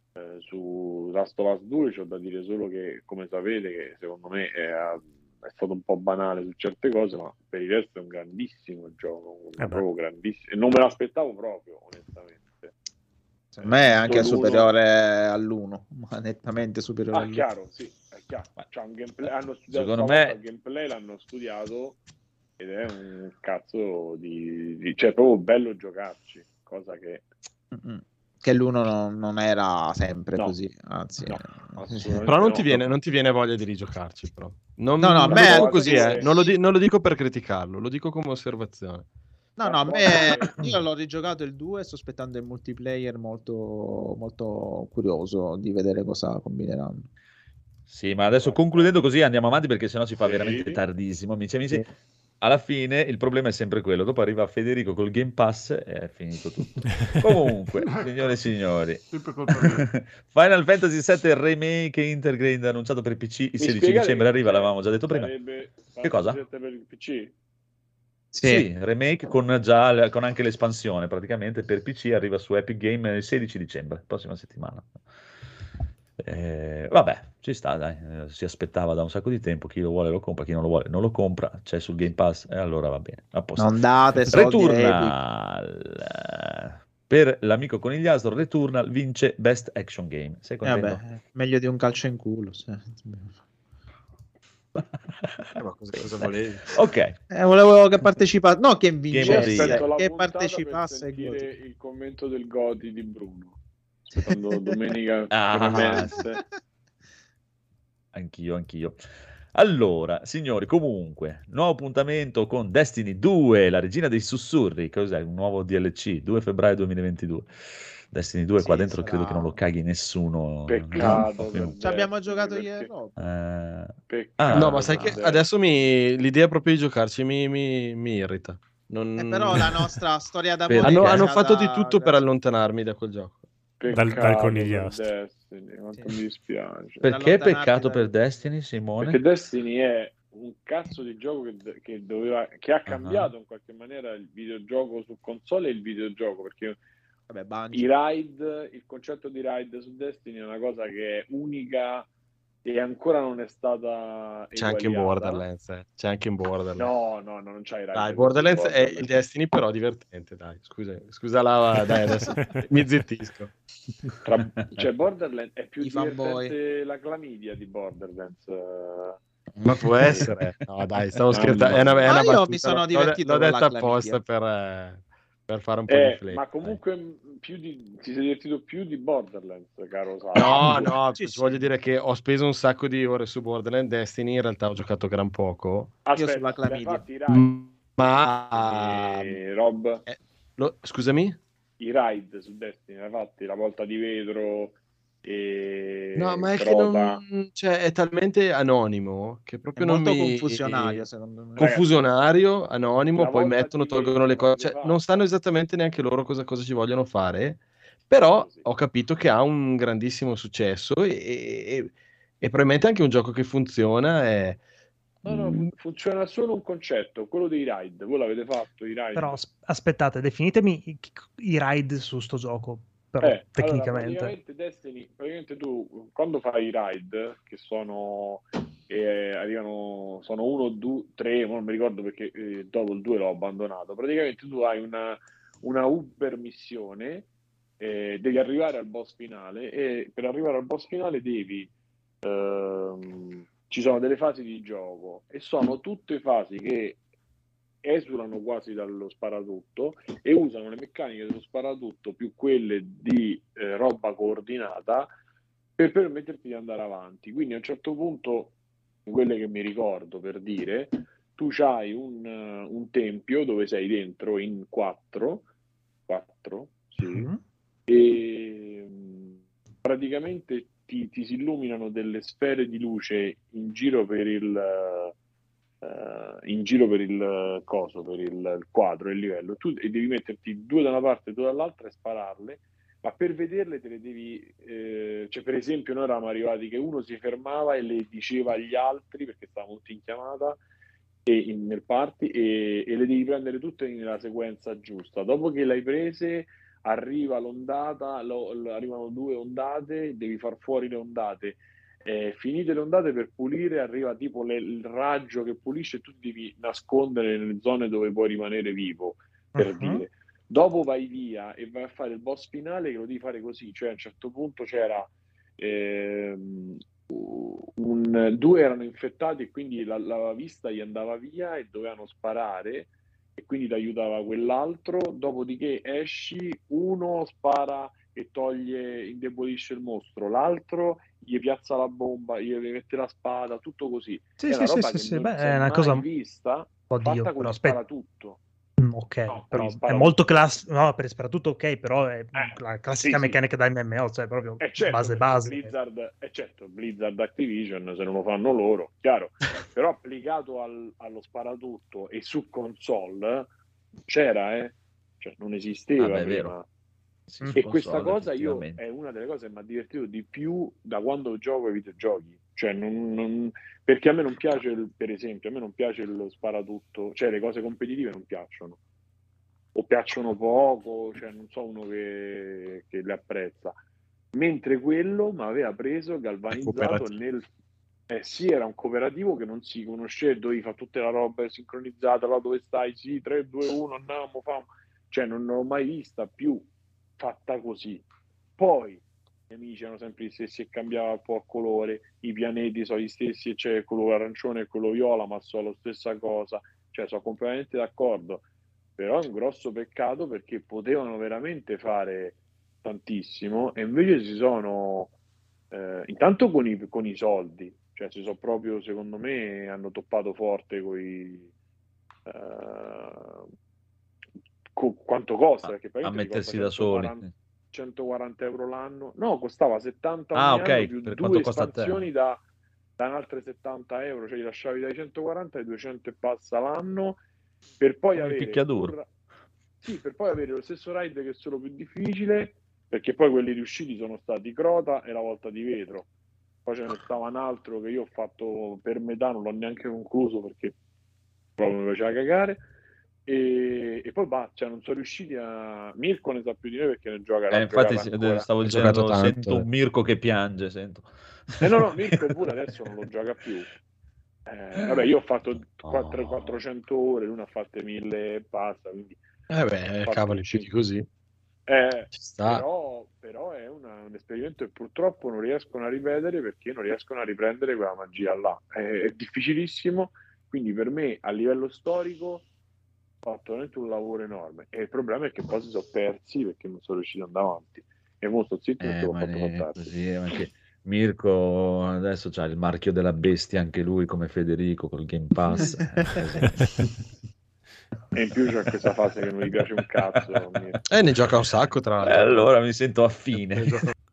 su Last of Us 2 c'ho da dire solo che, come sapete, che secondo me è stato un po' banale su certe cose, ma per il resto è un grandissimo gioco, proprio grandissimo. E non me l'aspettavo proprio, onestamente. Per me è anche L'uno- superiore all'1, ma nettamente superiore all'1. chiaro, sì, è chiaro. C'è un gameplay, hanno studiato Secondo stavolta me- il gameplay, l'hanno studiato ed è un cazzo cioè proprio bello giocarci, cosa che Che l'1 non era sempre No. così, anzi. No, assolutamente Però non no. ti viene voglia di rigiocarci, però. Non, No, a non me- lo dico così, sì. non lo dico per criticarlo, lo dico come osservazione. No, a me io l'ho rigiocato il 2, sto aspettando il multiplayer molto, molto curioso di vedere cosa combineranno. Sì, ma adesso concludendo così andiamo avanti perché sennò si fa Sì. veramente tardissimo, amici e amici. alla fine il problema è sempre quello. Dopo arriva Federico col Game Pass e è finito tutto. Comunque, signore e signori, Sempre colpa mia. Final Fantasy VII Remake Intergrade annunciato per PC il 16 dicembre arriva, l'avevamo già detto prima. Che cosa? Per il PC? Sì, remake con anche l'espansione praticamente per PC, arriva su Epic Game il 16 dicembre, prossima settimana. Vabbè, ci sta, dai, si aspettava da un sacco di tempo, chi lo vuole lo compra, chi non lo vuole non lo compra, c'è sul Game Pass e allora va bene, a posto. Non date soldi Returnal, per l'amico conigliastro, Returnal vince Best Action Game. Sei contento? Vabbè, meglio di un calcio in culo. Sì. Ma cosa volevi? Ok. Volevo che partecipasse, no che vincesse, Aspetto la che puntata partecipasse. per sentire il commento del Goti di Bruno. Aspettando domenica Ah. Anch'io. Allora, signori, comunque, nuovo appuntamento con Destiny 2, la regina dei sussurri. Cos'è? Un nuovo DLC, 2 febbraio 2022. Destiny 2 qua dentro credo che non lo caghi nessuno. Peccato. Ci abbiamo giocato ieri. No, ma sai che adesso l'idea proprio di giocarci mi irrita. Però la nostra storia d'amore hanno fatto di tutto per allontanarmi da quel gioco. Dal conigliastro. Quanto mi dispiace. Perché peccato per Destiny, Simone? Perché Destiny è un cazzo di gioco che ha cambiato in qualche maniera il videogioco su console e il videogioco, perché il concetto di raid su Destiny è una cosa che è unica e ancora non è stata c'è anche in Borderlands. No, non c'hai raid. Dai, Borderlands è il Destiny però divertente, dai, scusa Lava, dai, adesso mi zittisco. Cioè Borderlands è più divertente la clamidia di Borderlands. Ma può essere. No, dai, stavo scherzando, è una battuta. Io mi sono divertito. L'ho detta apposta per fare un po' di flame. Ma comunque ti sei divertito più di Borderlands, caro Sara. No, voglio dire che ho speso un sacco di ore su Borderlands. Destiny in realtà ho giocato gran poco. Aspetta, io sulla clamidia. Ma Rob, scusami? i raid su Destiny l'hai fatti, la volta di vetro e no, ma è che è talmente anonimo che proprio è molto confusionario, secondo me. Confusionario, anonimo, poi mettono, tolgono le cose, cioè, non sanno esattamente neanche loro cosa ci vogliono fare, però ho capito che ha un grandissimo successo e probabilmente anche un gioco che funziona. No, funziona solo un concetto, quello dei raid. Voi l'avete fatto i raid? Però aspettate, definitemi i raid su sto gioco. Però, tecnicamente. Allora, praticamente tu quando fai i raid, che sono arrivano, sono 1, 2, 3, non mi ricordo perché dopo il 2 l'ho abbandonato. Praticamente tu hai una Uber missione, devi arrivare al boss finale e per arrivare al boss finale ci sono delle fasi di gioco e sono tutte fasi che esulano quasi dallo sparatutto e usano le meccaniche dello sparatutto più quelle di roba coordinata per permetterti di andare avanti. Quindi a un certo punto, quelle che mi ricordo, per dire, tu c'hai un tempio dove sei dentro in 4 sì, e praticamente ti si illuminano delle sfere di luce in giro per il coso, per il quadro, il livello. Tu devi metterti 2 da una parte e 2 dall'altra e spararle, ma per vederle te le devi cioè per esempio noi eravamo arrivati che uno si fermava e le diceva agli altri perché stavamo tutti in chiamata nel party e le devi prendere tutte nella sequenza giusta. Dopo che le hai prese arriva l'ondata, arrivano 2 ondate, devi far fuori le ondate. Finite le ondate, per pulire arriva tipo il raggio che pulisce e tu devi nascondere nelle zone dove puoi rimanere vivo, per dire. Dopo vai via e vai a fare il boss finale che lo devi fare così, cioè a un certo punto c'era 2 erano infettati e quindi la vista gli andava via e dovevano sparare e quindi ti aiutava quell'altro, dopodiché esci, uno spara e indebolisce il mostro, l'altro gli piazza la bomba, gli mette la spada, tutto così. Sì, è una roba che sì, non beh, si è una mai cosa vista, oddio, fatta con però spara tutto. Ok, No, però spara è molto tutto. classico, no, per sparatutto ok, però è la classica sì. meccanica da MMO, cioè proprio Certo, base. Blizzard Activision, se non lo fanno loro, chiaro. però applicato allo sparatutto e su console c'era, cioè non esisteva È prima. vero. Sì, su E questa console, cosa io effettivamente. è una delle cose che mi ha divertito di più da quando gioco ai videogiochi, cioè perché a me non piace per esempio, a me non piace lo sparatutto, cioè le cose competitive non piacciono o piacciono poco, cioè non so uno che le apprezza, mentre quello mi aveva preso galvanizzato nel sì, era un cooperativo che non si conosceva, dovevi fare tutta la roba sincronizzata, là dove stai, sì, 3, 2, 1, andiamo, famo. Cioè non l'ho mai vista più fatta così. Poi gli amici erano sempre gli stessi e cambiava un po' il colore, i pianeti sono gli stessi e c'è quello arancione e quello viola, ma sono la stessa cosa, cioè sono completamente d'accordo, però è un grosso peccato perché potevano veramente fare tantissimo e invece si sono intanto con i soldi, cioè si sono proprio, secondo me, hanno toppato forte quanto costa, perché a mettersi da soli. 140 euro l'anno, no, costava 70 Ah, ogni ok, anno più per 2 quanto costa a te. espansioni da altre 70 euro, cioè li lasciavi dai 140 ai 200 e passa l'anno per poi Come avere picchiaduro. sì, per poi avere lo stesso raid che è solo più difficile, perché poi quelli riusciti sono stati Crota e la volta di vetro. Poi ce ne stava un altro che io ho fatto per metà, non l'ho neanche concluso perché proprio mi faceva cagare. E poi cioè, non sono riusciti a. Mirko ne sa più di me perché ne gioca. Infatti stavo dicendo, tanto, sento un Mirko che piange. Sento. No, Mirko pure adesso non lo gioca più. Vabbè, io ho fatto 400 ore, lui ne ha fatte 1000 e passa. Quindi cavoli, più di così. Ci sta. Però è un esperimento che purtroppo non riescono a ripetere perché non riescono a riprendere quella magia là. È difficilissimo, quindi per me a livello storico ho fatto veramente un lavoro enorme e il problema è che poi si sono persi perché non sono riusciti ad andare avanti e molto zitto perché l'ho fatto fantastico. Così, anche Mirko adesso c'ha il marchio della bestia anche lui come Federico col Game Pass. E in più c'è questa fase che non gli piace un cazzo. Ne gioca un sacco tra l'altro. Allora mi sento affine.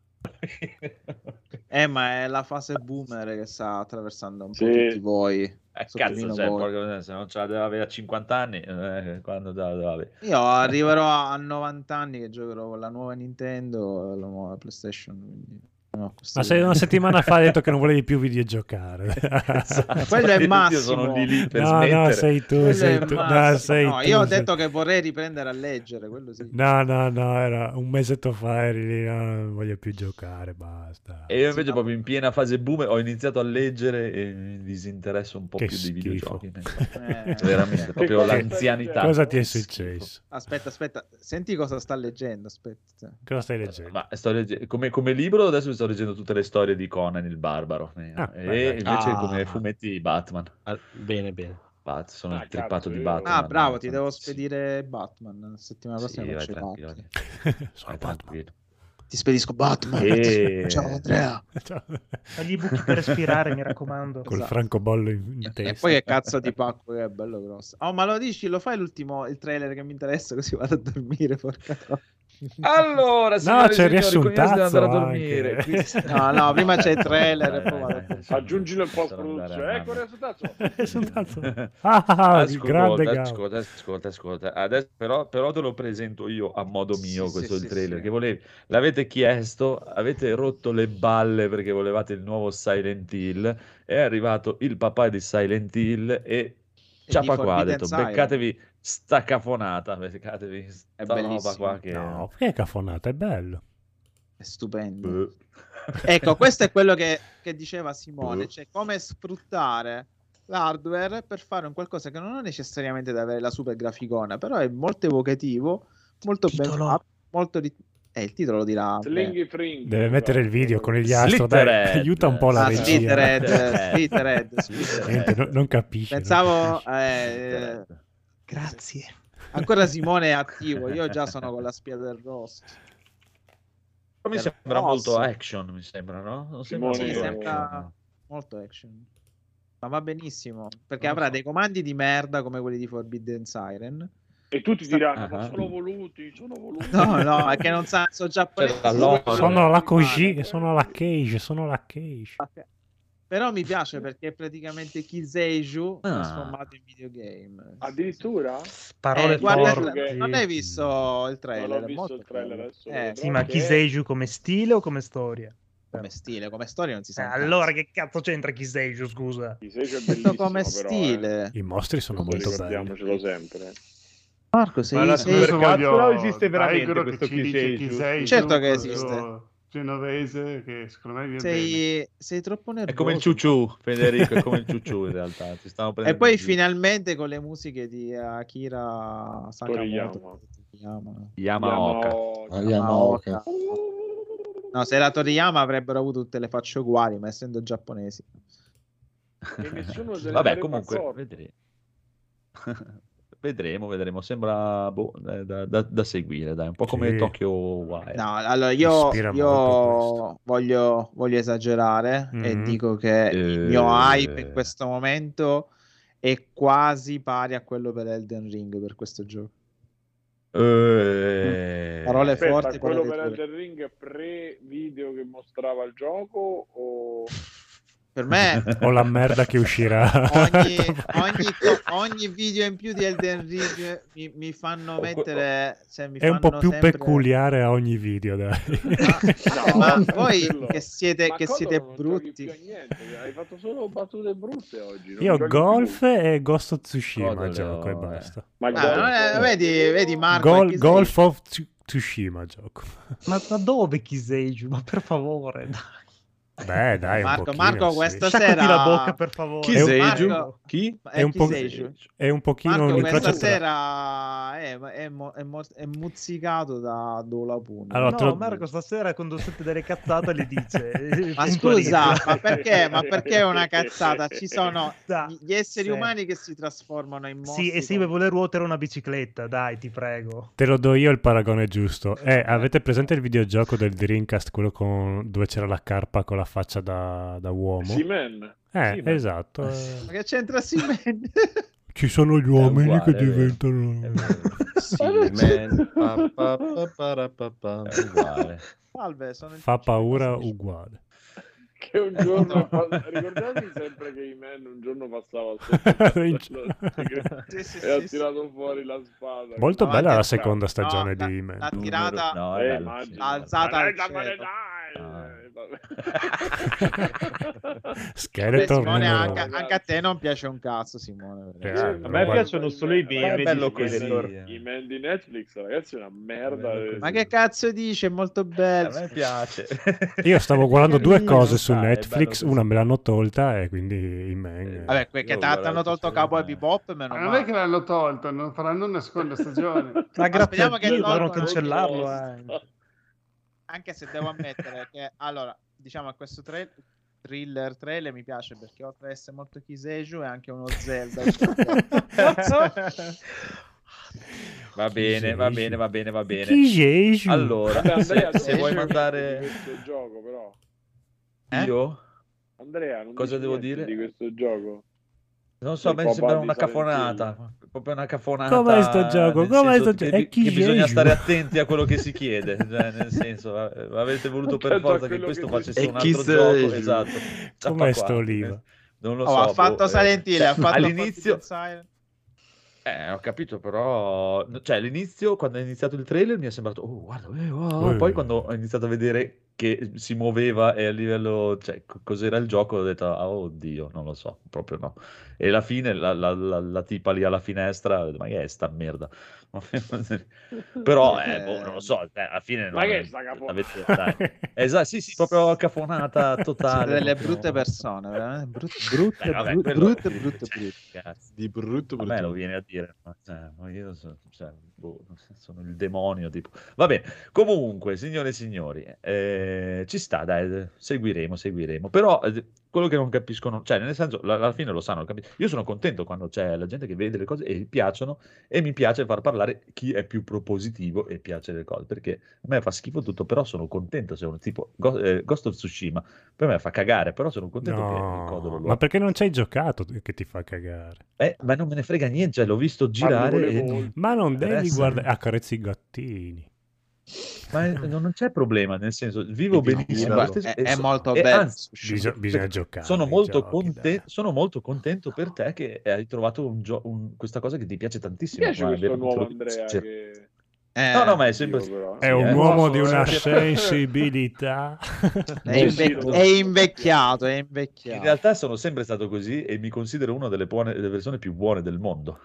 Ma è la fase boomer che sta attraversando un po' tutti voi. Cazzo, se non ce la deve avere a 50 anni, quando deve avere? Io arriverò a 90 anni che giocherò con la nuova Nintendo e la nuova PlayStation. Quindi... No, ma sei una settimana fa hai detto che non volevi più videgiocare. Esatto. Quello è Massimo. Io sono lì per no, sei tu. Io ho detto che vorrei riprendere a leggere, quello sì. No, era un mesetto fa eri lì, no, non voglio più giocare, basta. E io invece proprio in piena fase boom ho iniziato a leggere e mi disinteresso un po' più dei videogiochi. Veramente, proprio l'anzianità. Cosa ti è successo? Aspetta, senti cosa sta leggendo, aspetta. Cosa stai leggendo? Ma sto leggendo come libro adesso sto leggendo tutte le storie di Conan il Barbaro e invece come fumetti Batman. Bene. Sono trippato di Batman. Bravo, ti devo spedire Batman la settimana prossima. Vai tranquillo. Sono Batman. Ti spedisco Batman. Ciao Andrea. Gli buchi per respirare, mi raccomando. Col francobollo in testa. E poi che cazzo di pacco che è bello grosso. Oh, ma lo dici, lo fai il trailer che mi interessa così vado a dormire, porca troia. Allora, c'è il riassuntazzo a dormire. No, prima c'è il trailer e poi vado. Aggiungilo in post produzione. Ecco il riassuntazzo. Ascolta. Adesso però te lo presento io a modo mio. Questo è il trailer che volevi. L'avete chiesto, avete rotto le balle perché volevate il nuovo Silent Hill. È arrivato il papà di Silent Hill e ciapa qua, ha detto beccatevi sta cafonata, beccatevi sta roba qua che... No, perché è cafonata? È bello. È stupendo. Ecco, questo è quello che diceva Simone, cioè come sfruttare l'hardware per fare un qualcosa che non è necessariamente da avere la super graficona, però è molto evocativo, molto ben fatto, molto il titolo lo dirà. Deve mettere il video con gli astro, dai, aiuta un po' la regia. Slitterhead. Non capisce. Pensavo grazie. Ancora Simone è attivo, io già sono con la spia del rosso. Mi sembra molto action, mi sembra, no? Non sembra molto action. Ma va benissimo, perché avrà dei comandi di merda come quelli di Forbidden Siren. E tutti diranno, ma sono voluti. No, è che non sa, sono giapponesi. Sono la cage. Però mi piace perché è praticamente Kiseiju trasformato in videogame. Addirittura? Parole guarda, forti. non hai visto il trailer? Non ho è visto molto il trailer, bello. adesso lo vedrò. Sì, ma Kiseiju come stile o come storia? Come stile, come storia non si sa. un Allora cazzo. che cazzo c'entra Kiseiju, scusa? Kiseiju è Detto bellissimo, come però, stile. I mostri sono molto belli. ricordiamocelo sempre. Marco, Ma sei, la sei... supercazzola o esiste veramente Daigoro questo che ci dice Kiseiju? Certo che questo esiste. genovese che secondo me viene bene. sei troppo nervoso. È come il ciuciù, Federico, è come il ciuciù in realtà. Ti stanno E prendendo poi in giro. finalmente con le musiche di Akira Sakamoto. Yamaoka. Yamaoka. No, se era Toriyama avrebbero avuto tutte le facce uguali, ma essendo giapponesi. E nessuno se ne Vabbè, sarebbe comunque, accorto. vedremo. Sembra da seguire, dai, un po' come Sì. Tokyo Wild. No, allora Ispira molto voglio esagerare e Mhm. dico che il mio hype in questo momento è quasi pari a quello per Elden Ring per questo gioco. Parole Aspetta, forti, quello parole per dure. Elden Ring pre-video che mostrava il gioco o... Per me O la merda che uscirà. ogni video in più di Elden Ring mi fanno mettere, cioè, mi È un po' fanno più sempre... peculiare a ogni video, dai. Ma voi quello- che siete Ma Codolo non giochi brutti. più a niente, hai fatto solo battute brutte oggi. non Io giochi golf più. e Ghost of Tsushima Codolo, gioco e basta. Ma il Ah, golf- non è- vedi Marco, Gol- chi sei? Golf of Tsushima gioco. Ma dove Kiseiju? Ma per favore, dai. Beh, dai, un pochino, Marco, sì. questa Sciacquati sera la bocca, per favore. Kiseiju? Marco- Chi? È un po', Kiseiju. è un pochino Marco, un questa incrocio tra- sera è muzzicato da Dolapuna. Allora, te No, lo- Marco stasera quando sente delle cazzate le dice. Ma scusa, ma perché è una cazzata? Ci sono Dai, gli esseri sì. umani che si trasformano in mostri. Sì, e sì, vuole ruotare una bicicletta, dai, ti prego. Te lo do io il paragone giusto. Avete presente il videogioco del Dreamcast, quello dove c'era la carpa con la faccia da uomo? Seaman. Seaman. Esatto. Ma che c'entra Simen? Ci sono gli uomini uguale, che è vero. diventano... È vero. Sì, man. Pa. È uguale. Salve, sono il Fa paura uguale. Che un giorno ricordatevi sempre che Iman un giorno passava sotto Sì, e ha sì. tirato fuori la spada. Molto Davanti bella la al seconda capo. stagione No, di Man. la tirata No, è bello, immagino. sì. l'ha alzata al cielo. Skeleton Simone, numero- anche a te non piace un cazzo, Simone. A me piacciono solo i meme è bello di così. Skeletor. I man di Netflix, ragazzi, è una merda. Ma che cazzo dice? È molto bello. A me piace. Io stavo guardando due Carino, cose su dai, è Netflix, bello una così. me l'hanno tolta e quindi in Man. Vabbè, che Io ti hanno guardo tolto solo Cowboy me. Bebop, meno Ma non è male. che l'hanno tolto, non faranno una seconda stagione. Ma grazie speriamo a che Dio, tolgono dovevano cancellarlo. Anche se devo ammettere che, allora, diciamo a questo thriller trailer mi piace perché oltre ad essere molto Kiseiju è anche uno Zelda. Va bene, va bene, va bene, va bene. Kiseiju. Allora, Vabbè, Andrea, se tu vuoi non mandare di questo gioco, però. io, Andrea, non Cosa dici devo niente dire? di questo gioco? non so, a Il me papà sembra di una Silent cafonata. Proprio una cafonata. Com'è sto gioco? nel Com'è senso sto gioco? che, È che bisogna Kiseiju. stare attenti a quello che si chiede. Cioè, nel senso, avete voluto per Attento a forza che quello questo che si facesse dice. un altro E gioco. Kiseiju. Esatto. Com'è Ciappa sto qua. oliva? Non lo Oh, so. ha fatto Silent Hill, ha fatto all'inizio. Forbidden Silent. Ho capito, però, cioè, all'inizio, quando è iniziato il trailer, mi è sembrato, oh, guarda, wow. Poi quando ho iniziato a vedere che si muoveva e a livello, cioè, cos'era il gioco, ho detto, ah, oddio, non lo so, proprio no. E alla fine, la tipa lì alla finestra, ho detto, ma che è sta merda? Però, non lo so, alla fine Ma non che è sta caponata? dai. Esatto, sì, proprio cafonata totale. Siete delle proprio- brutte persone, veramente Beh, vabbè, brutte, quello- brutte. Cazzo. Di brutto A me lo viene a dire, ma io sono il demonio, tipo. Va bene, comunque, signore e signori, ci sta, dai, seguiremo. Però quello che non capiscono, cioè, nel senso, alla fine lo sanno, io sono contento quando c'è la gente che vede le cose e gli piacciono, e mi piace far parlare chi è più propositivo e piace le cose, perché a me fa schifo tutto, però sono contento se uno, tipo Ghost of Tsushima, per me fa cagare, però sono contento che il Codolo No, lo ma perché non ci hai giocato che ti fa cagare? ma non me ne frega niente, cioè, l'ho visto girare volevo- e Ma non devi interessa. guardare, accarezzi i gattini. Ma non c'è problema, nel senso, vivo benissimo. È molto bello. Anzi, bisogna giocare. Sono molto contento per te che hai trovato questa cosa che ti piace tantissimo. Mi piace questo nuovo Andrea che... No, ma è sempre... È un uomo di una sensibilità. È invecchiato. In realtà sono sempre stato così e mi considero una delle persone più buone del mondo.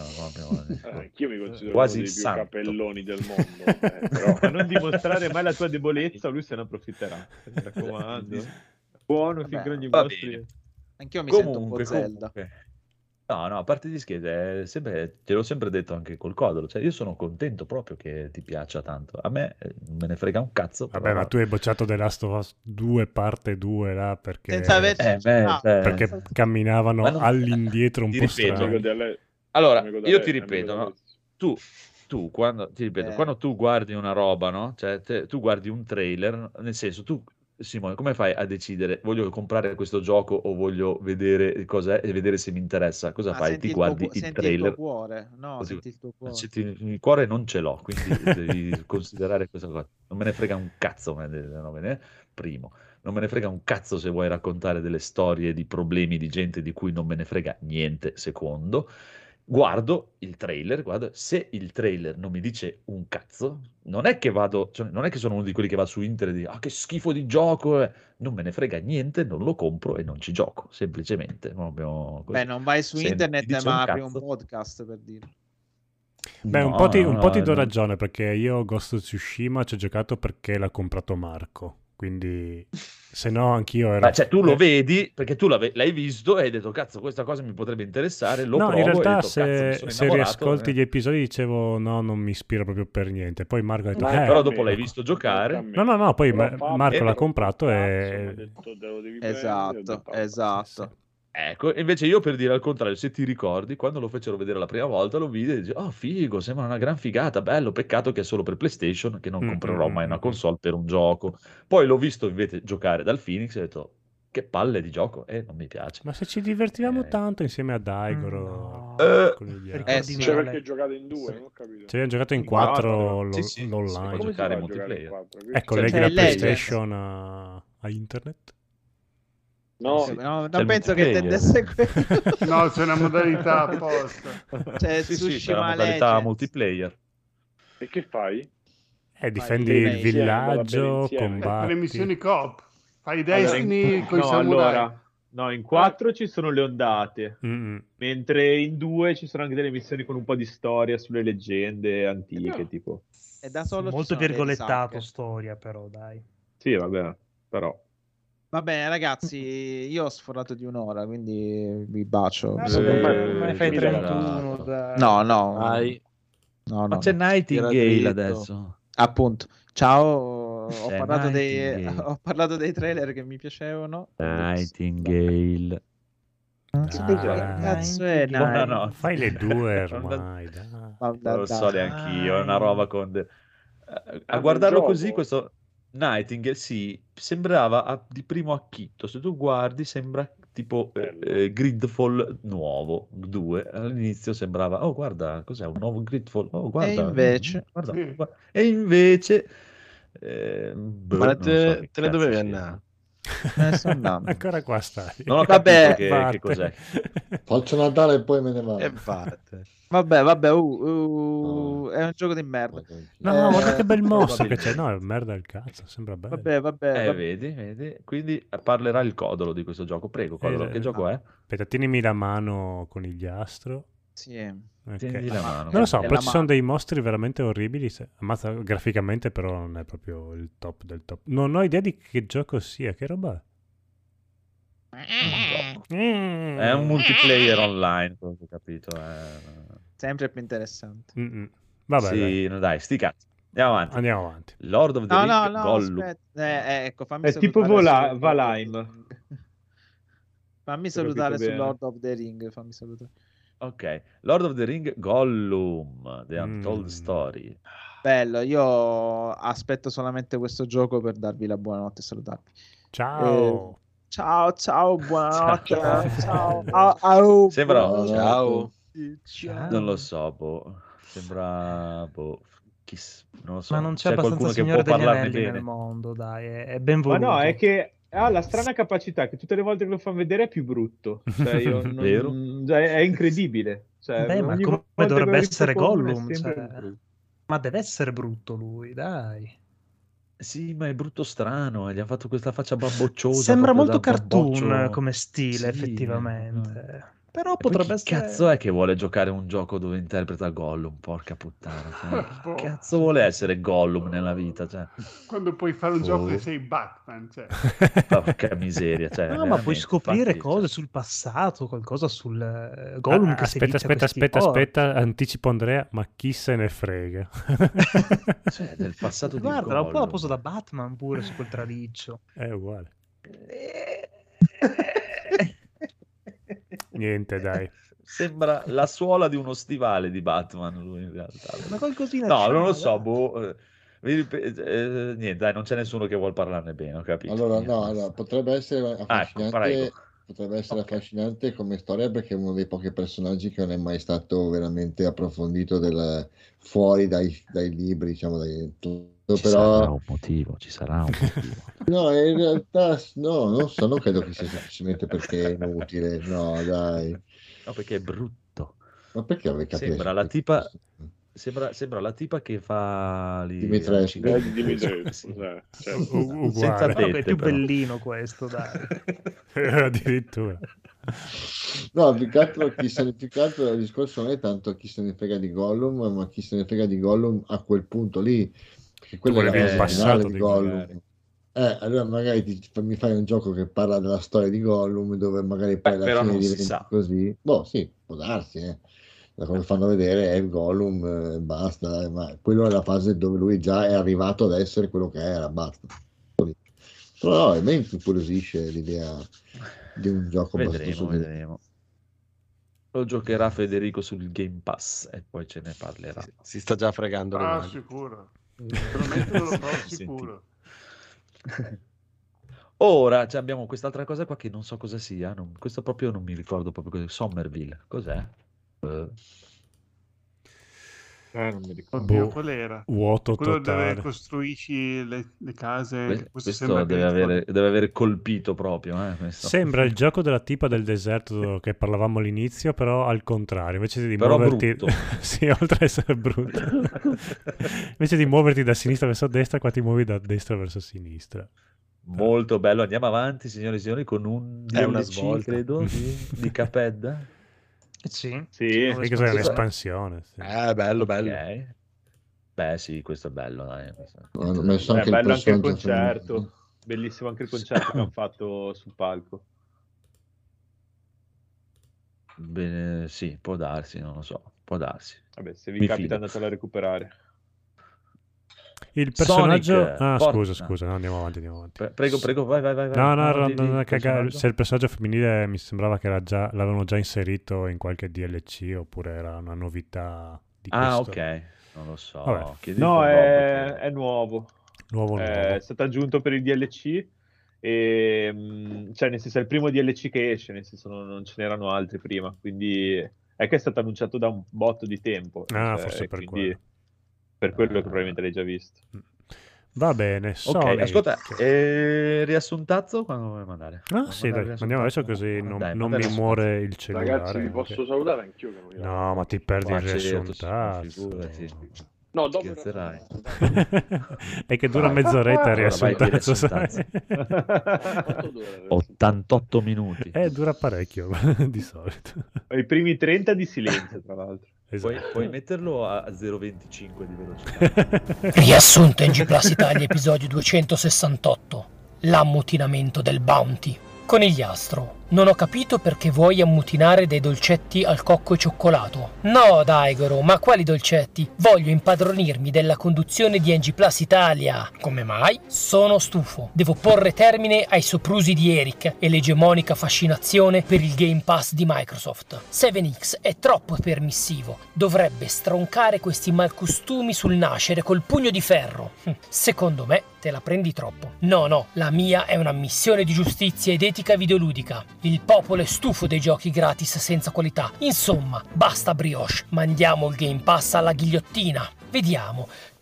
Anch'io mi considero quasi uno dei più santo. capelloni del mondo. Però... Ma non dimostrare mai la tua debolezza, lui se ne approfitterà. Mi raccomando. Buono finché ogni mostri. Anch'io mi sento un po' Zelda. No, a parte gli scherzi, te l'ho sempre detto anche col Codolo, cioè io sono contento proprio che ti piaccia tanto. A me non me ne frega un cazzo. Vabbè, però... ma tu hai bocciato The Last of Us 2 parte 2 là perché, senza perché camminavano all'indietro un po' strano. Allora, io ti ripeto, no? Tu quando tu guardi una roba, no? Cioè tu guardi un trailer, nel senso tu... Simone, come fai a decidere voglio comprare questo gioco o voglio vedere cos'è e vedere se mi interessa? Cosa fai? Ti guardi il trailer. Il tuo cuore. No, senti il tuo cuore. Il cuore non ce l'ho, quindi devi considerare questa cosa. Non me ne frega un cazzo, primo. Non me ne frega un cazzo se vuoi raccontare delle storie di problemi di gente di cui non me ne frega niente, secondo. Guardo il trailer, se il trailer non mi dice un cazzo, non è che non è che sono uno di quelli che va su internet e dice che schifo di gioco, non me ne frega niente, non lo compro e non ci gioco, semplicemente. Non vai su internet ma apri un podcast per dire. Beh, un po' ti do ragione, perché io Ghost of Tsushima ci ho giocato perché l'ha comprato Marco, quindi se no anch'io ero... Cioè tu lo vedi perché tu l'hai visto e hai detto cazzo questa cosa mi potrebbe interessare, lo provo in realtà e se riascolti gli episodi dicevo no, non mi ispira proprio per niente, poi Marco ha detto però dopo l'hai visto giocare. No, poi Marco l'ha comprato e... Esatto. Sì. Ecco, invece io per dire al contrario, se ti ricordi, quando lo fecero vedere la prima volta, lo vidi e dice, oh figo, sembra una gran figata, bello, peccato che è solo per PlayStation, che non comprerò mai una console per un gioco. Poi l'ho visto invece giocare dal Phoenix e ho detto, che palle di gioco, e non mi piace. Ma se ci divertivamo tanto insieme a Daigoro, cioè perché giocate in due, non ho capito. Ci abbiamo giocato in 4 l'online. Giocare in multiplayer. Colleghi la PlayStation a internet. No, non penso che tendesse quello. No, c'è una modalità apposta. C'è c'è una modalità multiplayer. E che fai? Difendi il villaggio, combatti. Le missioni coop. Fai Destiny con i samurai. In 4 ci sono le ondate, mentre in 2 ci sono anche delle missioni con un po' di storia sulle leggende antiche, tipo. E da solo molto virgolettato storia, però, dai. Sì, vabbè, però. Va bene, ragazzi, io ho sforato di un'ora, quindi vi bacio. Ma fai 31, dai. No. Ma c'è Nightingale adesso. Appunto. Ciao, ho parlato dei trailer che mi piacevano. Nightingale. Cazzo è? No. Fai le 2 ormai. Non lo so neanche io, è una roba con... A guardarlo così, questo... Nightingale, sì, sembrava di primo acchitto. Se tu guardi, sembra tipo Gridfall nuovo 2. All'inizio sembrava, oh guarda, cos'è un nuovo Gridfall? Oh guarda, e invece, guarda. Ma te ne dovevi andare. Ancora qua stai. Non ho capito che cos'è. Faccio Natale e poi me ne vado. Vabbè, è un gioco di merda. No, guarda che bel mosso che c'è. No, è merda il cazzo, sembra bello. Vabbè. Vedi. Quindi parlerà il Codolo di questo gioco. Prego, Codolo, che gioco è? Aspetta, tienimi la mano con il Conigliastro. Sì. Okay. La mano. Non lo so, poi ci sono dei mostri veramente orribili. Ammazza graficamente, però non è proprio il top del top. Non ho idea di che gioco sia, che roba è. È un multiplayer online, ho capito. Sempre più interessante. Vabbè, sì, dai, sti cazzi. Andiamo avanti. Lord of the Ring, Gollum. Ecco, fammi è tipo Valheim. Fammi salutare su Lord of the Ring. Ok, Lord of the Ring, Gollum, The Untold Story. Bello, io aspetto solamente questo gioco per darvi la buonanotte e salutarvi. Ciao. Ciao, buonanotte. Ciao. Sembra... Ciao. Non lo so, sembra... Non lo so. Ma non c'è qualcuno abbastanza che Signore può degli parlarne Anelli bene. nel mondo, dai, è ben Ma voluto. no, è che ha la strana capacità che tutte le volte che lo fanno vedere è più brutto. Cioè, Vero? cioè, è incredibile. Cioè, Beh, ma ogni come volta che dovrebbe lo essere ripropongono è Gollum? sempre Cioè, brutto. ma deve essere brutto lui, dai. Sì, ma è brutto strano, gli ha fatto questa faccia bambocciosa. Sembra proprio molto da cartoon bamboccio. come stile, Sì, effettivamente. Però E poi potrebbe chi essere... cazzo è che vuole giocare un gioco dove interpreta Gollum? Porca puttana. Cioè, chi Boh. cazzo vuole essere Gollum nella vita? Cioè, Quando puoi fare un Boh. gioco che sei Batman, cioè. porca miseria. Cioè, No, ma puoi veramente, scoprire infatti, cose cioè, sul passato, qualcosa sul Gollum che Aspetta, sedizia questi orchi. aspetta, anticipo Andrea, ma chi se ne frega? cioè, del passato di Guarda, un po' la Gollum. posa da Batman pure su quel traliccio. È uguale. Niente, dai. Sembra la suola di uno stivale di Batman, lui in realtà. Ma qualcosina No, c'ha, non lo dai. so, boh. Niente, dai, non c'è nessuno che vuol parlarne bene, ho capito. Allora, Niente, no, basta. allora, potrebbe essere Ecco, affascinante, prego. potrebbe essere Ok. affascinante come storia perché è uno dei pochi personaggi che non è mai stato veramente approfondito fuori dai libri, diciamo, Ci sarà un motivo, ci sarà un motivo. No, in realtà no, non so, non credo che sia semplicemente perché è inutile, no, dai. No, perché è brutto. Ma perché avrei capito? Sembra la tipa... Sembra la tipa che fa Dimitrescu. Dimitrescu, Sì. cioè, Uguale. Senza Però che è tette, più però. bellino questo, dai. Addirittura. No, più che altro il discorso non è tanto chi se ne frega di Gollum, ma chi se ne frega di Gollum a quel punto lì, perché quella è la volevi il fase finale passato di di Gollum. magari. Allora magari mi fai un gioco che parla della storia di Gollum, dove magari poi alla Però fine non si diventi sa. così. Boh, sì, può darsi, Da come fanno vedere è il Gollum, basta, ma quello è la fase dove lui già è arrivato ad essere quello che era, basta. Però no, a me incuriosisce l'idea di un gioco basato su Vedremo. Lo giocherà Federico sul Game Pass e poi ce ne parlerà. Si sta già fregando le mani. Sicuro. Prometto lo provo Senti. sicuro. Ora abbiamo quest'altra cosa qua che non so cosa sia. Questo proprio non mi ricordo proprio cos'è. Somerville, cos'è? non mi ricordo. Oddio, Boh, qual era? vuoto Quello totale. dove costruisci le case. Questo sembra deve aver colpito proprio. Questo. Sembra il gioco della tipa del deserto che parlavamo all'inizio, però al contrario, invece di Però muoverti brutto. sì, oltre ad essere brutto. Invece di muoverti da sinistra verso destra, qua ti muovi da destra verso sinistra. Molto bello. Andiamo avanti, signori e signori, con un È una DLC, svolta. credo, di Cuphead. Sì. Sì. Nuova E cos'è espansione. un'espansione? Sì. Bello. Ok. Beh, sì, questo è bello, dai. Hanno messo È anche bello anche il personaggio concerto. femminile. Bellissimo anche il concerto che hanno fatto sul palco. Bene, sì, può darsi, non lo so, può darsi. Vabbè, se vi Mi capita fido. andatelo a recuperare. Il personaggio... Sonic, Ah, forza. scusa, no, andiamo avanti. Prego, vai. No, di cagare. personaggio. Se il personaggio femminile mi sembrava che l'avevano già inserito in qualche DLC oppure era una novità di Ah, questo. ok, non lo so. Vabbè. Chiedete No, a Bob, è nuovo. Nuovo. È stato aggiunto per il DLC. E, cioè, nel senso, è il primo DLC che esce, nel senso, non ce n'erano altri prima. Quindi è che è stato annunciato da un botto di tempo. Ah, cioè, forse per quindi quello. per quello che probabilmente l'hai già visto. Va bene, Ok, Sonic. ascolta, riassuntazzo quando vuoi mandare? Ah, sì, dai, andiamo adesso così non Dai, mi mandare muore il cellulare. Ragazzi, vi posso salutare anch'io? Che non vi No, ma ti perdi il riassuntazzo. Figurati. No, dopo Scherzerai. È che dura mezz'oretta il Allora, vai, riassuntazzo, sai? riassuntazzo. 88 minuti. Dura parecchio, di solito. I primi 30 di silenzio, tra l'altro. Esatto. Puoi metterlo a 0,25 di velocità. Riassunto in G Plus Italia, episodio 268. L'ammutinamento del Bounty. Conigliastro, non ho capito perché vuoi ammutinare dei dolcetti al cocco e cioccolato. No, Daigoro, ma quali dolcetti? Voglio impadronirmi della conduzione di NG Plus Italia. Come mai? Sono stufo. Devo porre termine ai soprusi di Eric e l'egemonica fascinazione per il Game Pass di Microsoft. 7X è troppo permissivo. Dovrebbe stroncare questi malcostumi sul nascere col pugno di ferro. Secondo me te la prendi troppo. No, la mia è una missione di giustizia ed etica videoludica. Il popolo è stufo dei giochi gratis senza qualità. Insomma, basta brioche, mandiamo il Game Pass alla ghigliottina. Vediamo,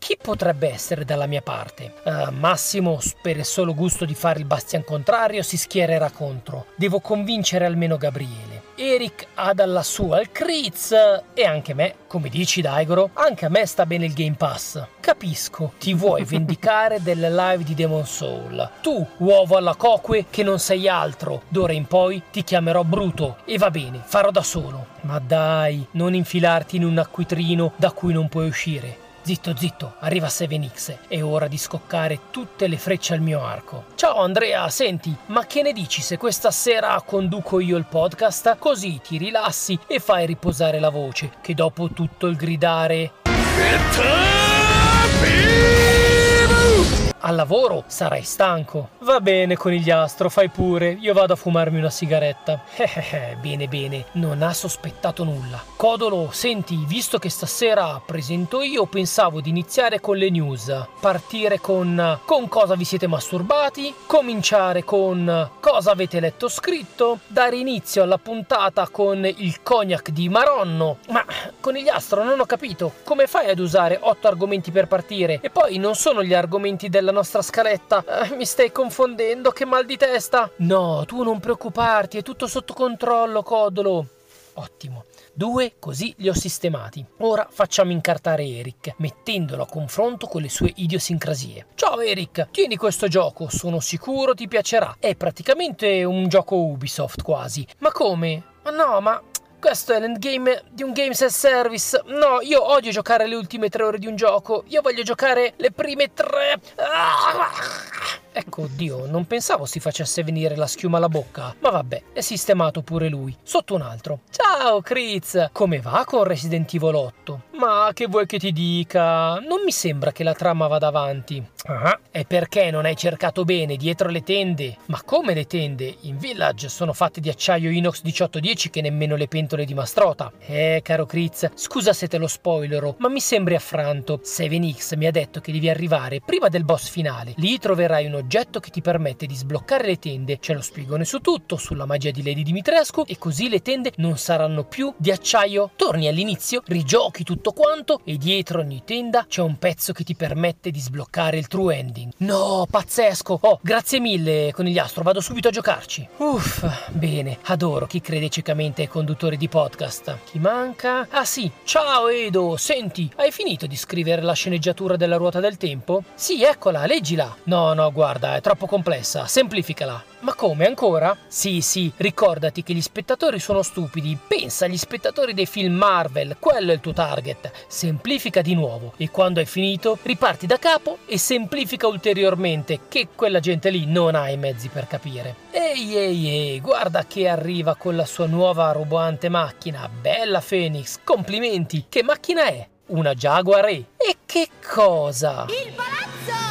chi potrebbe essere dalla mia parte? Massimo, per il solo gusto di fare il bastian contrario, si schiererà contro. Devo convincere almeno Gabriele. Eric ha dalla sua il Kriz e anche me, come dici Daigoro, anche a me sta bene il Game Pass. Capisco, ti vuoi vendicare delle live di Demon Soul. Tu, uovo alla coque, che non sei altro. D'ora in poi ti chiamerò Bruto e va bene, farò da solo. Ma dai, non infilarti in un acquitrino da cui non puoi uscire. Zitto, zitto, arriva 7X, è ora di scoccare tutte le frecce al mio arco. Ciao Andrea, senti, ma che ne dici se questa sera conduco io il podcast? Così ti rilassi e fai riposare la voce, che dopo tutto il gridare al lavoro sarai stanco. Va bene conigliastro, fai pure, io vado a fumarmi una sigaretta. Bene bene, non ha sospettato nulla. Codolo, senti, visto che stasera presento io, pensavo di iniziare con le news. Partire con cosa vi siete masturbati, cominciare con cosa avete letto scritto, dare inizio alla puntata con il cognac di Maronno. Ma conigliastro, non ho capito, come fai ad usare 8 argomenti per partire? E poi non sono gli argomenti della nostra scaletta. Mi stai confondendo, che mal di testa. No, tu non preoccuparti, è tutto sotto controllo, Codolo. Ottimo. 2, così li ho sistemati. Ora facciamo incartare Eric, mettendolo a confronto con le sue idiosincrasie. Ciao Eric, tieni questo gioco, sono sicuro ti piacerà. È praticamente un gioco Ubisoft quasi. Ma come? Ma no, ma... questo è l'endgame di un Games as Service. No, io odio giocare le ultime 3 ore di un gioco. Io voglio giocare le prime 3. Ecco, Dio, non pensavo si facesse venire la schiuma alla bocca. Ma vabbè, è sistemato pure lui. Sotto un altro. Ciao, Kriz. Come va con Resident Evil 8? Ma che vuoi che ti dica? Non mi sembra che la trama vada avanti. E perché non hai cercato bene dietro le tende? Ma come le tende? In Village sono fatte di acciaio inox 1810 che nemmeno le pentole di Mastrota. Caro Kriz, scusa se te lo spoilero, ma mi sembri affranto. 7X mi ha detto che devi arrivare prima del boss finale. Lì troverai un oggetto che ti permette di sbloccare le tende. Ce lo spiegano su tutto, sulla magia di Lady Dimitrescu, e così le tende non saranno più di acciaio. Torni all'inizio, rigiochi tutto quanto e dietro ogni tenda c'è un pezzo che ti permette di sbloccare il true ending. No, pazzesco! Oh, grazie mille conigliastro, vado subito a giocarci. Bene, adoro chi crede ciecamente ai conduttori di podcast. Chi manca? Ah sì, ciao Edo, senti, hai finito di scrivere la sceneggiatura della ruota del tempo? Sì, eccola, leggila. No, guarda, è troppo complessa, semplificala. Ma come, ancora? Sì, ricordati che gli spettatori sono stupidi. Pensa agli spettatori dei film Marvel, quello è il tuo target. Semplifica di nuovo e quando hai finito riparti da capo e semplifica ulteriormente, che quella gente lì non ha i mezzi per capire. Ehi, guarda che arriva con la sua nuova roboante macchina. Bella Phoenix, complimenti. Che macchina è? Una Jaguar E. E che cosa? Il palazzo!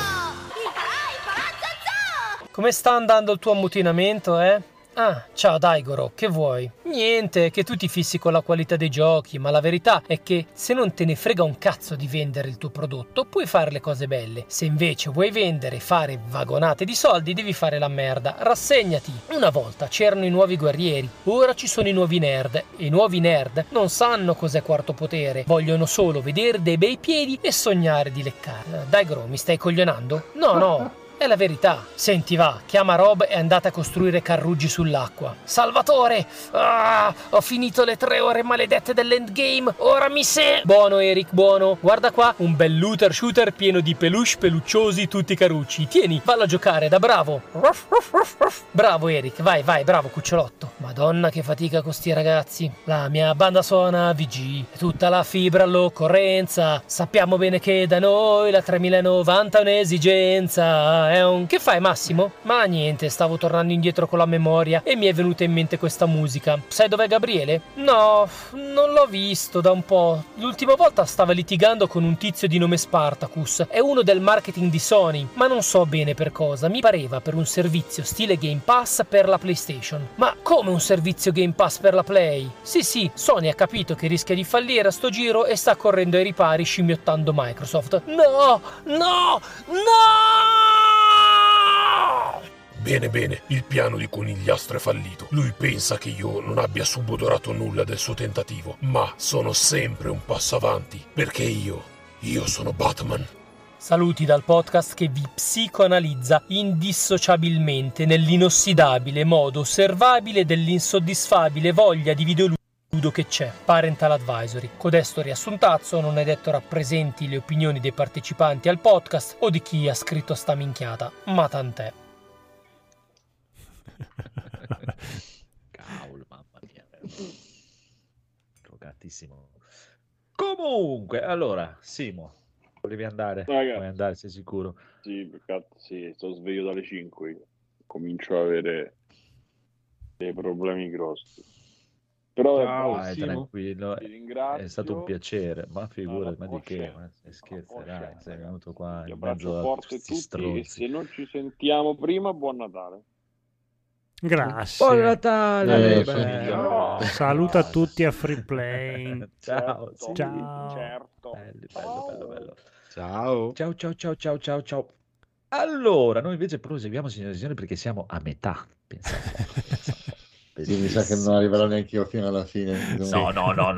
Come sta andando il tuo ammutinamento, eh? Ah, ciao Daigoro, che vuoi? Niente, che tu ti fissi con la qualità dei giochi, ma la verità è che se non te ne frega un cazzo di vendere il tuo prodotto, puoi fare le cose belle. Se invece vuoi vendere e fare vagonate di soldi, devi fare la merda. Rassegnati. Una volta c'erano i nuovi guerrieri, ora ci sono i nuovi nerd. E i nuovi nerd non sanno cos'è quarto potere, vogliono solo vedere dei bei piedi e sognare di leccare. Daigoro, mi stai coglionando? No. È la verità. Senti, va, chiama Rob e andate a costruire carruggi sull'acqua. Salvatore! Ho finito le 3 ore maledette dell'endgame. Ora mi se... Buono, Eric, buono. Guarda qua, un bel looter shooter pieno di peluche pelucciosi tutti carucci. Tieni, fallo a giocare, da bravo. Bravo, Eric, vai, bravo, cucciolotto. Madonna, che fatica con sti ragazzi. La mia banda suona VG. Tutta la fibra all'occorrenza. Sappiamo bene che da noi la 3090 è un'esigenza. Che fai, Massimo? Ma niente, stavo tornando indietro con la memoria e mi è venuta in mente questa musica. Sai dov'è Gabriele? No, non l'ho visto da un po'. L'ultima volta stava litigando con un tizio di nome Spartacus. È uno del marketing di Sony, ma non so bene per cosa. Mi pareva per un servizio stile Game Pass per la PlayStation. Ma come un servizio Game Pass per la Play? Sì, Sony ha capito che rischia di fallire a sto giro e sta correndo ai ripari scimmiottando Microsoft. No! Bene, il piano di Conigliastro è fallito. Lui pensa che io non abbia subodorato nulla del suo tentativo, ma sono sempre un passo avanti, perché io sono Batman. Saluti dal podcast che vi psicoanalizza indissociabilmente nell'inossidabile modo osservabile dell'insoddisfabile voglia di videoludo che c'è. Parental Advisory. Codesto riassuntazzo non è detto rappresenti le opinioni dei partecipanti al podcast o di chi ha scritto sta minchiata, ma tant'è. Cavolo, mamma mia. Drogatissimo. Comunque, allora, Simo, volevi andare? Ragazzi. Vuoi andare, sei sicuro? Sì, peccato, sì, sto sveglio dalle 5, comincio ad avere dei problemi grossi. Però Vai, tranquillo, ti ringrazio. è stato un piacere, ma figurati, ma di Alla che? prossima. Ma scherzerai, sei venuto qua Ti in abbraccio mezzo a forte questi tutti e stronzi. se non ci sentiamo prima, buon Natale. Grazie. Buon Natale, sì, bello. Saluta tutti a Free Play. Ciao, sì. Ciao. Certo. Bello. Ciao. Ciao. Allora, noi invece proseguiamo, signore e signori, perché siamo a metà. Pensa un po'. Sì, mi sa che non arriverò neanche io fino alla fine. No.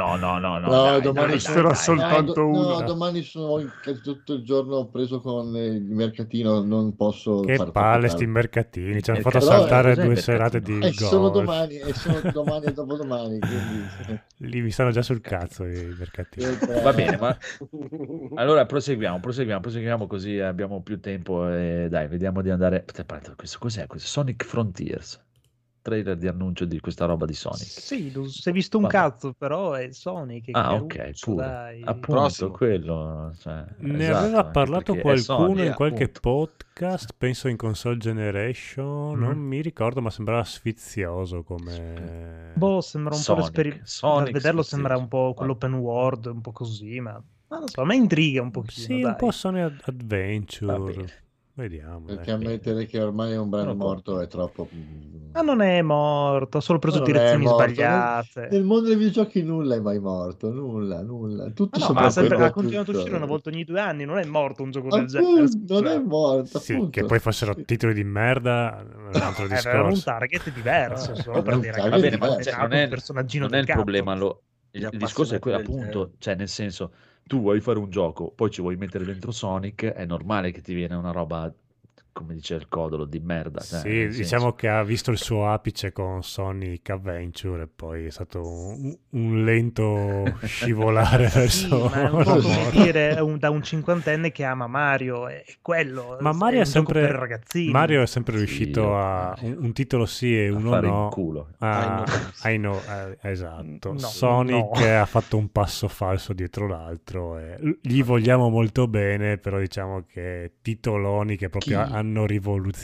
Domani Resterà soltanto uno. No, domani sono tutto il giorno preso con il mercatino, non posso Che fare palle troppo sti tardi. mercatini, ci hanno fatto Però, saltare cos'è il 2 serate mercatino? di È solo golf. domani e dopodomani, quindi... Lì mi stanno già sul cazzo i mercatini. Va bene, ma allora proseguiamo così abbiamo più tempo e dai, vediamo di andare. Questo cos'è? Questo Sonic Frontiers. Trailer di annuncio di questa roba di Sonic. Sì, si è visto un Vabbè. cazzo, però è Sonic. È Ah, ok, caruccio, pure. dai. Appunto, Prossimo. quello. Cioè, Ne esatto, aveva anche parlato perché è qualcuno Sony, in qualche appunto. podcast, penso in Console Generation, non mi ricordo, ma sembrava sfizioso come... Boh, sembra un po' Sonic da vederlo sfizioso. sembra un po' quell'open world, un po' così, ma non so, a me intriga un pochino, Sì, dai. un po' Sony Va Adventure. bene. Vediamo. Perché dai. ammettere che ormai è un brand Sono morto è troppo... Ma non è morto, ha solo preso Ma non è direzioni morto. sbagliate. Nel mondo dei videogiochi nulla è mai morto, nulla. Tutto Ma no, sopra ha continuato a uscire una volta ogni 2 anni, non è morto un gioco del genere. Non è morto, Sì, appunto. che poi fossero titoli di merda è un altro Era un discorso. target diverso, solo per un dire target Va bene, ma diverso. cioè, non è, un personaggino non è il del cazzo. problema. Il discorso è quello, appunto, cioè nel senso, tu vuoi fare un gioco, poi ci vuoi mettere dentro Sonic, è normale che ti viene una roba, come dice il codolo, di merda. Cioè, Sì, nel diciamo senso. che ha visto il suo apice con Sonic Adventure e poi è stato un lento scivolare Sì, verso ma è un po' come dire da un cinquantenne che ama Mario, è quello. Ma Mario è è un gioco per sempre, ragazzini. Mario è sempre Sì, riuscito a un titolo sì e a uno fare no. in culo. I know, esatto. No, Sonic no. ha fatto un passo falso dietro l'altro e gli vogliamo molto bene, però diciamo che titoloni che proprio hanno rivoluzionato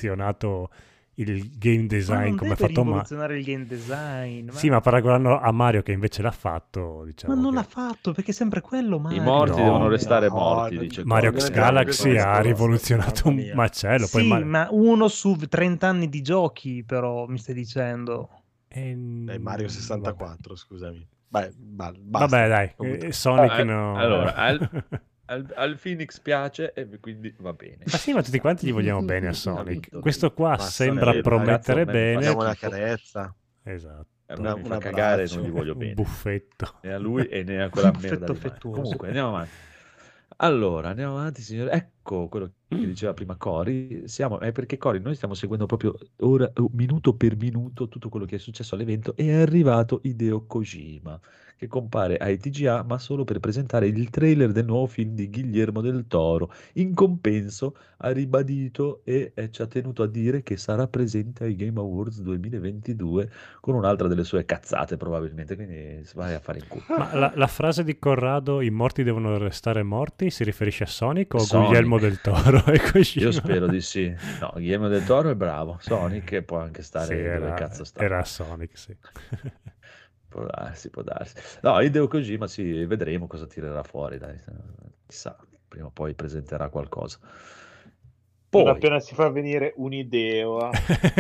il game Ma design non come ha deve fatto rivoluzionare il game design. Sì, ma paragonando a Mario che invece l'ha fatto, diciamo Ma non che l'ha fatto perché è sempre quello Mario. I morti No, devono restare no, morti, no, dice Mario Codolo. X Galaxy ha rivoluzionato mamma un mia. macello. Sì, Poi ma uno su 30 anni di giochi, però, mi stai dicendo. Mario 64, scusami. Basta. Vabbè, dai, Comunque. Sonic no. Allora, al Phoenix piace e quindi va bene. Ma sì, ma tutti quanti gli vogliamo bene a Sonic. Capito. Questo qua Ma sembra Sonic, promettere ragazzi, bene. Diamo una carezza. Esatto. A me mi un fa cagare e abbraccio, non gli voglio Un bene. buffetto. Né a lui e né a quella Un merda buffetto di Mario. affettuoso. Comunque, andiamo avanti. Allora, andiamo avanti, signore. Ecco quello che diceva prima Cori. È perché Cori, noi stiamo seguendo proprio ora, minuto per minuto, tutto quello che è successo all'evento. E è arrivato Hideo Kojima, che compare ai TGA, ma solo per presentare il trailer del nuovo film di Guillermo del Toro. In compenso ha ribadito e ci ha tenuto a dire che sarà presente ai Game Awards 2022 con un'altra delle sue cazzate probabilmente, quindi vai a fare in culo. Ma la frase di Corrado, i morti devono restare morti, si riferisce a Sonic o a Sonic. Guglielmo del Toro? E Kojima? Io spero di sì. No, Guillermo del Toro è bravo. Sonic può anche stare Sì, dove cazzo sta. era Sonic, sì. Può darsi. No, Hideo Kojima, sì, vedremo cosa tirerà fuori, dai. Chissà, prima o poi presenterà qualcosa. Poi, Appena si fa venire un'idea.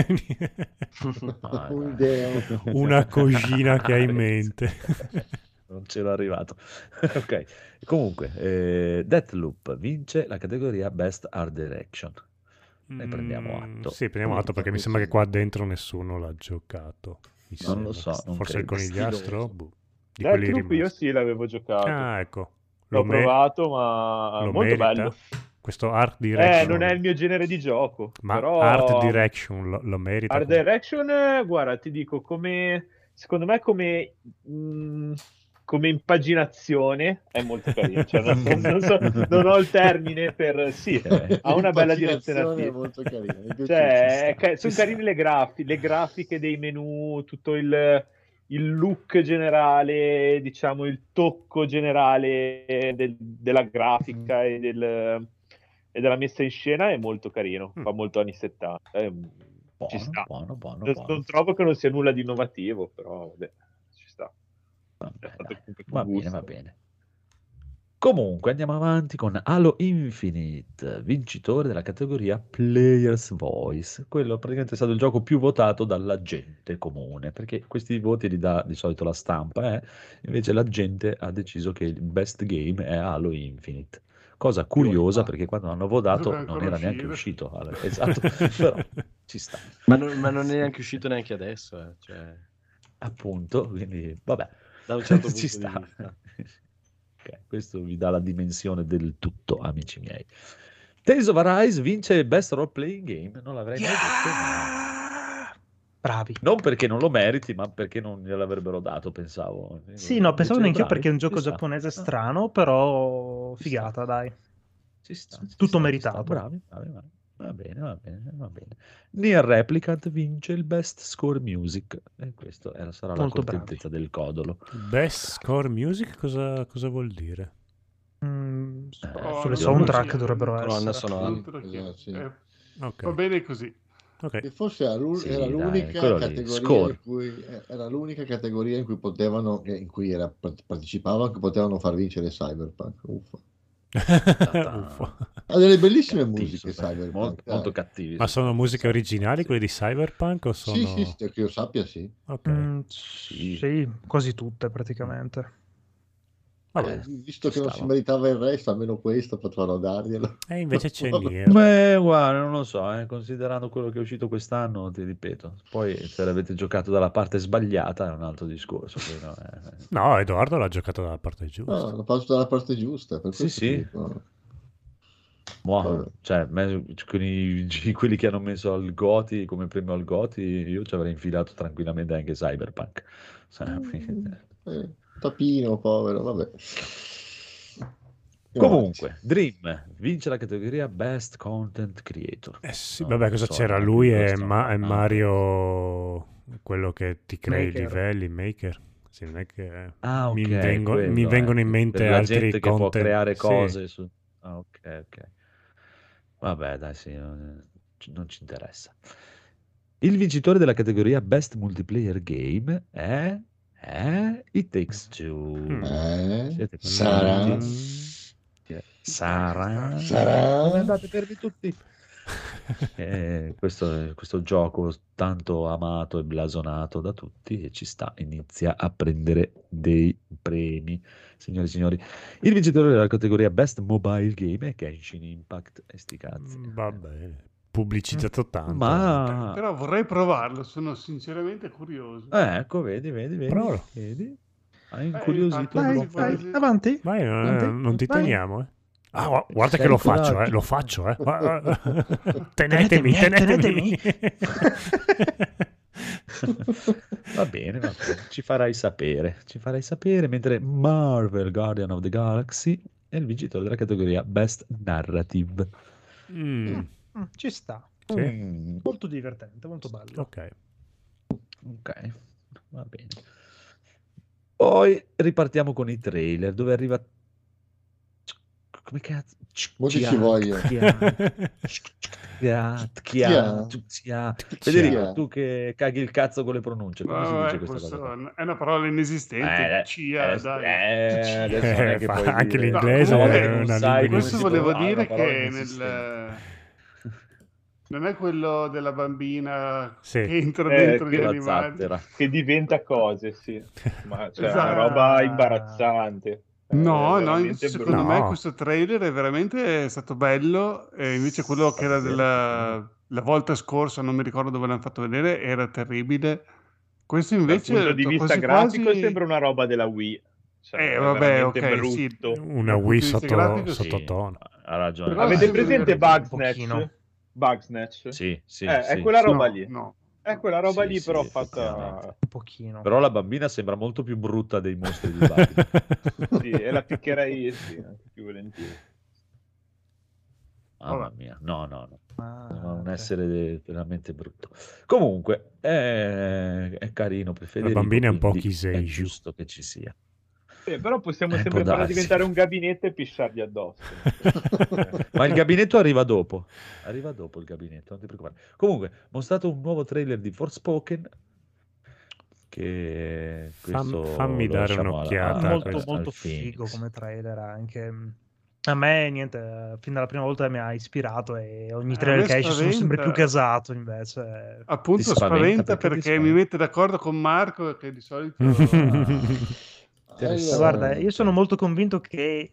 Un'idea. Una cosina che hai in mente. Non c'ero arrivato. Ok, comunque, Deathloop vince la categoria Best Art Direction. Ne prendiamo atto. Sì, prendiamo atto perché mi sembra che qua dentro nessuno l'ha giocato. Non lo so, non Forse il credo. conigliastro? Boh, di quelli Deathloop io rimasti. sì l'avevo giocato. Ah, ecco. L'ho me- provato, ma lo molto merita? bello. questo art direction. Non è il mio genere di gioco. Ma però... art direction lo merita. Art direction, guarda, ti dico, secondo me come impaginazione è molto carino. Cioè, non ho il termine per... Sì, ha una bella direzione È artistica. molto carina. Cioè, sono carine le grafiche dei menu, tutto il look generale, diciamo, il tocco generale della grafica e della messa in scena è molto carino, fa molto anni 70. Ci sta. Buono. Non trovo che non sia nulla di innovativo, però vabbè, ci sta. Va bene. Comunque andiamo avanti con Halo Infinite, vincitore della categoria Player's Voice. Quello praticamente è stato il gioco più votato dalla gente comune, perché questi voti li dà di solito la stampa, invece la gente ha deciso che il best game è Halo Infinite. Cosa curiosa, perché quando l'hanno votato non era neanche uscito. Esatto, però ci sta. Ma non è neanche uscito neanche adesso. Cioè... Appunto, quindi vabbè. Da un certo punto ci di sta. vista. Okay, questo vi dà la dimensione del tutto, amici miei. Tales of Arise vince Best Role Playing Game. Non l'avrei mai detto, ma... Bravi. Non perché non lo meriti, ma perché non gliel'avrebbero dato, pensavo. Sì, no, pensavo neanche io bravi, perché è un gioco ci sta. giapponese strano, però figata, dai. Ci sta, Tutto meritato. Bravi. Va bene. Nier Replicant vince il Best Score Music. E questa sarà la Molto contentezza del codolo. Best Score Music cosa vuol dire? Sulle soundtrack dovrebbero colonna essere. sonora. Sì. Ok. Va bene così. Ok. E forse era Sì, era dai, l'unica quello lì, categoria score. in cui era l'unica categoria in cui potevano, in cui partecipavano, che potevano far vincere Cyberpunk. Uffa. Uffa. Ha delle bellissime Cattivi, musiche sono Cyberpunk. molto, dai. molto cattivi. Ma sono musiche originali quelle di Cyberpunk o sono... Sì, che io sappia, sì. Ok. Sì, quasi tutte praticamente. Vabbè, Visto che ci non si stava. meritava il resto, almeno questo potevano darglielo. E invece c'è Nier. Beh, guarda, non lo so, considerando quello che è uscito quest'anno, ti ripeto. Poi se l'avete giocato dalla parte sbagliata è un altro discorso. Poi no, No, Edoardo l'ha giocato dalla parte giusta. No, l'ho fatto dalla parte giusta. Per Sì, questo sì. dico. Buono. Cioè, quelli che hanno messo al Goti come premio al Goti, io ci avrei infilato tranquillamente anche Cyberpunk. Tapino, povero, vabbè. Comunque, Dream vince la categoria Best Content Creator. Sì, No, vabbè, non cosa so c'era? neanche Lui cosa e, sta e parlando. Mario, quello che ti crea i Maker. livelli, Maker. Sì, non è che Ah, ok, mi quello, vengono in mente per la altri gente che content. può creare Sì. cose su... Ah, ok. Vabbè, dai, sì, non ci interessa. Il vincitore della categoria Best Multiplayer Game è It Takes Two. Siete Sarà? contenti? Sarà? Sarà? Dove andate fermi tutti? Questo gioco tanto amato e blasonato da tutti e ci sta, inizia a prendere dei premi, signori e signori. Il vincitore della categoria Best Mobile Game è Genshin Impact, e sti cazzi. Va bene, pubblicizzato tanto. Ma Però vorrei provarlo, sono sinceramente curioso. ecco, vedi, Prova. hai incuriosito infatti, troppo. vai. Avanti. Vai, non ti Vai. teniamo, Ah, guarda Sei che lo coraggio. faccio, Tenetemi. Va bene, ci farai sapere, mentre Marvel Guardian of the Galaxy è il vincitore della categoria Best Narrative. Ci sta. Sì. Molto divertente, molto bello. Ok. Ok, va bene. Poi ripartiamo con i trailer, dove arriva... Come cazzo? Molti ci vogliono. Federico, tu che caghi il cazzo con le pronunce, come si dice Vabbè, questa cosa? qua? è una parola inesistente. CIA, dai. Adesso non è che puoi anche dire- l'inglese No, è non una sai lingua come Questo si volevo trova, dire una parola che inesistente. non è quello della bambina Sì. che entra dentro gli La animali. zattera. Che diventa cose, sì. Ma cioè, è Esatto. una roba imbarazzante. No, veramente secondo brutto. me questo trailer è veramente stato bello, e invece quello che era la volta scorsa, non mi ricordo dove l'hanno fatto vedere, era terribile. Questo Dal invece punto di vista quasi grafico quasi... sembra una roba della Wii. Cioè, è vabbè, veramente ok, sì. brutto. Una Dal Wii punto di vista grafico, sì. sottotono. ha ragione. Però Avete sì, presente un Bugsnatch? Bugsnatch? Sì, sì, È sì. quella roba No, lì. no. È quella roba Sì, lì, sì, però effettivamente. fatta... Un pochino. Però la bambina sembra molto più brutta dei mostri di Batman. Sì, e la picchierei, sì, anche più volentieri. Mamma mia, no. Sembra un ok. essere veramente brutto. Comunque, è carino per La Federico, bambina è un po' quindi è Kiseiju. giusto che ci sia. Sì, però possiamo Può sempre farla darsi. diventare un gabinetto e pisciargli addosso. Ma il gabinetto arriva dopo. Arriva dopo il gabinetto, non ti preoccupare. Comunque, mostrato un nuovo trailer di Forspoken. Che questo Fammi lo dare lasciamo un'occhiata. Molto al molto figo Phoenix. come trailer anche. A me niente, fin dalla prima volta mi ha ispirato e ogni A trailer me che esce sono sempre più spaventa. gasato invece. Appunto Ti spaventa? spaventa Perché ti perché mi mette d'accordo con Marco che di solito Interessante. Guarda, io sono molto convinto che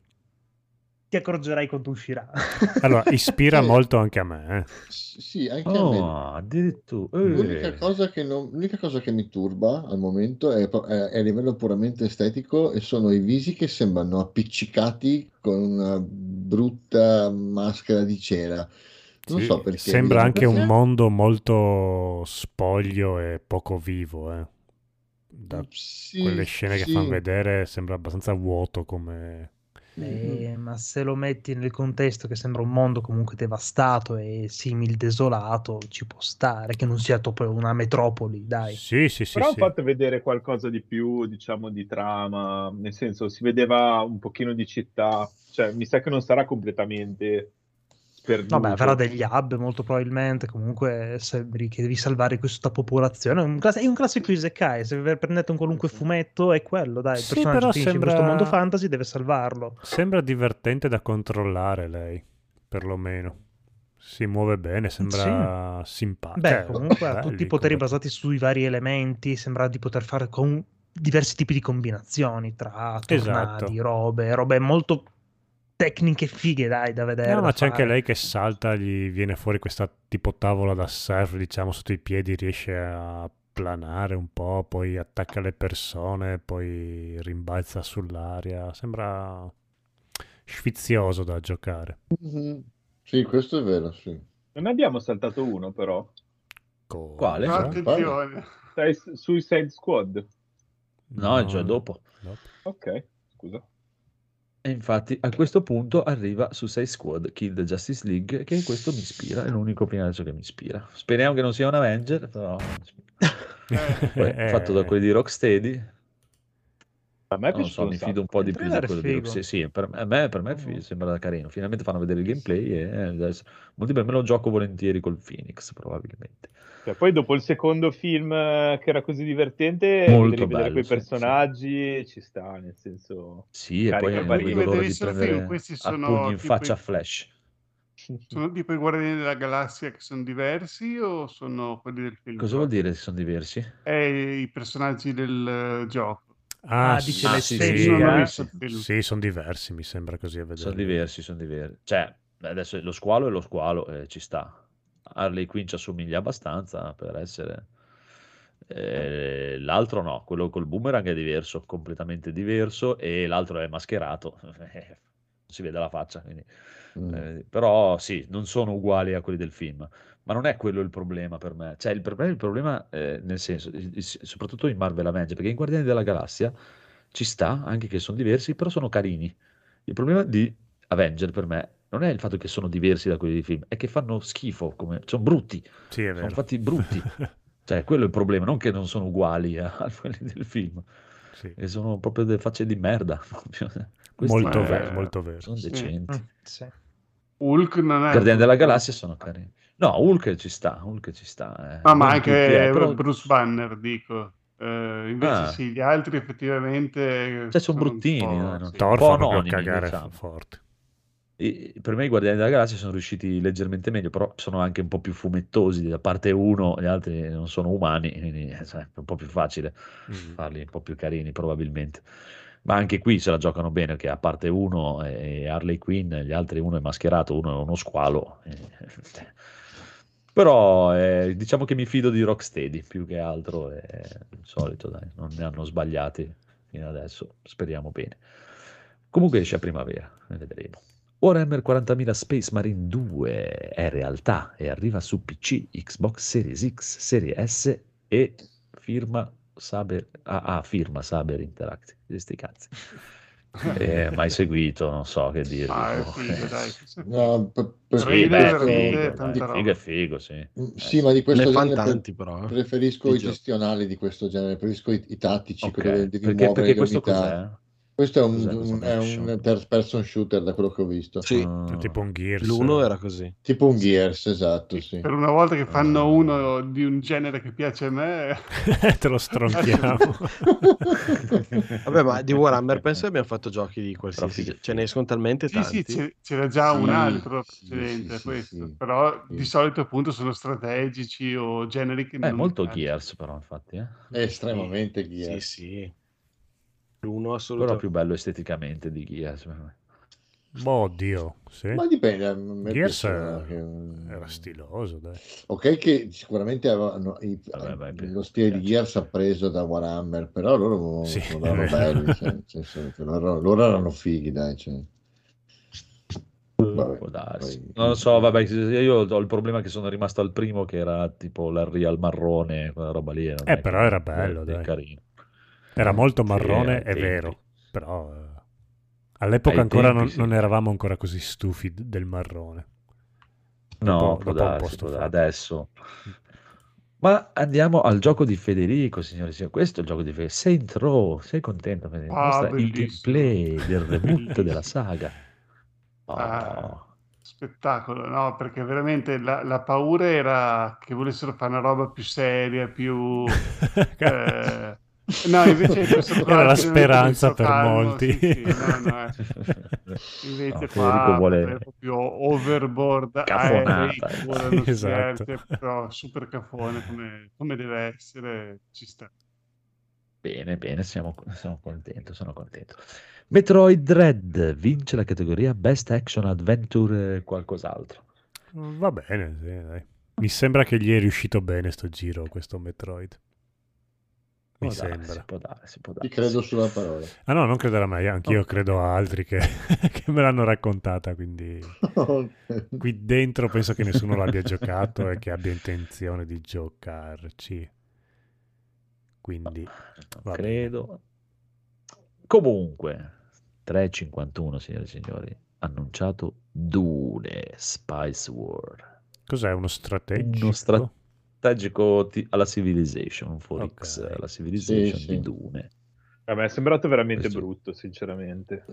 ti accorgerai quando uscirà. Allora, ispira Sì. molto anche a me. Sì, anche a me. Oh, addirittura. L'unica cosa che mi turba al momento è a livello puramente estetico e sono i visi che sembrano appiccicati con una brutta maschera di cera. Non Sì, so perché. sembra vediamo anche un perché. mondo molto spoglio e poco vivo. Da Sì, quelle scene che fanno sì. vedere sembra abbastanza vuoto come... Ma se lo metti nel contesto che sembra un mondo comunque devastato e simil desolato, ci può stare che non sia proprio una metropoli, dai. Sì, Però hanno fatto vedere qualcosa di più, diciamo, di trama, nel senso si vedeva un pochino di città, cioè mi sa che non sarà completamente sperduto. Vabbè, avrà degli hub molto probabilmente, comunque sembri che devi salvare questa popolazione. È un classico isekai, se prendete un qualunque fumetto è quello, dai, il Sì, personaggio però finisce in questo mondo sembra... fantasy, deve salvarlo. Sembra divertente da controllare lei, perlomeno. Si muove bene, sembra simpatico. Beh, comunque ha tutti i poteri basati sui vari elementi, sembra di poter fare con diversi tipi di combinazioni tra tornadi, Esatto. robe molto tecniche fighe, dai, da vedere. No, da ma c'è anche fare. lei che salta, gli viene fuori questa tipo tavola da surf, diciamo, sotto i piedi, riesce a planare un po', poi attacca le persone, poi rimbalza sull'aria. Sembra sfizioso da giocare. Mhm. Sì, questo è vero, sì. Non abbiamo saltato uno, però. Quale? Attenzione. Suicide Squad. No, è già dopo. Ok, scusa. E infatti a questo punto arriva Suicide Squad Kill the Justice League, che questo mi ispira, è l'unico personaggio che mi ispira. Speriamo che non sia un Avenger, però poi, fatto da quelli di Rocksteady. A me è Non lo so, piaciuto mi un fido un sacco. po' di Il più di trailer è quello di figo. Rocksteady. Sì, per me sembra carino. Finalmente fanno vedere il gameplay e adesso, molti per me lo gioco volentieri col Phoenix, probabilmente. Cioè, poi dopo il secondo film che era così divertente, Molto vedere bello, quei sì, personaggi ci sta, nel senso... Sì, e poi carica non parecchio. vedo l'ora di Vedere il film, prendere questi a sono pugni in tipo faccia i- Flash. Sono tipo i Guardiani della Galassia che sono diversi o sono quelli del film? Cosa vuol dire se sono diversi? I personaggi del gioco. Ah, dice sì, Non ho visto il film. sì, sono diversi, mi sembra così a vedere. Sono diversi. Cioè, adesso lo squalo è lo squalo, ci sta. Harley Quinn ci assomiglia abbastanza per essere... l'altro no, quello col boomerang è diverso, completamente diverso, e l'altro è mascherato. Non si vede la faccia, quindi... però sì, non sono uguali a quelli del film, ma non è quello il problema per me. Cioè, il problema nel senso, soprattutto in Marvel Avengers, perché in Guardiani della Galassia ci sta anche che sono diversi, però sono carini. Il problema di Avenger per me non è il fatto che sono diversi da quelli di film, è che fanno schifo, sono brutti, Sì, è sono vero. fatti brutti. Cioè, quello è il problema, non che non sono uguali a quelli del film. Sì. E sono proprio delle facce di merda. Questi Molto no, vero, molto vero. sono Sì. decenti. Sì. Hulk non è Guardiani della brutto. Galassia sono carini. No, Hulk ci sta. Ma Non anche tutti, però... Bruce Banner, dico. Invece Ah. sì, gli altri effettivamente Cioè, sono sono un bruttini, po', no? sì. Thor Un po' fa proprio anonimi, cagare diciamo. forte. Per me i Guardiani della Galassia sono riusciti leggermente meglio, però sono anche un po' più fumettosi. Da parte uno, gli altri non sono umani, quindi è un po' più facile farli un po' più carini, probabilmente. Ma anche qui se la giocano bene, che a parte uno è Harley Quinn, gli altri uno è mascherato, uno è uno squalo. Però diciamo che mi fido di Rocksteady più che altro, è il solito, dai, non ne hanno sbagliati fino adesso, speriamo bene. Comunque esce a primavera, ne vedremo. Warhammer 40.000 Space Marine 2 è realtà e arriva su PC, Xbox Series X, Serie S e firma Saber Interactive. Sti cazzi. Mai seguito, non so che dirvi. È figo, dai. No, Sì, veramente figo, tanta dai, roba. figo, sì. Sì, ma di questo Ne fan genere tanti, però. preferisco Di i giochi. gestionali di questo genere, preferisco i tattici, Ok, quelli dove devi perché muovere le questo unità. cos'è? Questo è Cos'è questo? è un third person shooter da quello che ho visto. Sì, Ah, Tipo un Gears. l'uno era così. Tipo un Gears, esatto, sì. Per una volta che fanno uno di un genere che piace a me, Te lo stronchiamo. Vabbè, ma di Warhammer penso che abbiamo fatto giochi di qualsiasi... Però Ce ne sono talmente sì, sì, tanti. c'era già un Sì, altro sì, precedente a sì, questo, sì, però sì. di solito appunto sono strategici o generi che È non mi molto piacciono. Gears però, infatti, È estremamente Sì, Gears. sì. L'uno ancora assolutamente. più bello esteticamente di Gears. Per me. Oddio, sì. Ma dipende, a me Gears piaceva era stiloso, dai. Ok, che sicuramente avevano Vabbè, lo stile di piace. Gears ha preso da Warhammer, però loro Sì, non erano belli, cioè, nel senso che loro erano fighi, dai. Cioè. Vabbè, Può darsi. poi- Non lo so, vabbè, io ho il problema che sono rimasto al primo che era tipo l'Unreal marrone, quella roba lì. Non è però che era bello, è dai. carino. Era molto Sì, marrone, ai è tempi. vero, però all'epoca Ai ancora tempi, sì. non eravamo ancora così stufi del marrone. No, Dopo un po' stufati. adesso. Ma andiamo al gioco di Federico, signori e signori. Questo è il gioco di Federico. Saints Row, sei contento, Federico? Mostra il Bellissimo. gameplay del reboot della Bellissimo. saga. Oh. Spettacolo, no? Perché veramente la paura era che volessero fare una roba più seria, più... no, invece il personaggio Era la è speranza molto per calmo, molti. sì, no. Invece No, Federico qua vuole proprio overboard, cafonata. volano Esatto. scherzi, però super cafone come deve essere, ci sta. Bene, sono contento. Metroid Dread vince la categoria Best Action Adventure qualcos'altro. Va bene, sì, dai. Mi sembra che gli è riuscito bene sto giro, questo Metroid. Mi sembra. Può darsi. Ti credo sulla parola. Ah no, non crederà mai, anch'io credo a altri che me l'hanno raccontata, quindi qui dentro penso che nessuno l'abbia giocato e che abbia intenzione di giocarci. Quindi Non credo. Comunque 3,51 signore e signori, annunciato Dune Spice War. Cos'è, uno strategico? Uno strategico alla Civilization 4X, Ok. la Civilization Sì, di sì. Dune. A me è sembrato veramente Questo- brutto, sinceramente.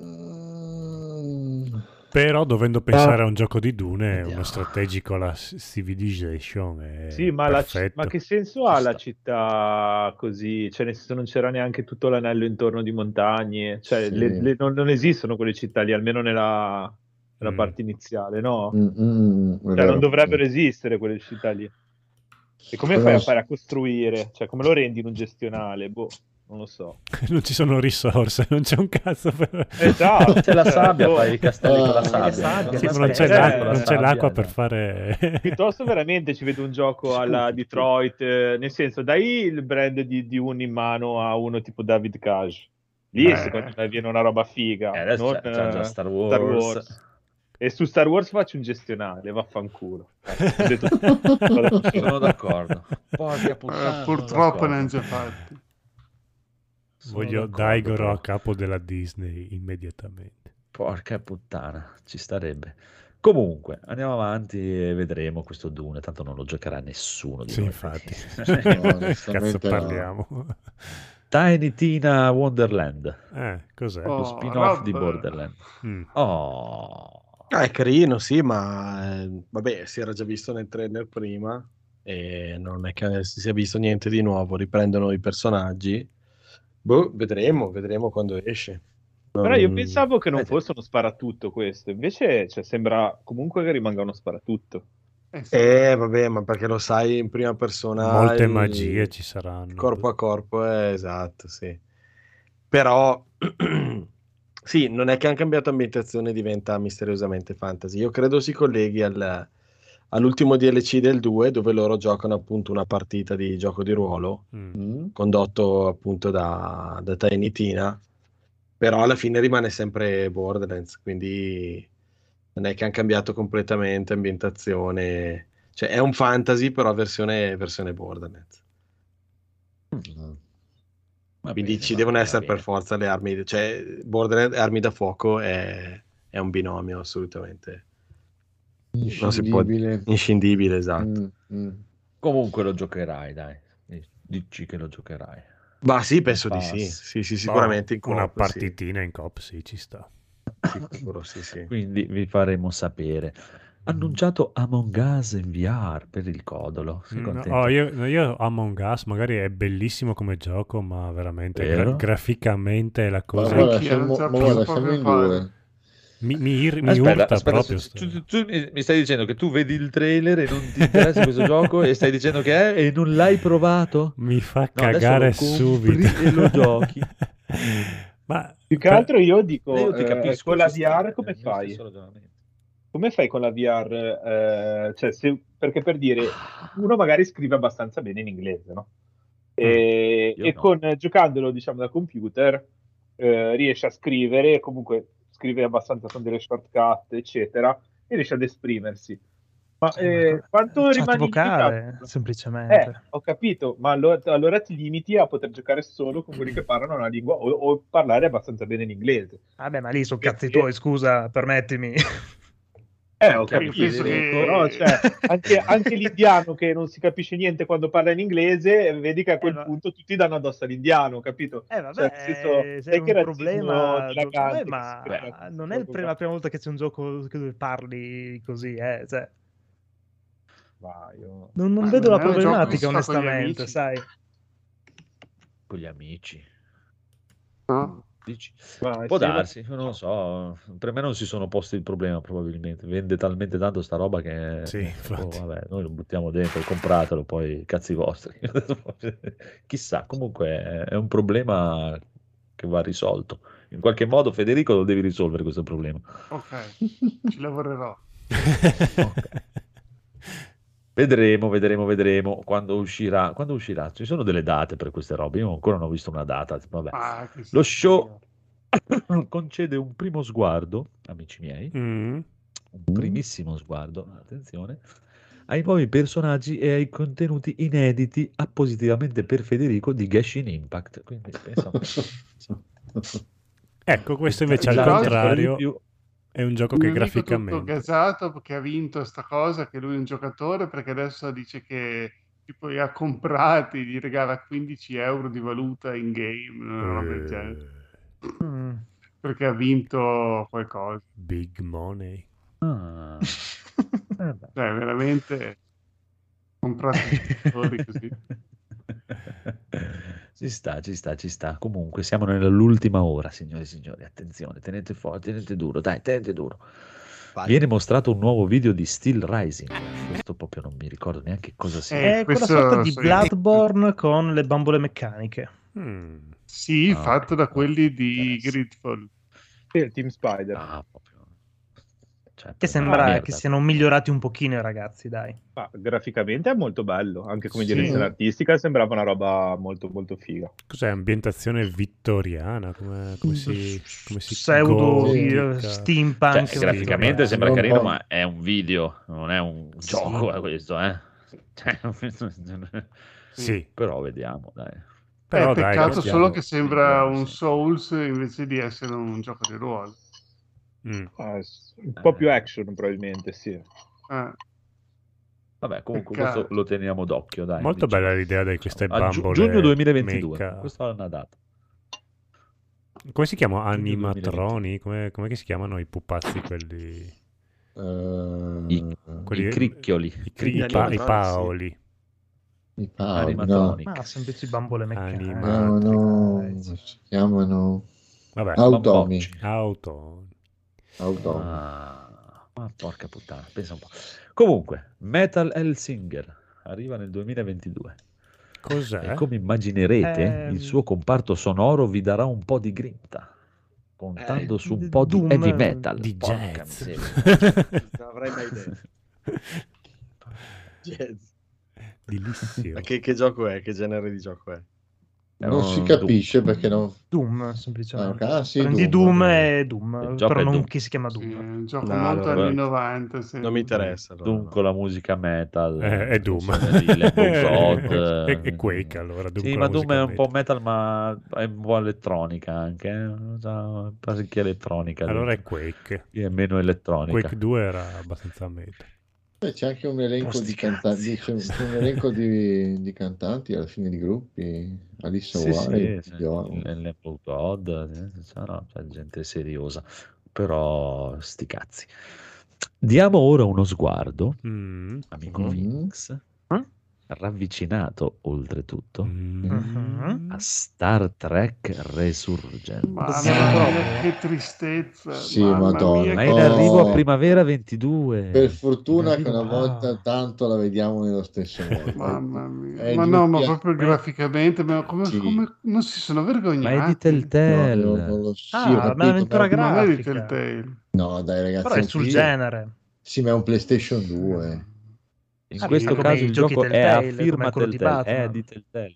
Però dovendo pensare a un gioco di Dune, Vediamo. uno strategico alla Civilization è Sì, ma, perfetto. ma che senso ha Ci la sta. città così? Cioè, nel senso non c'era neanche tutto l'anello intorno di montagne. Cioè, Sì. non esistono quelle città lì, almeno nella parte iniziale, no? È Cioè, vero. non dovrebbero esistere quelle città lì. E come fai a fare a costruire? Cioè, come lo rendi in un gestionale? Boh, non lo so. Non ci sono risorse, non c'è un cazzo per... Esatto. C'è la cioè, sabbia, boh. fai i castelli con la Ah, sabbia. Sì, Ma ma non c'è, stai con la non c'è sabbia, l'acqua per no. fare... Piuttosto veramente ci vedo un gioco alla Detroit, nel senso, dai il brand di uno in mano a uno tipo David Cage. Lì secondo me viene una roba figa. Adesso Non, c'è già Star Wars. E su Star Wars faccio un gestionale, vaffanculo. Sono d'accordo. Porca puttana, Purtroppo ne hanno già fatti. Voglio Daigoro a capo della Disney immediatamente. Porca puttana, ci starebbe. Comunque, andiamo avanti e vedremo questo Dune, tanto non lo giocherà nessuno di Sì, noi. infatti. No, Cazzo onestamente no. parliamo? Tiny Tina Wonderland, Cos'è? lo spin-off di Rob. Borderland. Mm. Oh, È carino, sì, ma vabbè, si era già visto nel trailer prima e non è che si sia visto niente di nuovo. Riprendono i personaggi. Boh, vedremo quando esce. Però io pensavo che non Vedi. fosse uno sparatutto questo, invece cioè, sembra comunque che rimanga uno sparatutto. Sì. Vabbè, ma perché lo sai in prima persona. Molte il- magie ci saranno. Corpo a corpo, esatto, sì. Però sì, non è che hanno cambiato ambientazione e diventa misteriosamente fantasy. Io credo si colleghi all'ultimo DLC del 2, dove loro giocano appunto una partita di gioco di ruolo, condotto appunto da Tiny Tina, però alla fine rimane sempre Borderlands, quindi Non è che hanno cambiato completamente ambientazione, cioè è un fantasy però versione Borderlands. Quindi ci devono essere per forza le armi, cioè Borderlands armi da fuoco è un binomio assolutamente non si può, inscindibile, esatto. Comunque lo giocherai, dai, dici che lo giocherai. Ma sì, penso di sì, sicuramente in coop, una partitina in coop, sì, ci sta. Sicuro, sì. Quindi vi faremo sapere. Annunciato Among Us in VR per il codolo. Sei contento? Io Among Us magari è bellissimo come gioco, ma veramente Vero? graficamente è la cosa. Guarda, siamo in due. Mi urta proprio. Tu mi stai dicendo che tu vedi il trailer e non ti interessa questo gioco e stai dicendo che è e non l'hai provato? Mi fa cagare subito. E lo giochi. Ma più che altro io dico, io ti capisco, con la ci sta, VR come fai? Come fai con la VR? Perché per dire, uno magari scrive abbastanza bene in inglese, no? E giocandolo, diciamo, da computer, riesce a scrivere, comunque scrive abbastanza con delle shortcut, eccetera, e riesce ad esprimersi. Ma quanto rimane vocale, semplicemente. Ho capito, ma allora ti limiti a poter giocare solo con quelli che parlano una lingua o parlare abbastanza bene in inglese. Vabbè, ma lì sono cazzi tuoi, scusa, permettimi. Ho capito, però anche l'indiano che non si capisce niente quando parla in inglese, vedi che a quel punto tutti danno addosso all'indiano, capito? Vabbè, è un problema, ma non è la prima volta che c'è un gioco dove parli così, cioè. Non vedo la problematica, onestamente, sai. Con gli amici. No? Dici? Può darsi, non lo so. Per me non si sono posti il problema, probabilmente. Vende talmente tanto sta roba che vabbè, noi lo buttiamo dentro, compratelo, poi cazzi vostri. Chissà, comunque è un problema che va risolto. In qualche modo, Federico, lo devi risolvere questo problema. Ok, ci lavorerò. Okay. Vedremo quando uscirà. Quando uscirà? Ci sono delle date per queste robe. Io ancora non ho visto una data. Vabbè. Lo show concede un primo sguardo, amici miei, un primissimo sguardo, attenzione, ai nuovi personaggi e ai contenuti inediti appositamente per Federico di Genshin Impact. Quindi penso... Ecco, questo invece al contrario... È un gioco che graficamente... tutto gasato perché ha vinto sta cosa, che lui è un giocatore, perché adesso dice che tipo li ha comprati, gli regala 15 euro di valuta in game, una roba del genere. Perché ha vinto qualcosa. Big money. Cioè, veramente comprato giocatori così. Ci sta. Comunque siamo nell'ultima ora, signore e signori. Attenzione, tenete forte, tenete duro, dai, tenete duro. Vai. Viene mostrato un nuovo video di Steel Rising. Questo proprio non mi ricordo neanche cosa sia. È quella sorta di Bloodborne con le bambole meccaniche. Sì, fatto da quelli di Gridfall. Sì, il Team Spider. Proprio. Che sembra che siano migliorati un pochino i ragazzi, dai. Ma graficamente è molto bello, anche come direzione artistica sembrava una roba molto molto figa. Cos'è? Ambientazione vittoriana? Come si pseudo steampunk. Cioè, graficamente sembra carino, ma è un video, non è un gioco questo, Sì. Però vediamo, dai. Però peccato solo che sembra un Souls invece di essere un gioco di ruolo. Un po' più action probabilmente, sì. Vabbè, comunque questo lo teniamo d'occhio, dai. Molto bella l'idea di queste bambole. Giugno 2022, questa è una data. Come si chiamano? Animatroni? Come si chiamano i pupazzi quelli? I cricchioli. I paoli. I paoli, animatronic. No. Semplici bambole meccaniche. Si chiamano vabbè, automi. Ma porca puttana, pensa un po'. Comunque, Metal Hellsinger arriva nel 2022. Cos'è? E come immaginerete, il suo comparto sonoro vi darà un po' di grinta, contando su un po' di heavy metal, di jazz. Non avrei mai detto. Jazz. Bellissimo. Ma che gioco è? Che genere di gioco è? Non si capisce perché non... Doom, semplicemente. sì, Prendi Doom e Doom, gioco però è non Doom. che si chiama Sì, Doom. è un gioco No, molto allora- anni 90. Sì. Non mi interessa. allora, Doom no. con la musica metal. È Doom. suona di Lamb of God. E Quake, allora. Doom Sì, con ma la Doom musica è un po' metal, ma è un po' elettronica anche. Parecchia elettronica. Allora dentro. è Quake. È meno elettronica. Quake 2 era abbastanza metal. C'è anche un elenco di cantanti, c'è un elenco di cantanti alla fine di gruppi, Alissa Sì, White, sì, Dio. Lamb of God, no, c'è gente seriosa, però sti cazzi. Diamo ora uno sguardo, amico Phoenix, ravvicinato oltretutto a Star Trek Resurgence. Mamma mia, che tristezza. Sì, mamma Madonna. mia, Ma che in arrivo a tristezza. primavera 22. Per fortuna In che arrivo- una volta tanto la vediamo nello stesso modo. Mamma mia. È Ma di no, un ma pia- proprio graficamente, ma come, Sì. come non si sono Ma è di vergognati? Telltale. No, non lo so, Ah, ho ma è capito, un'avventura Ma non è di grafica. Telltale. No, dai ragazzi, Però è sul genere. Sì, ma è un PlayStation 2. In Sì, questo come caso i il giochi gioco è Telltale, a firma come quello di Telltale, è Batman. di Telltale.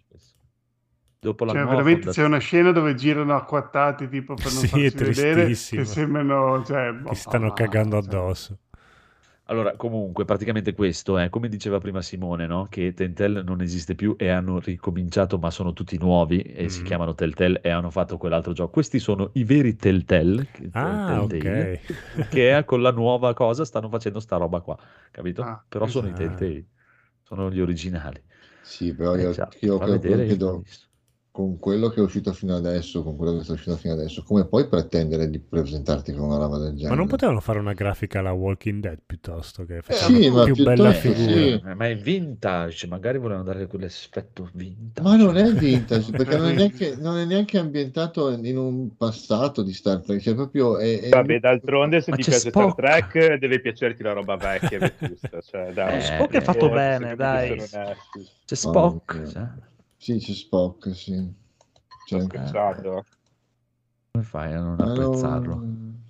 Dopo la Cioè, nuova veramente c'è fondazione. una scena dove girano acquattati tipo per non Sì, farsi è vedere, tristissimo. che sembrano, cioè, Che stanno cagando cioè, addosso. Allora, comunque, praticamente questo è, come diceva prima Simone, no? Che Telltale non esiste più e hanno ricominciato, ma sono tutti nuovi e si chiamano Telltale e hanno fatto quell'altro gioco. Questi sono i veri Telltale, Telltale, che con la nuova cosa stanno facendo sta roba qua, capito? Però sono i Telltale, sono gli originali. Sì, però io già, credo fa vedere, che io non l'ho visto. con quello che è uscito fino adesso, con quello che sta uscendo fino adesso, come puoi pretendere di presentarti con una roba del genere? Ma non potevano fare una grafica alla Walking Dead piuttosto che sì, faceva ma più bella piuttosto figura? sì. Ma è vintage, magari volevano dare quell'aspetto vintage. Ma non è vintage, perché non è neanche ambientato in un passato di Star Trek, cioè proprio Vabbè, d'altronde se Ma ti c'è piace Spock. Star Trek deve piacerti la roba vecchia, vetusta, cioè dai. Spock è fatto bene, dai. C'è Spock. Sì, c'è Spock, sì. C'ho scocciato. Come fai a non apprezzarlo?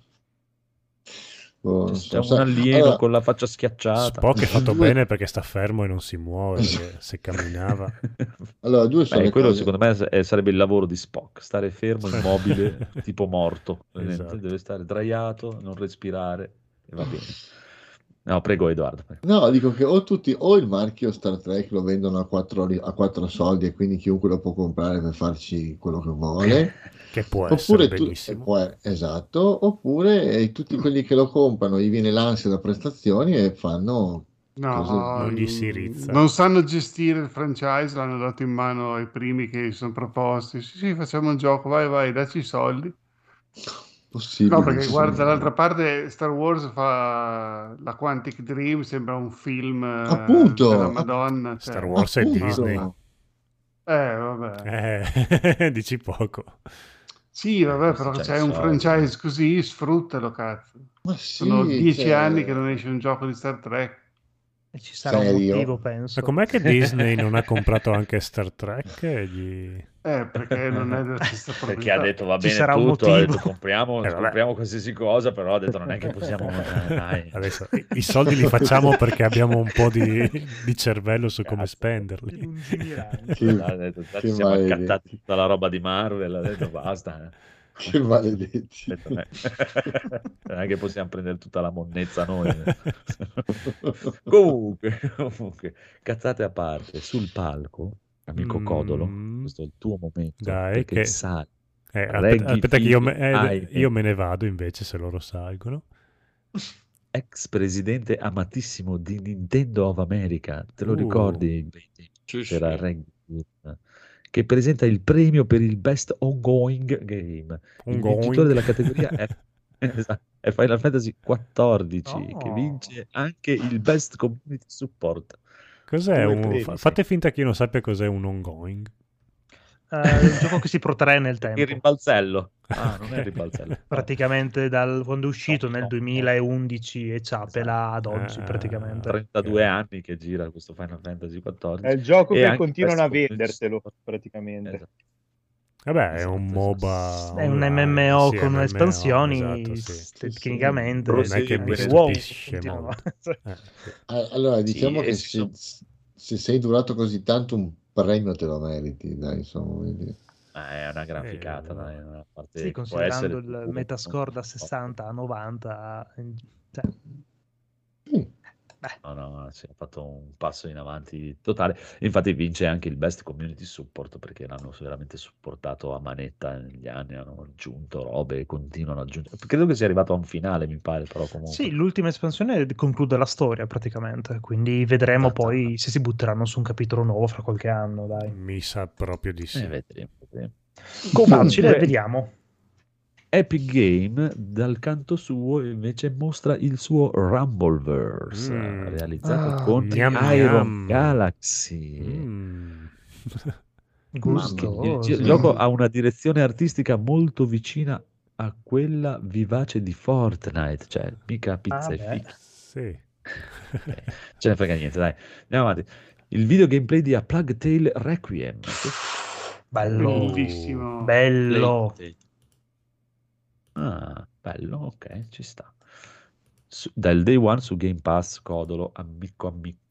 C'è un sai- alieno allora- con la faccia schiacciata. Spock è fatto Due- bene perché sta fermo e non si muove, perché se camminava. Allora, due sono Beh, le quello cose. secondo me sarebbe il lavoro di Spock, stare fermo, immobile, tipo morto. Esatto. Deve stare sdraiato, non respirare e va bene. No, prego Edoardo. No, dico che o il marchio Star Trek lo vendono a 4 soldi e quindi chiunque lo può comprare per farci quello che vuole. Che può Oppure essere benissimo. esatto, oppure tutti quelli che lo comprano gli viene l'ansia da prestazioni e fanno No, Non gli si rizza. non sanno gestire il franchise, l'hanno dato in mano ai primi che si sono proposti. Sì, facciamo un gioco, vai, dacci i soldi. possibile. No, perché Sì, guarda, sì. dall'altra parte Star Wars fa la Quantic Dream, sembra un film Appunto, della Madonna. cioè. Star Wars e appunto. Disney. Vabbè. Dici poco. Sì, vabbè, però C'è c'è i un soldi. franchise così, sfruttalo, cazzo. Ma sì, Sono 10 cioè, anni che non esce un gioco di Star Trek. E ci sarà un Serio? motivo, penso. Ma com'è che Disney non ha comprato anche Star Trek? Perché non è della stessa proprietà. Perché ha detto va Ci bene sarà un tutto, ha motivo. detto vabbè. compriamo qualsiasi cosa, però ha detto non è che possiamo... dai. Adesso i soldi li facciamo perché abbiamo un po' di cervello su come spenderli. Ha detto, già che ci siamo maledetti. accattati tutta la roba di Marvel, ha detto basta. Che maledetti. Ha detto, non è che possiamo prendere tutta la monnezza noi. Comunque, cazzate a parte, sul palco, amico Codolo, questo è il tuo momento, Dai, perché che... sale. aspetta che io Figli io me ne vado invece se loro salgono. Ex presidente amatissimo di Nintendo of America, te lo ricordi? Sì, C'era sì. Reggie Fils, che presenta il premio per il Best Ongoing Game. Il vincitore della categoria è Final Fantasy XIV, che vince anche il Best Community Support. Cos'è Due un... premi, Fate finta che io non sappia cos'è un ongoing. Un gioco che si protrae nel tempo. Il rimbalzello. Ah, non è il rimbalzello. Praticamente quando è uscito nel 2011 e ciapela ad oggi praticamente. 32 anni che gira questo Final Fantasy XIV. È il gioco E che anche continuano a Best vendertelo praticamente. Esatto. Vabbè, è un MOBA. È un online, MMO sì, con MMO, espansioni, esatto, sì. tecnicamente. Non è che mi dire, wow, stupisce continua. molto. Allora, diciamo Sì, che se sei durato così tanto un premio te lo meriti, dai, insomma, vedi. È una gran ficata, dai, una parte Sì, che può essere considerando il più- metascore da 60 a 90, cioè, No, sì, ha fatto un passo in avanti totale. Infatti vince anche il Best Community Support perché l'hanno veramente supportato a manetta negli anni, hanno aggiunto robe e continuano ad aggiungere. Credo che sia arrivato a un finale, mi pare, però comunque. sì, l'ultima espansione conclude la storia praticamente, quindi vedremo poi se si butteranno su un capitolo nuovo fra qualche anno, dai. Mi sa proprio di sì. Vedremo. Facile, vediamo. Epic Game dal canto suo invece mostra il suo Rumbleverse realizzato con Gnam Iron gnam. Galaxy. Gustoso. Il gioco ha una direzione artistica molto vicina a quella vivace di Fortnite, cioè mica pizza e fichi. Sì. Ce ne frega niente, dai. Andiamo avanti. Il video gameplay di A Plague Tale Requiem. Bello. Bellissimo. Bello. Ah, bello, ok, ci sta. Dal day one su Game Pass, codolo, amico.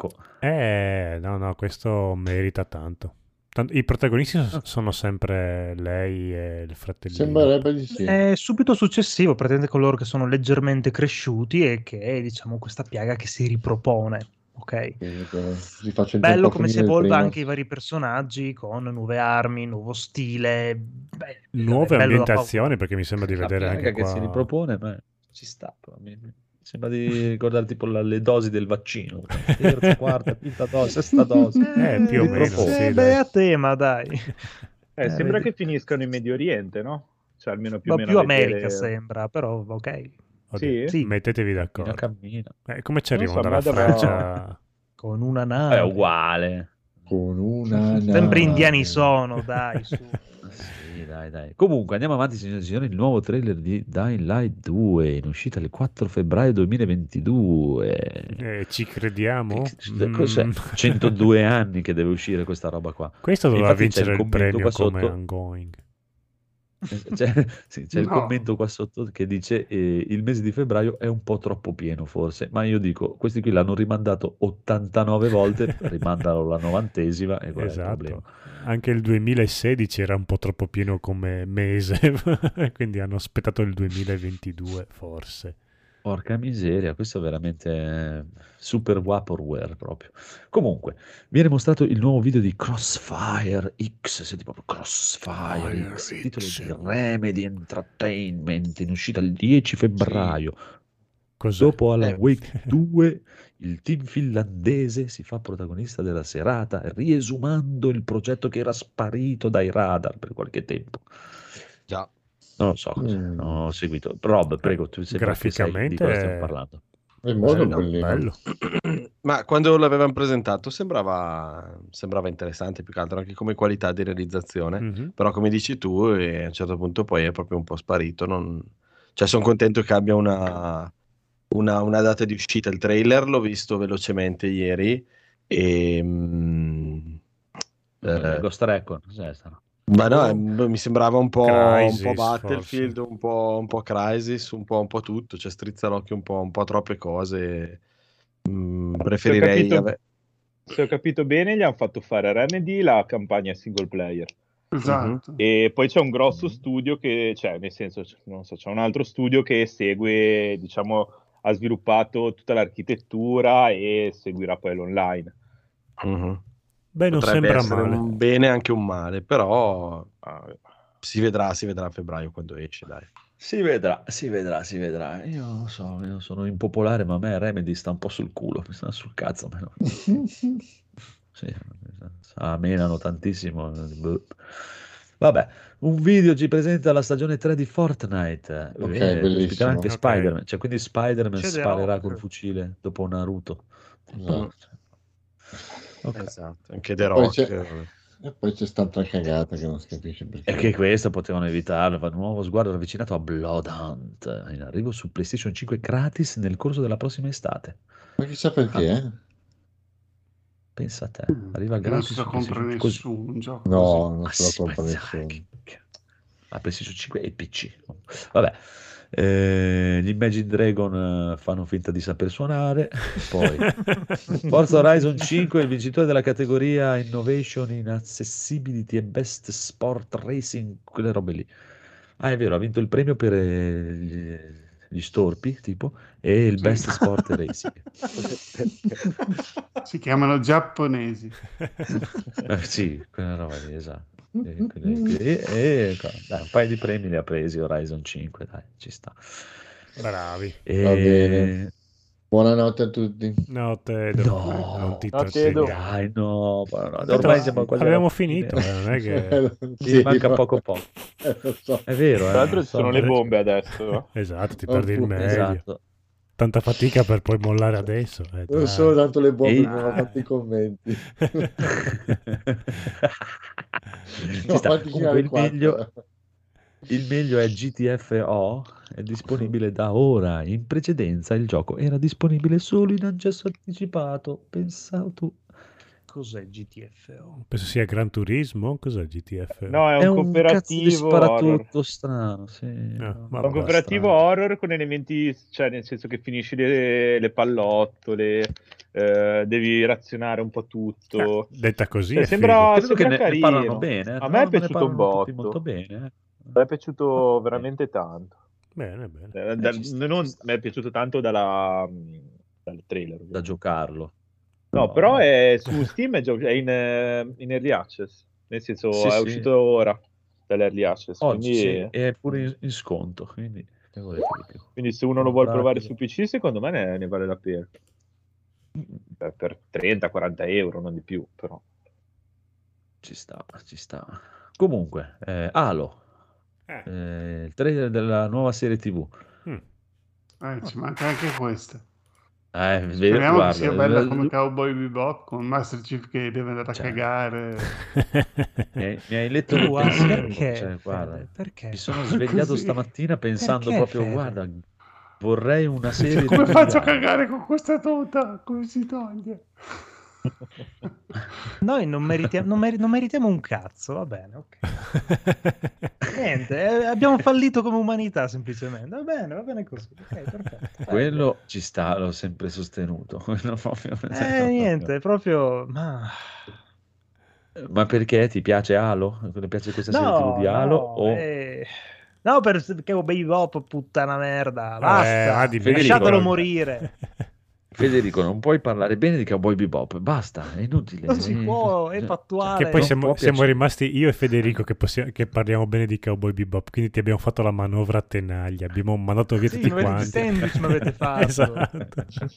No, questo merita tanto. I protagonisti sono sempre lei e il fratellino. Sembrerebbe di sì. È subito successivo, praticamente coloro che sono leggermente cresciuti e che è, diciamo, questa piaga che si ripropone. Ok, Vi faccio il bello tempo a come si finire il evolva primo. anche i vari personaggi con nuove armi, nuovo stile, Nuove bello da ambientazioni, perché mi sembra di La vedere piaga anche che qua. si ripropone, ma ci sta. Però mi sembra di ricordare tipo le dosi del vaccino. Terza, quarta, quinta dose, sesta dose. Più o meno, Ripropone. sì, beh, dai. a tema, dai. Sembra vedi. che finiscano in Medio Oriente, no? Cioè almeno più o Ma meno più a vedere... America sembra, però ok. Oddio, Sì? mettetevi d'accordo. Cammina. Come ci Non so, arrivano a me dalla dava- Francia? Con una È nave. uguale. Con una Sempre nave. indiani sono, dai, su. Sì, dai. Comunque, andiamo avanti, signori e signori. Il nuovo trailer di Dying Light 2 in uscita il 4 febbraio 2022. Ci crediamo? Cos'è? 102 anni che deve uscire questa roba qua. Questo E doveva infatti c'è vincere il commento premio qua come sotto. ongoing. C'è il No. commento qua sotto che dice il mese di febbraio è un po' troppo pieno forse, ma io dico, questi qui l'hanno rimandato 89 volte, rimandalo la 90ª e qual è il problema? Esatto. Anche il 2016 era un po' troppo pieno come mese, quindi hanno aspettato il 2022 forse. Porca miseria, questo è veramente super vaporware proprio. Comunque, viene mostrato il nuovo video di Crossfire X, senti proprio Crossfire X, titolo di Remedy Entertainment, in uscita il 10 febbraio. Cos'è? Dopo Alan Wake 2, il team finlandese si fa protagonista della serata, riesumando il progetto che era sparito dai radar per qualche tempo. Già. Non lo so, non ho seguito. Rob, prego, tu sei graficamente di cosa stiamo parlando? È molto Bello. bellino. Ma quando l'avevano presentato sembrava interessante, più che altro anche come qualità di realizzazione. Però come dici tu, a un certo punto poi è proprio un po' sparito. Cioè, sono contento che abbia una data di uscita. Il trailer l'ho visto velocemente ieri e Ghost Recon, cos'è sta? ma no, mi sembrava un po' Crysis, Battlefield, un po' Crysis, un po' tutto, cioè strizza l'occhio un po' a troppe cose. Preferirei Se ho capito bene, gli hanno fatto fare a Remedy la campagna single player. Esatto. E poi c'è un grosso studio che, cioè, nel senso, non so, c'è un altro studio che segue, diciamo, ha sviluppato tutta l'architettura e seguirà poi l'online. Beh, non Potrebbe sembra essere male. un bene anche un male, però si vedrà a febbraio quando esce, dai. Si vedrà. Io non so, io sono impopolare, ma a me Remedy sta un po' sul culo, mi sta sul cazzo. Sì, menano tantissimo. Vabbè, un video ci presenta la stagione 3 di Fortnite. bellissimo. Ospiterà anche Ok. Spider-Man, cioè quindi Spider-Man C'è The sparerà Rock. col fucile dopo Naruto. Ok. Esatto, anche The E poi Rock. E poi c'è sta altra cagata che non si capisce perché. E che questo potevano evitarlo. Fa nuovo sguardo ravvicinato a Blood Hunt, in arrivo su PlayStation 5 gratis nel corso della prossima estate. Ma chissà perché, Pensa a te, arriva Che non gratis se lo su compra PlayStation 5 così. nessuno. Un gioco No, così. non se lo compra nessuno. La PlayStation 5 e PC. Vabbè. Gli Imagine Dragon fanno finta di saper suonare. Poi Forza Horizon 5, il vincitore della categoria Innovation in Accessibility e Best Sport Racing, quelle robe lì. Ah, è vero, ha vinto il premio per gli storpi, tipo, e il Sì. Best Sport Racing. Si chiamano giapponesi. Sì, quella roba lì, esatto. Dai, un paio di premi li ha presi Horizon 5, dai, ci sta. Bravi. Va bene. Buonanotte a tutti. Notte, No, non ti notte, tratteggiamo. dai, no, Tanto ormai siamo quasi avevamo alla fine. finito, non è che... Sì, manca poco. Lo so. È vero, Tra l'altro ci so, sono le bombe adesso. Esatto, ti perdi il meglio. Esatto. Tanta fatica per poi mollare adesso. Non dai. solo tanto le bombe, E- non ho fatto i commenti. Ci sta. Quanti Comunque, il finali? meglio, il meglio è GTFO, è disponibile da ora. In precedenza il gioco era disponibile solo in accesso anticipato. Pensa tu. Cos'è GTFO? Penso sia Gran Turismo. Cos'è GTF? No, è È un un cazzo di cooperativo horror. sparatutto strano. Sì, Ah, no, ma È un cooperativo horror con elementi, cioè nel senso che finisci le pallottole, devi razionare un po' tutto. Detta così Cioè, è sembra, Credo che sembra ne parlano carino. bene. A no? me è Non ne piaciuto un parlano tutti botto. molto bene. Mi è piaciuto veramente tanto. Bene, bene. Ci sta, Non ci sta. mi è piaciuto tanto dal trailer. Da ovviamente. giocarlo. No, però è su Steam, è in early access. Nel senso, Sì, è sì. uscito ora dall'early access. Oggi Quindi, sì, è pure in sconto, quindi che volete di più. quindi se uno lo vuole provare Comprate. su PC, secondo me ne vale la pena. Per 30-40 euro, non di più, però. Ci sta. Comunque, Halo, il trailer della nuova serie TV. Ci manca anche questa. Guarda, Speriamo che sia bella come Cowboy Bebop con Master Chief che deve andare a cagare. mi hai letto nel Guarda, pensiero, perché, cioè, guarda, Fede, perché? mi sono svegliato Così. stamattina pensando Perché, proprio, Fede? guarda, vorrei una serie Come TV faccio a di Halo. cagare con questa tuta? Come si toglie? Noi non meritiamo un cazzo, va bene, ok. Niente, abbiamo fallito come umanità semplicemente. Va bene così. Ok, perfetto. Quello ci sta, l'ho sempre sostenuto. Quello proprio- Niente, proprio... Ma perché ti piace Halo? Ti piace questa serie TV di Halo? O... No, perché Baby Bop, puttana merda, basta, Federico, lasciatelo morire. Federico, non puoi parlare bene di Cowboy Bebop, basta, è inutile. Non si può, è fattuale. Che poi Non siamo può piacere. rimasti io e Federico che parliamo bene di Cowboy Bebop, quindi ti abbiamo fatto la manovra a tenaglia, abbiamo mandato via Sì, tutti mi avete quanti. sandwich, mi avete fatto. Esatto.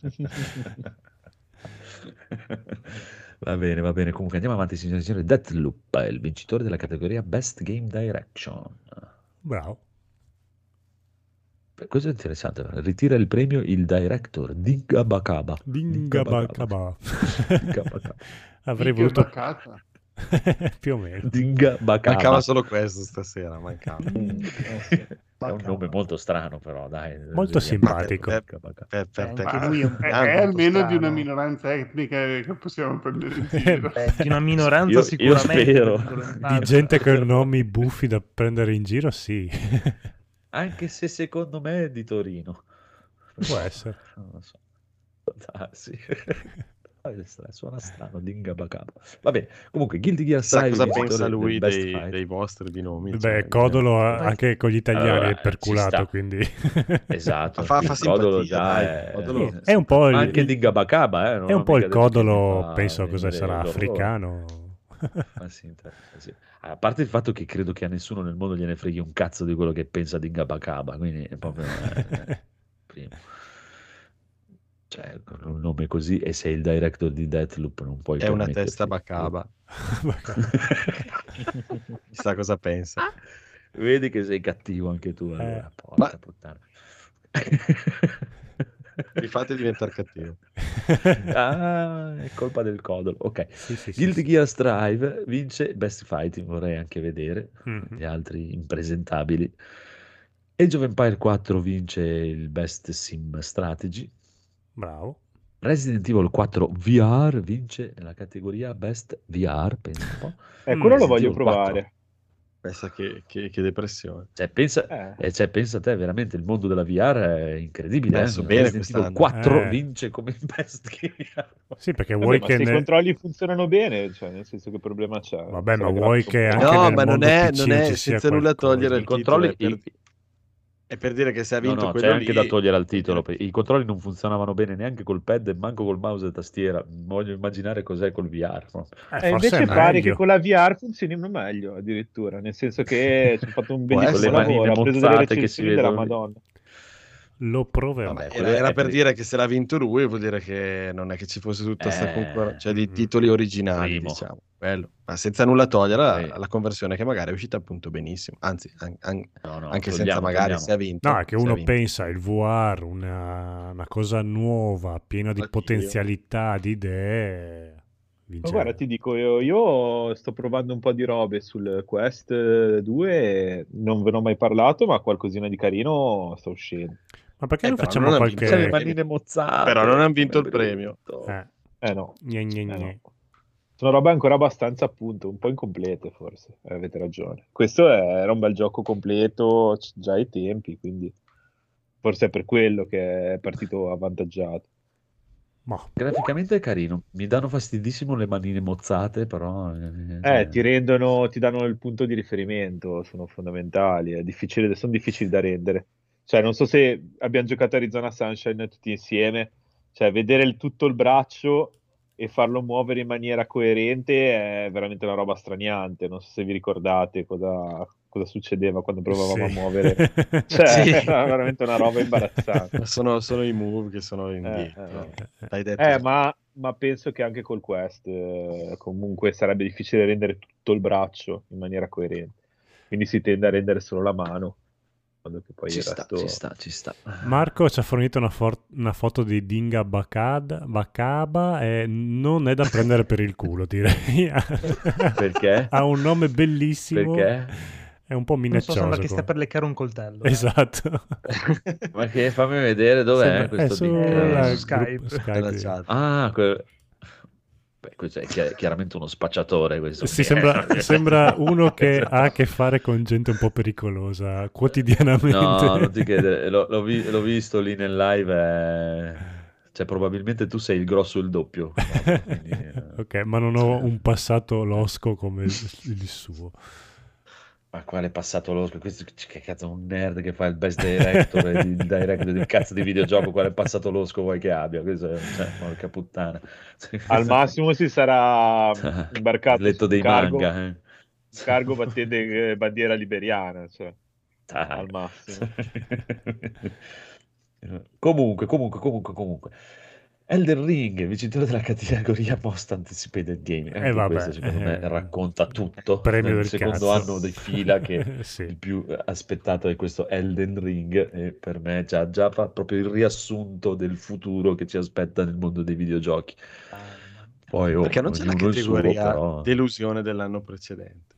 Va bene, comunque andiamo avanti, signori e signori. Deathloop è il vincitore della categoria Best Game Direction. Bravo. Questo è interessante, ritira il premio il director Dinga Bakaba. Dingabakaba. Avrei Minchia voluto baccata. più o meno. Dinga Bakaba. Mancava solo questo stasera, mancava. È un nome molto strano, però, dai. Molto simpatico. Per te Ma che è almeno di una strano. minoranza etnica che possiamo prendere in giro. Di una minoranza Io sicuramente. spero. Di gente con nomi buffi da prendere in giro, sì. Anche se secondo me è di Torino. Può essere. Non lo so. Sì. Suona strano, Dinga Bakaba. Va bene, comunque Guilty Gear Sa Strive cosa vincitore pensa del lui Best dei, Fight. dei vostri di nomi? Beh, cioè, Codolo anche con gli italiani Allora, è perculato, ci sta. quindi... Esatto, Fa il Codolo simpatia, già dai. Codolo- È un po' anche Dinga Bakaba, non è un ho po' il mica detto che Codolo, mi fa penso cosa venire sarà, l'orrore. africano. Ma sì, sì. A parte il fatto che credo che a nessuno nel mondo gliene freghi un cazzo di quello che pensa Dinga Bakaba, quindi è proprio primo. Cioè, con un nome così, e sei il director di Deathloop, non puoi È una permetterti. testa bacaba. Chissà cosa pensa. Vedi che sei cattivo anche tu, allora. Porca Ma- puttana. Mi fate diventare cattivo. Ah, è colpa del Codolo. Ok. Sì, Guilty Gear Strive vince Best Fighting, vorrei anche vedere Mhm. gli altri impresentabili. Age of Empire 4 vince il Best Sim Strategy. Bravo. Resident Evil 4 VR vince nella categoria Best VR, pensa un po'. Quello lo Resident voglio Evil 4. provare. Pensa che depressione. Pensa a te, veramente il mondo della VR è incredibile. Messo bene Resident Evil quest'anno. 4 vince come best game. Sì, perché Vabbè, vuoi ma che se i controlli funzionano bene, cioè nel senso che problema c'è? Vabbè, ma Sarà vuoi grazie che a- anche No, nel ma non mondo è, PC non non è ci sia senza nulla qualcosa. togliere I il controlli, titolo. È per dire che se ha vinto no, quello c'è anche lì, da togliere al titolo. I controlli non funzionavano bene neanche col pad e manco col mouse e tastiera. Voglio immaginare cos'è col VR. No? E invece pare che con la VR funzionino meglio addirittura, nel senso che ci ha fatto un Può bellissimo essere. lavoro, ha Con le preso manine delle mozzate che si recensioni della vedono lì. Madonna. Lo proverò. Vabbè, era per dire che se l'ha vinto lui vuol dire che non è che ci fosse tutta questa concorrenza, cioè di titoli originali, primo. diciamo. Bello. Ma senza nulla togliere la conversione che magari è uscita appunto benissimo, anzi anche senza magari se ha vinto. No, è che se ha uno vinto. pensa il VR, una cosa nuova, piena di potenzialità, di idee. Ma guarda, ti dico, io sto provando un po' di robe sul Quest 2, non ve ne ho mai parlato, ma qualcosina di carino sta uscendo. Ma perché non però facciamo non ha qualche... vinto le manine mozzate. Però non hanno vinto il premio. No. Gne, gne, gne. No. Sono robe ancora abbastanza, appunto, un po' incomplete forse, avete ragione. Questo era un bel gioco completo già ai tempi, quindi forse è per quello che è partito avvantaggiato. Graficamente è carino. Mi danno fastidissimo le manine mozzate, però... Ti danno il punto di riferimento, sono fondamentali, sono difficili da rendere. Cioè, non so se abbiamo giocato a Arizona Sunshine tutti insieme, cioè vedere tutto il braccio e farlo muovere in maniera coerente è veramente una roba straniante. Non so se vi ricordate cosa succedeva quando provavamo a muovere. Cioè, Sì. era veramente una roba imbarazzante. sono i move che sono indietro. L'hai detto. Ma penso che anche col Quest comunque sarebbe difficile rendere tutto il braccio in maniera coerente. Quindi si tende a rendere solo la mano. Quando che poi Ci il sta, resto... ci sta. Marco ci ha fornito una foto di Dinga Bacaba e non è da prendere per il culo, direi. Perché? Ha un nome bellissimo. Perché? È un po' Non so, minaccioso. sembra che stia per leccare un coltello. Esatto. Ma che fammi vedere dov'è questo su link. Skype. Ah, beh, questo è chiaramente uno spacciatore. Questo. Sì, sembra uno che ha a che fare con gente un po' pericolosa quotidianamente. No, non ti chiedere, l'ho visto lì nel live. Cioè, probabilmente tu sei il grosso o il doppio. Quindi, Ok, ma non ho un passato losco come il suo. Ma quale passato losco? Questo che cazzo è un nerd che fa il best director e il director di cazzo di videogioco, quale passato losco vuoi che abbia? Questo è, cioè, porca puttana. Al massimo si sarà imbarcato letto su dei cargo, manga. cargo battente bandiera liberiana, cioè, al massimo. Comunque. Elden Ring, vincitore della categoria Most Anticipated Game. Anche questo secondo me racconta tutto. Premio Nel del secondo cazzo. anno di fila che Sì. il più aspettato è questo Elden Ring e per me già fa proprio il riassunto del futuro che ci aspetta nel mondo dei videogiochi. Poi Perché non c'è la ognuno il suo, categoria però... delusione dell'anno precedente.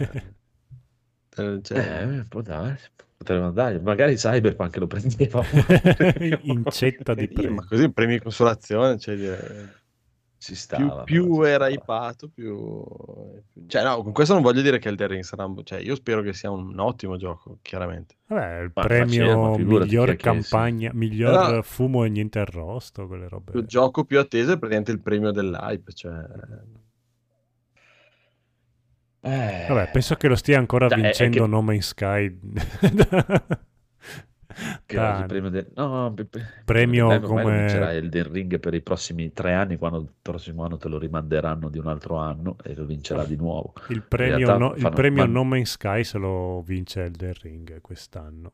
Può darsi. Potremmo andare, magari Cyberpunk lo prendeva incetta di premi. Ma così premi di consolazione, cioè, ci stava, più era hypato, più... Cioè no, con questo non voglio dire che Elden Ring sarà cioè io spero che sia un ottimo gioco, chiaramente. Vabbè, il Ma premio figurati, miglior che campagna, miglior fumo e niente arrosto, quelle robe. Il gioco più atteso è praticamente il premio dell'hype, cioè... Vabbè, penso che lo stia ancora vincendo No Man's Sky. Premio come vincerà Elden Ring per i prossimi 3 anni, quando il prossimo anno te lo rimanderanno di un altro anno e lo vincerà di nuovo. Il premio, No Man's Sky se lo vince Elden Ring quest'anno.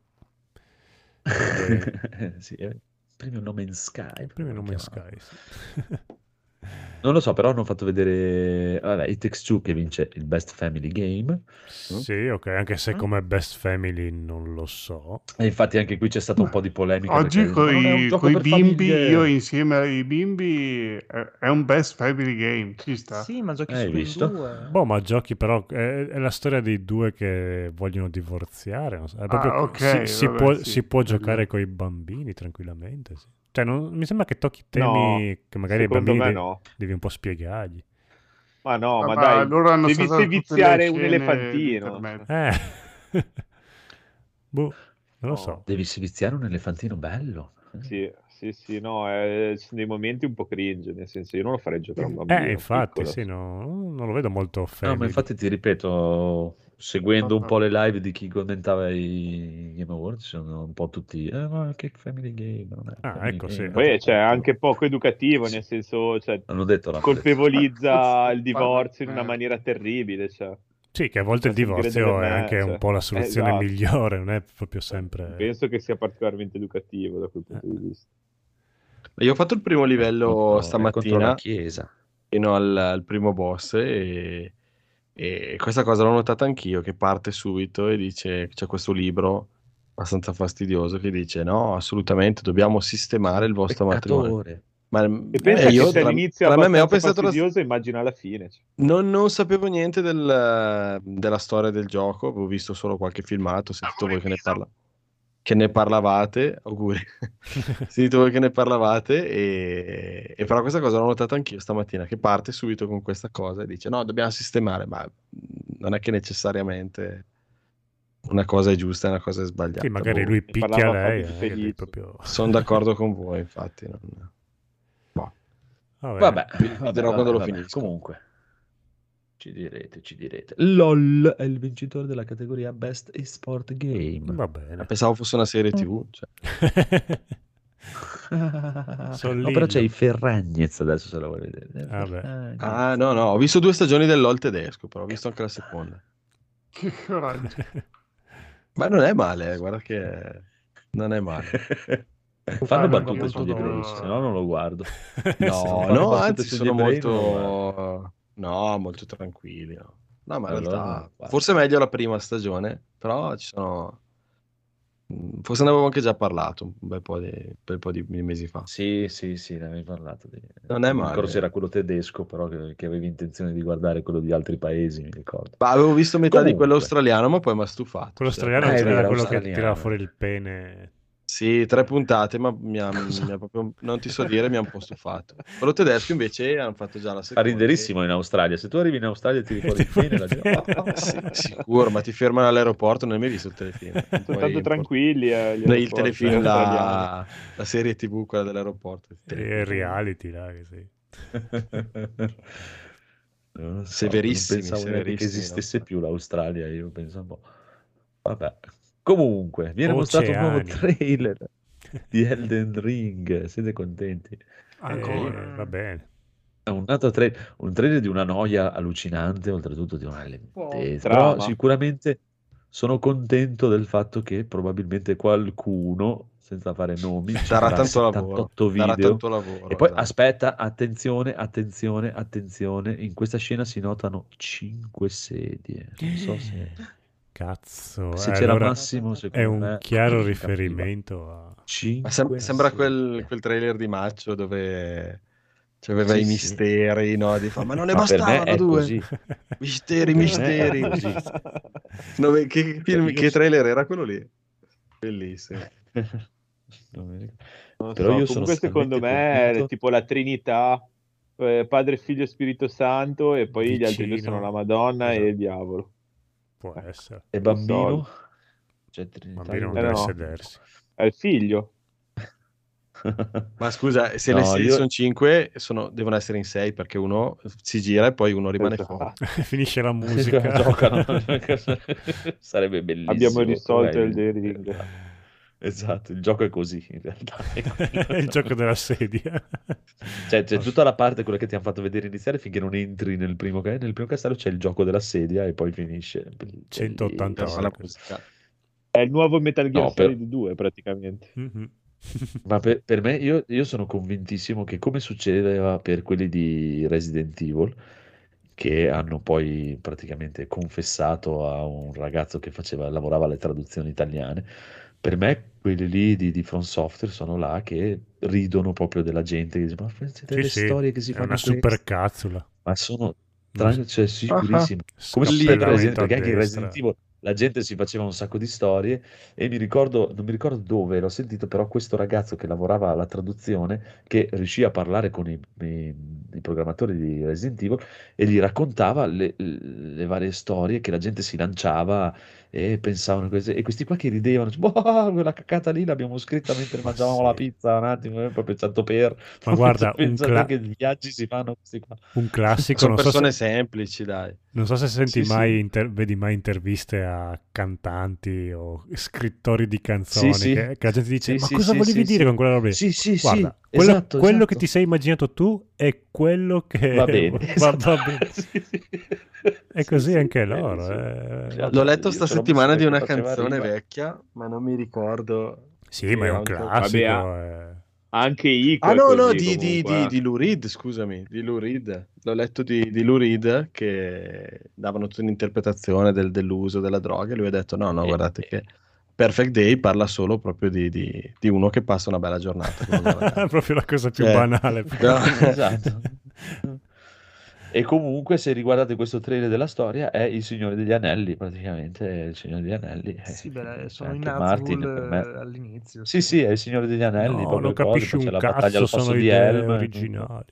Sì, premio No Man's Sky. Il premio No Man's Sky, sì. Non lo so, però hanno fatto vedere It Takes Two che vince il Best Family Game. Sì, ok, anche se come Best Family non lo so. E infatti anche qui c'è stata un po' di polemica. Oggi con i bimbi, famiglie. io insieme ai bimbi, è un Best Family Game, ci sta. Sì, ma giochi Hai su visto? due. Boh, ma giochi però è la storia dei due che vogliono divorziare. Non so. È proprio, ok, si può giocare con i bambini tranquillamente. Sì. Cioè, mi sembra che tocchi temi che magari ai bambini devi un po' spiegargli. Ma no, ma Ma dai, loro hanno devi saltato tutte le seviziare un scene elefantino. d'internet. Boh, non lo No. so. Devi seviziare un elefantino bello. Sì, no, ci sono dei momenti un po' cringe, nel senso io non lo farei giocare a un bambino Infatti, piccolo. sì, no, non lo vedo molto No, ma family. infatti ti ripeto, seguendo un po' le live di chi commentava i Game Awards, sono un po' tutti, ma che family game, non è family ecco, game, sì. Poi c'è no. anche poco educativo, nel senso, cioè, L'hanno detto, l'hanno colpevolizza il Parla- divorzio in una maniera terribile, cioè. Sì, che a volte il Fa sentire divorzio delle è anche cioè, un po' la soluzione esatto. migliore, non è proprio sempre... Penso che sia particolarmente educativo da quel punto di vista. Io ho fatto il primo livello contro la stamattina Chiesa. fino al primo boss e questa cosa l'ho notata anch'io, che parte subito e dice, c'è questo libro abbastanza fastidioso che dice no, assolutamente dobbiamo sistemare il vostro matrimonio. Peccatore. Ma E pensa io che se tra all'inizio è me ho abbastanza pensato fastidioso, immagina la fine. Cioè. non sapevo niente della storia del gioco, avevo visto solo qualche filmato, ho sentito voi che ne parlavate, auguri, ho sentito voi che ne parlavate e però questa cosa l'ho notata anch'io stamattina, che parte subito con questa cosa e dice no, dobbiamo sistemare, ma non è che necessariamente una cosa è giusta e una cosa è sbagliata. Sì, magari lui picchia lei, che lei proprio... Sono d'accordo con voi, infatti. Vabbè, vedrò quando lo finisco. Comunque, ci direte. LOL è il vincitore della categoria Best eSport Game. Va bene. Pensavo fosse una serie TV. Cioè. No, però c'è i Ferragnez adesso, se lo vuoi vedere. Ah, no, ho visto 2 stagioni del LOL tedesco, però ho visto anche la seconda. Che coraggio. Ma non è male, guarda che non è male. Fanno battute sugli ebrei, se no non lo guardo. No, anzi sono molto tranquilli. No, ma in realtà forse è meglio la prima stagione, però ci sono... Forse ne avevo anche già parlato un bel po' di mesi fa. Sì, ne avevi parlato. Non è Mi male. ricordo se era quello tedesco, però che avevi intenzione di guardare quello di altri paesi, mi ricordo. Ma avevo visto metà di quello australiano, ma poi mi ha stufato. Quello australiano era quello che tirava fuori il pene. Sì, 3 puntate, ma mi ha proprio, non ti so dire, mi ha un po' stufato. Quello tedesco invece hanno fatto già la seconda. Fa riderissimo in Australia. Se tu arrivi in Australia e tiri fuori il pene, la gente... Sì, sicuro, ma ti fermano all'aeroporto, non hai mai visto il telefilm. Sono tanto tranquilli. Il telefilm, la serie TV, quella dell'aeroporto. Il reality, là, che sì. Severissimi, non pensavo neanche che esistesse più l'Australia, io pensavo... Vabbè. Comunque, viene mostrato un nuovo trailer di Elden Ring. Siete contenti? Va bene. Un altro un trailer di una noia allucinante, oltretutto di una lentezza. Però sicuramente sono contento del fatto che probabilmente qualcuno, senza fare nomi, darà tanto 78 lavoro. video. Tanto lavoro, e poi esatto. aspetta, attenzione, in questa scena si notano 5 sedie. Non so se... Cazzo, se c'era Massimo, è un chiaro riferimento a... Ma sembra quel trailer di Maccio dove c'aveva i misteri, no? Ma non ne bastavano 2 misteri. Che trailer era quello lì? Bellissimo. Però io comunque secondo me è tipo la Trinità, Padre, Figlio e Spirito Santo, e poi gli altri 2 sono la Madonna e il diavolo. Può essere. E bambino? Bambino non deve sedersi. È il figlio. Ma scusa, se le sedie sono 5, devono essere in 6 perché uno si gira e poi uno rimane fuori. Finisce la musica. Giocano. Sarebbe bellissimo. Abbiamo risolto il Ring. Esatto, il gioco è così in realtà. Il gioco della sedia. Cioè, c'è tutta la parte, quella che ti hanno fatto vedere iniziare, finché non entri nel primo castello c'è il gioco della sedia e poi finisce. 180 ore. È il nuovo Metal Gear Solid 2 praticamente. Mm-hmm. Ma per me, io sono convintissimo che, come succedeva per quelli di Resident Evil, che hanno poi praticamente confessato a un ragazzo che lavorava alle traduzioni italiane, per me quelli lì di From Software sono là che ridono proprio della gente che dice, ma siete le storie che si fanno, è una super cazzula, ma sono sicurissimo, come succede perché anche in Resident Evil la gente si faceva un sacco di storie e non mi ricordo dove l'ho sentito, però questo ragazzo che lavorava alla traduzione, che riuscì a parlare con i programmatori di Resident Evil e gli raccontava le varie storie che la gente si lanciava e pensavano e questi qua che ridevano, boh, quella cacata lì l'abbiamo scritta mentre mangiavamo la pizza un attimo, proprio tanto Ma guarda, pensate che viaggi si fanno questi qua. un classico, Sono non so persone se, semplici, dai. non so se senti Sì, mai, sì. vedi mai interviste a cantanti o scrittori di Sì, canzoni sì. che la gente dice, Sì, ma sì, cosa sì, volevi sì, dire sì. con quella roba lì? Sì, sì, Guarda, sì, quello, esatto, quello che esatto. ti sei immaginato tu è quello che Va bene, va esatto. bene. Sì, sì. È Sì, così sì, anche bene, loro. sì. Vabbè. L'ho letto Io sta ce l'ho messo settimana di perché una faceva canzone rima. vecchia, ma non mi ricordo. Sì, ma è Che un a un certo- classico. Vabbè, anche Ico Ah è no, no, così comunque. di Lou Reed, scusami, di Lou Reed. L'ho letto di Lou Reed che davano tutta un'interpretazione dell'uso della droga e lui ha detto no, guardate che Perfect Day parla solo proprio di uno che passa una bella giornata con una ragazza. Proprio la cosa più Cioè, banale. no. Esatto. E comunque, se riguardate questo trailer della storia, è il Signore degli Anelli, praticamente è il Signore degli Anelli. Sì, beh, C'è sono in anche Martin Nazgûl per me. all'inizio. Sì, sì, è il Signore degli Anelli, No, proprio non il coso, capisci poi c'è un la battaglia cazzo, al fosso sono di idee Helm. originali.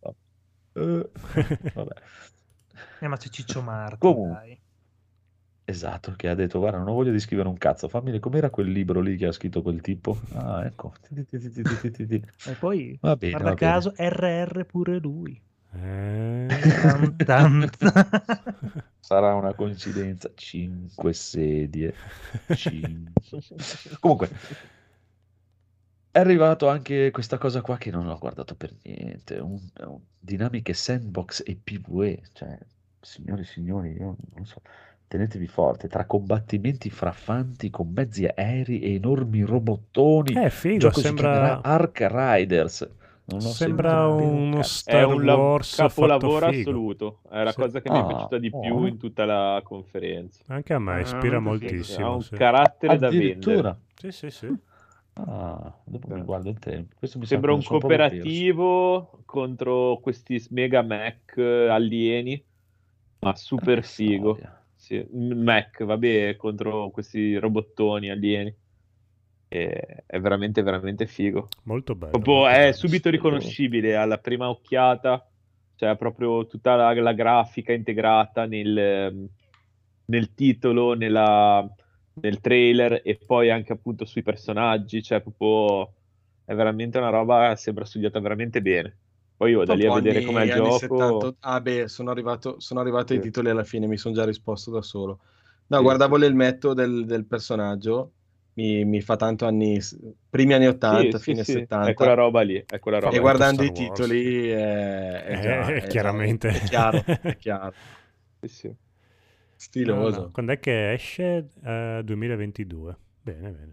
Vabbè. Ma c'è Ciccio Marti, Comunque, dai. esatto, che ha detto, guarda, non ho voglia di scrivere un cazzo, fammi com'era quel libro lì che ha scritto quel tipo? Ah, ecco. E poi, Va bene, guarda va bene. caso, RR pure lui. Eh. Tan, tan, tan. Sarà una coincidenza. 5 sedie. 5. Comunque, è arrivato anche questa cosa qua che non l'ho guardato per niente. Dinamiche sandbox e PvE. Cioè, signori, io non so. Tenetevi forte. Tra combattimenti fraffanti con mezzi aerei e enormi robottoni. Il Figo, gioco si chiamerà sembra, Ark Riders. Non l'ho sembra sentito bene un uno cazzo. È Star un Wars fatto capolavoro figo. assoluto. È la Sì. cosa che mi è Ah, piaciuta di più buono. in tutta la conferenza. Anche a me ispira veramente figo. Ha moltissimo. un Sì. carattere da vendere. Addirittura. Sì, sì, sì. Ah, dopo mi guardo il tempo. Questo mi sa Sembra che un non sono proprio perso. cooperativo contro questi mega mech alieni, ma super Che figo. storia. Sì, mech, vabbè, contro questi robottoni alieni. È veramente, veramente figo. Molto bello. Proprio molto è bello. subito riconoscibile alla prima occhiata, cioè proprio tutta la grafica integrata nel titolo, nel trailer e poi anche appunto sui personaggi, cioè proprio è veramente una roba, sembra studiata veramente bene. Poi io da lì a Dopo vedere com'è il anni gioco, 70. Ah, beh, sono arrivato ai sì, titoli alla fine, mi sono già risposto da solo. No, sì, guardavo sì, sì. l'elmetto del personagio, mi fa tanto primi anni Sì, 80, sì, fine sì, è 70, quella roba lì, è quella e roba lì. guardando Star i Wars. titoli è Chiaramente. chiaro, è chiaro. Sì, sì. No, Stiloso. no. Quando è che esce? 2022. Bene, bene.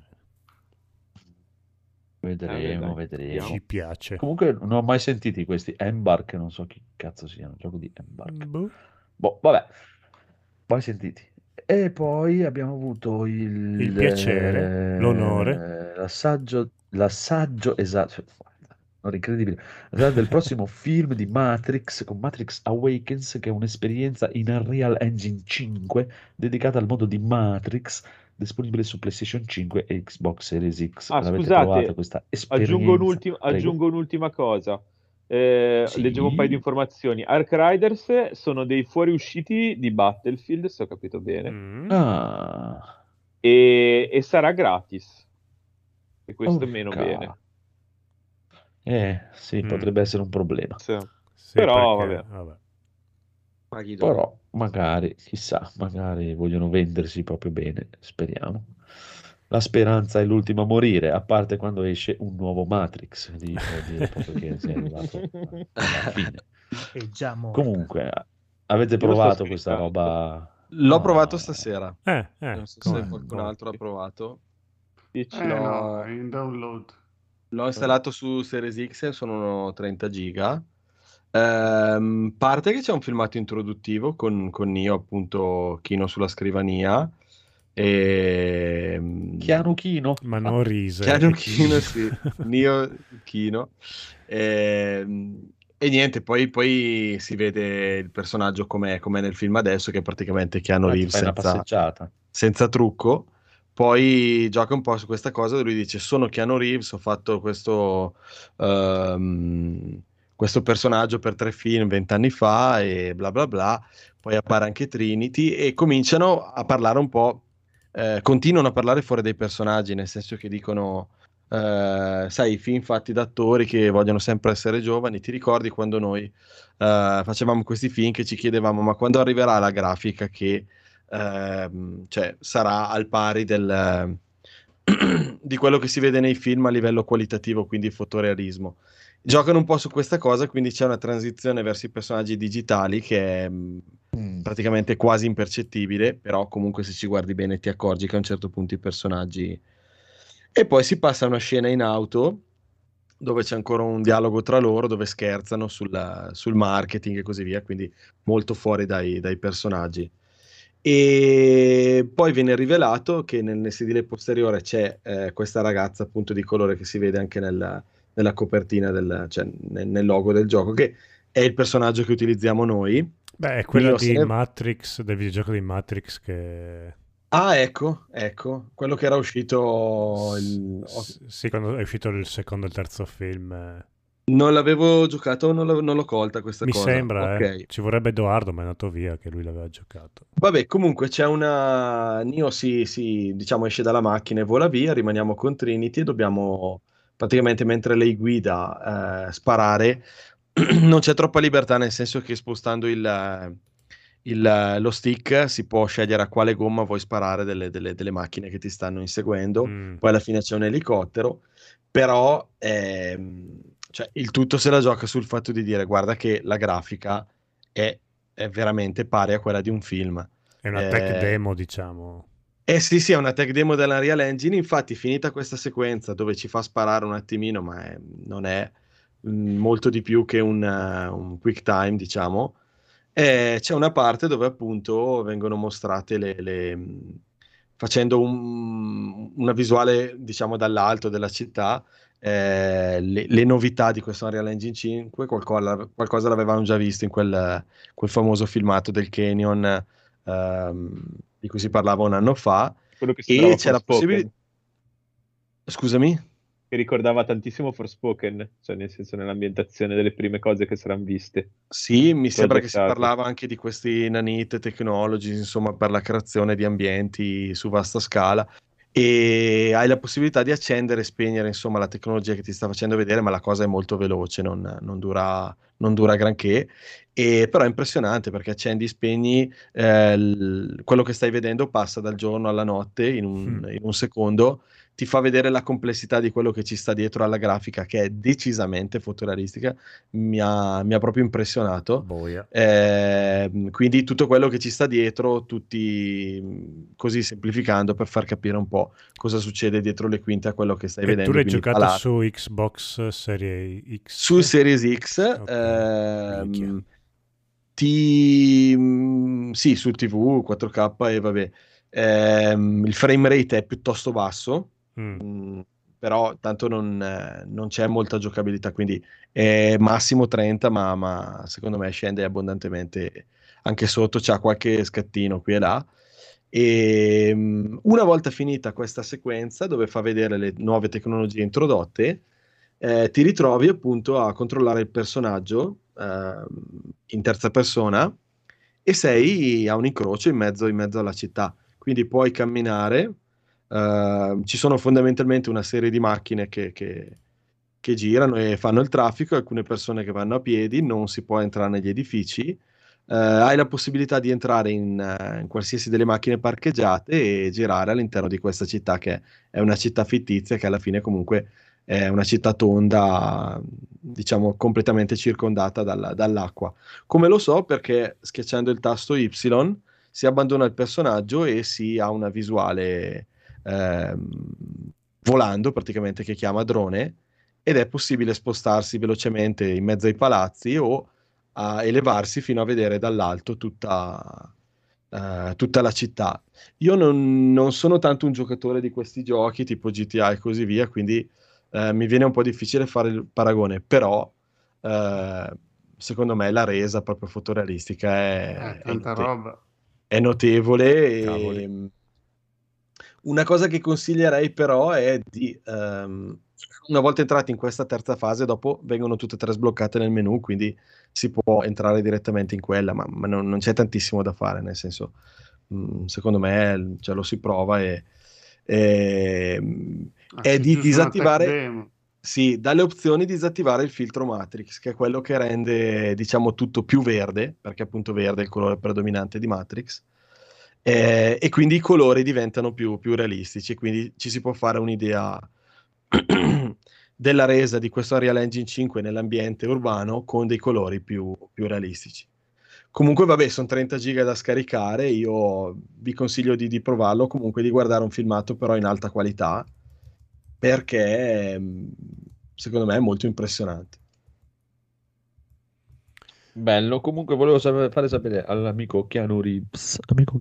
Vedremo, dai, vedremo. Ci piace. Comunque non ho mai sentiti questi Embark, non so chi cazzo siano, il gioco di Embark. Boh. Boh, vabbè, mai sentiti. E poi abbiamo avuto Il piacere, l'onore. l'assaggio, esatto, guarda, incredibile, del prossimo film di Matrix, con Matrix Awakens, che è un'esperienza in Unreal Engine 5 dedicata al mondo di Matrix, disponibile su PlayStation 5 e Xbox Series X. Ah, L'avete provata scusate, questa aggiungo esperienza? Prego. aggiungo un'ultima cosa. Leggevo un paio di Sì? informazioni. Ark Riders sono dei fuoriusciti di Battlefield, se ho capito bene, Mm. Ah, e sarà gratis. E questo meno urca. bene. Sì, Mm. potrebbe essere un problema. Sì. Sì, Però, perché, vabbè. Paghi dopo. Però magari, chissà, magari vogliono vendersi proprio bene, speriamo. La speranza è l'ultima a morire, a parte quando esce un nuovo Matrix, lì vuol dire proprio che si è arrivato alla fine. È già morto. Comunque, avete Io lo sto provato questa aspettando. roba? L'ho No. provato stasera. Non so se come? qualcun altro ha provato. No, in download. L'ho installato su Series X, sono 30 giga. Parte che c'è un filmato introduttivo con Neo, appunto, Kino sulla scrivania. Keanu Kino? Ma non rise. Keanu Kino, sì. Neo Kino. E niente, poi si vede il personaggio com'è nel film adesso, che è praticamente Keanu Ti Reeves fai una passeggiata. senza trucco. Poi gioca un po' su questa cosa dove lui dice: sono Keanu Reeves, ho fatto questo personaggio per 3 film 20 anni fa e bla bla bla. Poi appare anche Trinity e cominciano a parlare un po', continuano a parlare fuori dai personaggi, nel senso che dicono, sai, i film fatti da attori che vogliono sempre essere giovani, ti ricordi quando noi facevamo questi film che ci chiedevamo ma quando arriverà la grafica che cioè, sarà al pari di quello che si vede nei film a livello qualitativo, quindi fotorealismo. Giocano un po' su questa cosa, quindi c'è una transizione verso i personaggi digitali che è praticamente quasi impercettibile, però comunque se ci guardi bene ti accorgi che a un certo punto i personaggi... E poi si passa a una scena in auto dove c'è ancora un dialogo tra loro, dove scherzano sul marketing e così via, quindi molto fuori dai personaggi. E poi viene rivelato che nel sedile posteriore c'è questa ragazza appunto di colore che si vede anche nella copertina, cioè nel logo del gioco, che è il personaggio che utilizziamo noi. Beh, è quella di Matrix, del videogioco di Matrix che... Ah, ecco, quello che era uscito... Sì, quando è uscito il secondo e il terzo film. Non l'avevo giocato, non l'ho colta questa cosa. Mi sembra, okay. Ci vorrebbe Edoardo, ma è andato via che lui l'aveva giocato. Vabbè, comunque c'è una... Neo diciamo, esce dalla macchina e vola via, rimaniamo con Trinity e dobbiamo praticamente mentre lei guida sparare. Non c'è troppa libertà, nel senso che spostando lo stick si può scegliere a quale gomma vuoi sparare delle macchine che ti stanno inseguendo. Poi alla fine c'è un elicottero, però cioè, il tutto se la gioca sul fatto di dire guarda che la grafica è veramente pari a quella di un film. È una tech demo, diciamo. Sì, è una tech demo dell'Unreal Engine. Infatti, finita questa sequenza dove ci fa sparare un attimino, ma non è molto di più che un quick time, diciamo. C'è una parte dove appunto vengono mostrate facendo una visuale, diciamo, dall'alto della città, le novità di questo Unreal Engine 5. Qualcosa l'avevamo già visto in quel famoso filmato del Canyon di cui si parlava un anno fa. Quello che e c'è la possibilità... Scusami? Che ricordava tantissimo Forspoken, cioè nel senso nell'ambientazione delle prime cose che saranno viste. Sì, mi sembra che si parlava anche di questi Nanite Technologies, insomma, per la creazione di ambienti su vasta scala, e hai la possibilità di accendere e spegnere, insomma, la tecnologia che ti sta facendo vedere, ma la cosa è molto veloce, non dura granché, però è impressionante perché accendi e spegni, quello che stai vedendo passa dal giorno alla notte in un secondo. Ti fa vedere la complessità di quello che ci sta dietro alla grafica, che è decisamente fotorealistica, mi ha proprio impressionato. Quindi tutto quello che ci sta dietro, tutti così semplificando per far capire un po' cosa succede dietro le quinte a quello che stai vedendo. Tu l'hai giocato su Xbox Series X? Su Series X, okay. Sì, sul TV 4K e vabbè. Il frame rate è piuttosto basso, però tanto non c'è molta giocabilità, quindi è massimo 30, ma secondo me scende abbondantemente anche sotto, c'ha qualche scattino qui e là. E una volta finita questa sequenza dove fa vedere le nuove tecnologie introdotte, ti ritrovi appunto a controllare il personaggio in terza persona e sei a un incrocio in mezzo alla città, quindi puoi camminare. Ci sono fondamentalmente una serie di macchine che girano e fanno il traffico, alcune persone che vanno a piedi, non si può entrare negli edifici. Hai la possibilità di entrare in qualsiasi delle macchine parcheggiate e girare all'interno di questa città, che è una città fittizia, che alla fine comunque è una città tonda, diciamo completamente circondata dall'acqua. Come lo so? Perché schiacciando il tasto Y si abbandona il personaggio e si ha una visuale volando, praticamente, che chiama drone, ed è possibile spostarsi velocemente in mezzo ai palazzi o a elevarsi fino a vedere dall'alto tutta la città. Io non sono tanto un giocatore di questi giochi tipo GTA e così via, quindi mi viene un po' difficile fare il paragone, però secondo me la resa proprio fotorealistica tanta roba. è notevole Una cosa che consiglierei però è di, una volta entrati in questa terza fase, dopo vengono tutte e tre sbloccate nel menu, quindi si può entrare direttamente in quella, ma non c'è tantissimo da fare, nel senso, secondo me lo si prova è Sì, di giusto, una tech disattivare, demo. sì, dalle opzioni disattivare il filtro Matrix, che è quello che rende, diciamo, tutto più verde, perché appunto verde è il colore predominante di Matrix, e quindi i colori diventano più realistici, quindi ci si può fare un'idea della resa di questo Unreal Engine 5 nell'ambiente urbano con dei colori più realistici. Comunque vabbè, sono 30 giga da scaricare, io vi consiglio di provarlo, comunque di guardare un filmato però in alta qualità, perché secondo me è molto impressionante. Bello, comunque volevo fare sapere all'amico Keanu Reeves,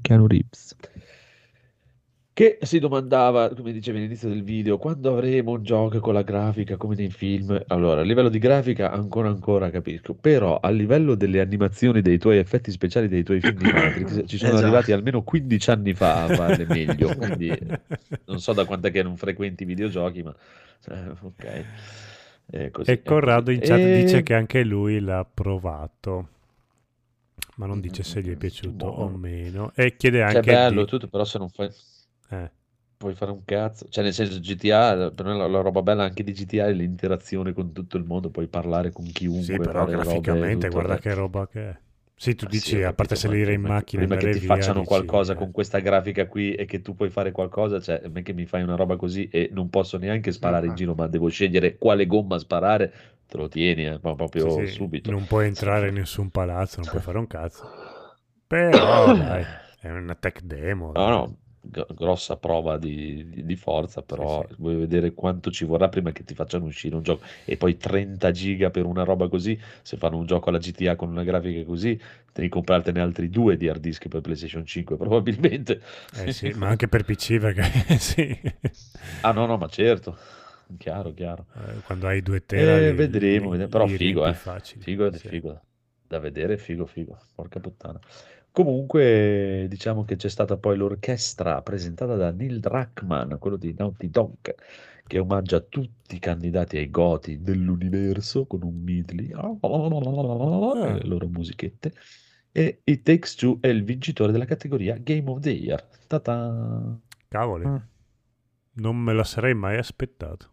che si domandava, come dicevi all'inizio del video, quando avremo un gioco con la grafica come nei film. Allora, a livello di grafica ancora capisco, però a livello delle animazioni dei tuoi effetti speciali dei tuoi film di Matrix ci sono Esatto. arrivati almeno 15 anni fa a farle meglio, quindi non so da quant'è che non frequenti i videogiochi, ma ok. Così, E Corrado in chat E- dice che anche lui l'ha provato, ma non dice se gli è Mm, piaciuto o buono. meno. E chiede Cioè, anche bello di... tutto, però se non fai... eh, puoi fare un cazzo. Cioè, nel senso, GTA, per me la roba bella anche di GTA è l'interazione con tutto il mondo, puoi parlare con sì, chiunque, però fare robe, graficamente, tutto. guarda che roba che è. Sì, tu Ma sì, dici, ho a parte capito, salire in ma macchina e prima che andare ti via, facciano dici, qualcosa con questa grafica qui e che tu puoi fare qualcosa, cioè, a me che mi fai una roba così e non posso neanche sparare in giro, ma devo scegliere quale gomma sparare, te lo tieni, ma sì, proprio sì, subito. non puoi entrare in nessun palazzo, non puoi fare un cazzo. Però, dai, è una tech demo, No, dai. no, grossa prova di forza, però vuoi vedere quanto ci vorrà prima che ti facciano uscire un gioco. E poi 30 giga per una roba così, se fanno un gioco alla GTA con una grafica così, devi comprartene altri 2 di hard disk per PlayStation 5, probabilmente. Sì, ma anche per PC, perché sì. Ah no, no, ma certo, chiaro. Quando hai 2 tera Vedremo, però li figo, riempi facili. figo ed è Sì. figo, da vedere, figo, porca puttana. Comunque, diciamo che c'è stata poi l'orchestra presentata da Neil Druckmann, quello di Naughty Dog, che omaggia tutti i candidati ai Goti dell'universo con un medley, e le loro musichette. E It Takes Two è il vincitore della categoria Game of the Year. Ta-ta! Cavoli, non me la sarei mai aspettato.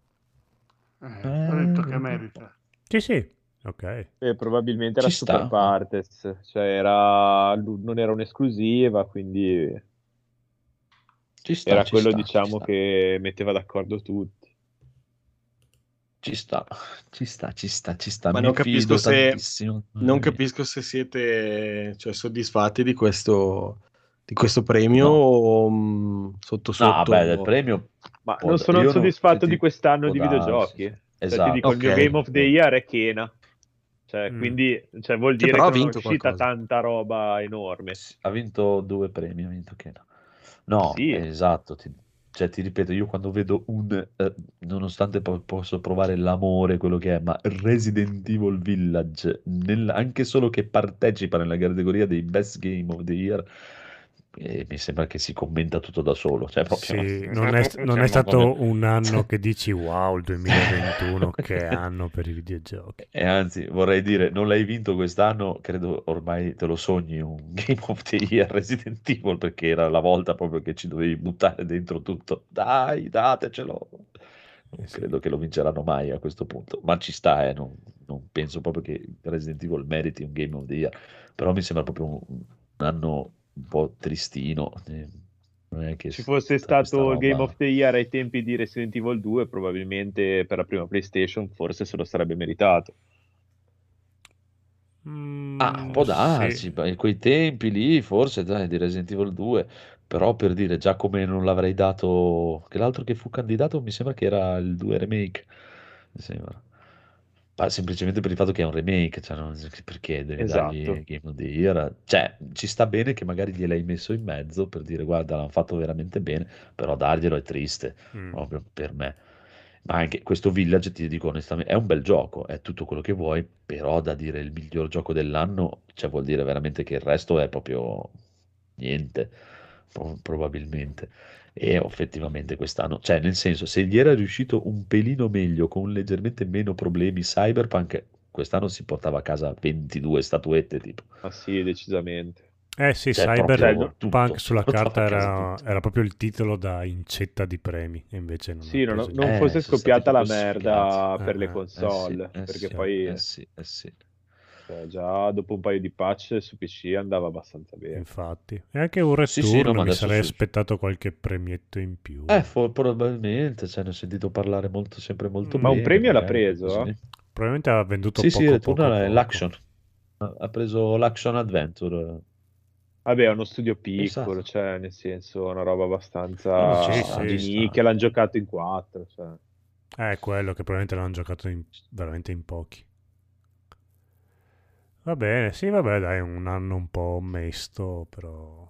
Ho detto che merita. Sì, ok. Probabilmente era Ci sta. Super Partes, cioè non era un'esclusiva, quindi Ci sta, era ci quello, sta, ci diciamo, sta. che metteva d'accordo tutti. Ci sta. Ma Mi fido tantissimo. non capisco se siete, cioè, soddisfatti di questo premio o sotto No, sotto. vabbè, del premio. Ma non sono io soddisfatto di può quest'anno di darsi. videogiochi. Cioè, Esatto. ti dico, il mio Ok. Game of the Year è Kena. Cioè, quindi vuol Sì, dire però che ha non è vinto uscita qualcosa. tanta roba enorme. Ha vinto 2 premi, ha vinto Kena. No, Sì. esatto. Ti ripeto, io quando vedo nonostante posso provare l'amore, quello che è, ma Resident Evil Village, anche solo che partecipa nella categoria dei Best Game of the Year, mi sembra che si commenta tutto da solo. Cioè, proprio, Sì, non è stato un anno che dici wow, il 2021, che anno per i videogiochi. E anzi, vorrei dire, non l'hai vinto quest'anno, credo ormai te lo sogni un Game of the Year Resident Evil, perché era la volta proprio che ci dovevi buttare dentro tutto. Dai, datecelo. Non credo che lo vinceranno mai a questo punto, ma ci sta, non penso proprio che Resident Evil meriti un Game of the Year, però mi sembra proprio un anno un po' tristino. Non è che Ci fosse tutta questa stato il Game roba- of the Year ai tempi di Resident Evil 2, probabilmente per la prima PlayStation forse se lo sarebbe meritato. Può darsi, Sì. in quei tempi lì, forse dai, di Resident Evil 2, però per dire, già come non l'avrei dato, che l'altro che fu candidato mi sembra che era il 2 Remake, mi sembra. Ma semplicemente per il fatto che è un remake, cioè perché devi dargli Esatto. Game of the Year? Cioè, ci sta bene che magari gliel'hai messo in mezzo per dire, guarda, l'hanno fatto veramente bene, però darglielo è triste, proprio per me. Ma anche questo Village, ti dico onestamente, è un bel gioco, è tutto quello che vuoi, però da dire il miglior gioco dell'anno, cioè vuol dire veramente che il resto è proprio niente. probabilmente. E effettivamente quest'anno, cioè nel senso, se gli era riuscito un pelino meglio con leggermente meno problemi Cyberpunk, quest'anno si portava a casa 22 statuette tipo. Ah sì, decisamente. Sì, Cioè, Cyberpunk tutto, sulla si portava carta a casa tutto. era proprio il titolo da incetta di premi, e invece non Sì, ha preso non niente. fosse sono scoppiata la stati proprio merda per le sì, console, perché poi sì. già dopo un paio di patch su PC andava abbastanza bene. Infatti. E anche un Sì, Return no, ma mi adesso sarei su- aspettato qualche premietto in più. Probabilmente, cioè, ne ho sentito parlare sempre molto Ma un bene, premio l'ha magari preso? così. Probabilmente ha venduto Sì, poco Return è poco. l'action. Ha preso l'action adventure. Vabbè, è uno studio Chissà. piccolo, cioè, nel senso, una roba No, abbastanza ci sta, di ci sta. nicchia, l'hanno giocato in 4, cioè. È quello che probabilmente l'hanno giocato veramente in pochi. Va bene, sì, vabbè, dai, un anno un po' mesto, però...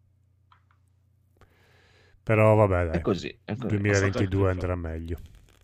Però vabbè, dai, È così. 2022 andrà meglio.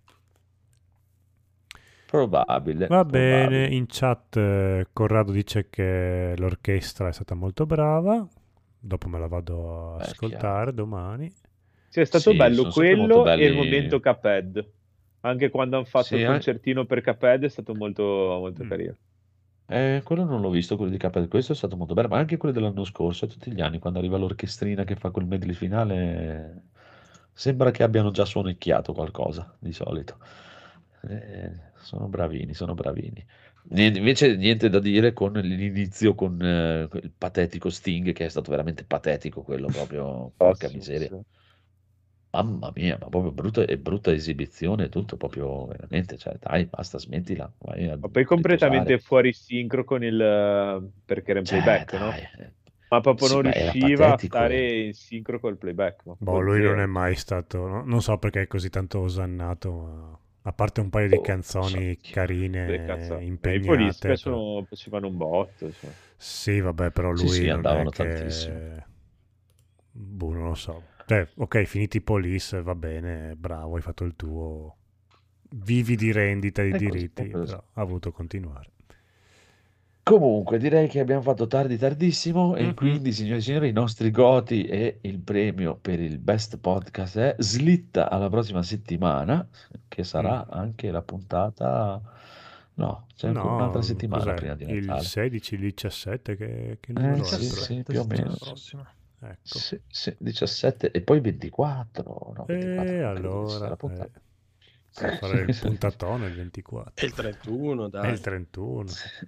Probabile. Va bene, in chat Corrado dice che l'orchestra è stata molto brava, dopo me la vado a ascoltare domani. Sì, è stato bello sono sempre molto quello e il belli. momento Cuphead. Anche quando hanno fatto Sì, il concertino per Cuphead è stato molto, molto carino. Quello non l'ho visto, quello di Cuphead. Questo è stato molto bello, ma anche quello dell'anno scorso, tutti gli anni, quando arriva l'orchestrina che fa quel medley finale, sembra che abbiano già suonecchiato qualcosa, di solito. Sono bravini, sono bravini. Invece niente da dire con l'inizio con il patetico Sting, che è stato veramente patetico quello, proprio, porca miseria. Sì. Mamma mia, ma proprio brutta esibizione, tutto proprio veramente, cioè dai, basta, smettila. Vai a Ma poi completamente riposare. fuori sincro con il... perché era in Cioè, playback, no? dai, Ma proprio sì, non ma era riusciva a patetico, stare in sincro col playback. Ma Boh, proprio lui non zero. è mai stato, non so perché è così tanto osannato, ma a parte un paio di canzoni carine, Le cazzo. I impegnate. Police però- facevano un botto. Cioè. Sì, vabbè, però Sì, lui sì, non è andavano che... tantissimo. Boh, non lo so. Ok, finiti i Police, va bene, bravo, hai fatto il tuo. Vivi di rendita di È così, diritti, è così. però ha voluto continuare. Comunque, direi che abbiamo fatto tardissimo e quindi, signori e signori, i nostri goti e il premio per il best podcast è slitta alla prossima settimana, che sarà anche la puntata... No, c'è ancora un'altra No, settimana cos'è? prima di Il Natale. 16, il 17, che numero è? Sì, più o meno. Ecco. Sì, 17 e poi 24. No, 24 E non credo che sia allora... la puntata. Devo fare il puntatone il 24. E il 31, E dai. il 31.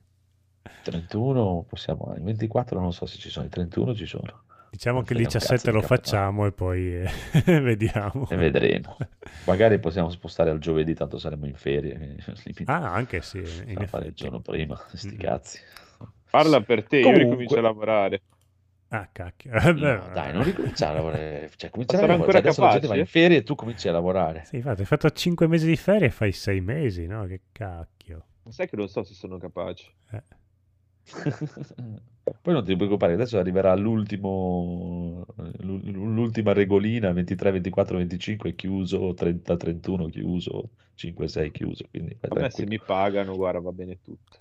31 possiamo, il 24 non so se ci sono, il 31 ci sono. Diciamo Non che il frega un 17 cazzo lo di Capodanno. facciamo e poi vediamo. E vedremo. Magari possiamo spostare al giovedì, tanto saremo in ferie. Ah, anche sì, in Fare il effetti. giorno prima, sti cazzi. Parla per te, io Comunque- ricomincio a lavorare. Ah, cacchio. No, dai, non ricominciare a lavorare. Cioè, cominciare Ma a sarà lavorare. ancora Adesso la gente va capace? in ferie e tu cominci a lavorare. Sì, infatti, hai fatto 5 mesi di ferie e fai 6 mesi, no? Che cacchio. Ma sai che non so se sono capace. Poi non ti preoccupare, adesso arriverà l'ultima regolina, 23, 24, 25 chiuso, 30, 31 chiuso, 5, 6 chiuso, quindi vai A me se tranquillo. mi pagano, guarda, va bene tutto.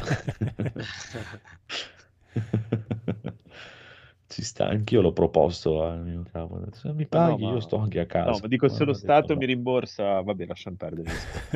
Ci sta, anch'io l'ho proposto al mio capo, ho detto, se mi Ma no, paghi io sto anche a casa. No, ma dico, se lo Ha detto Stato no. mi rimborsa, vabbè, lasciamo perdere.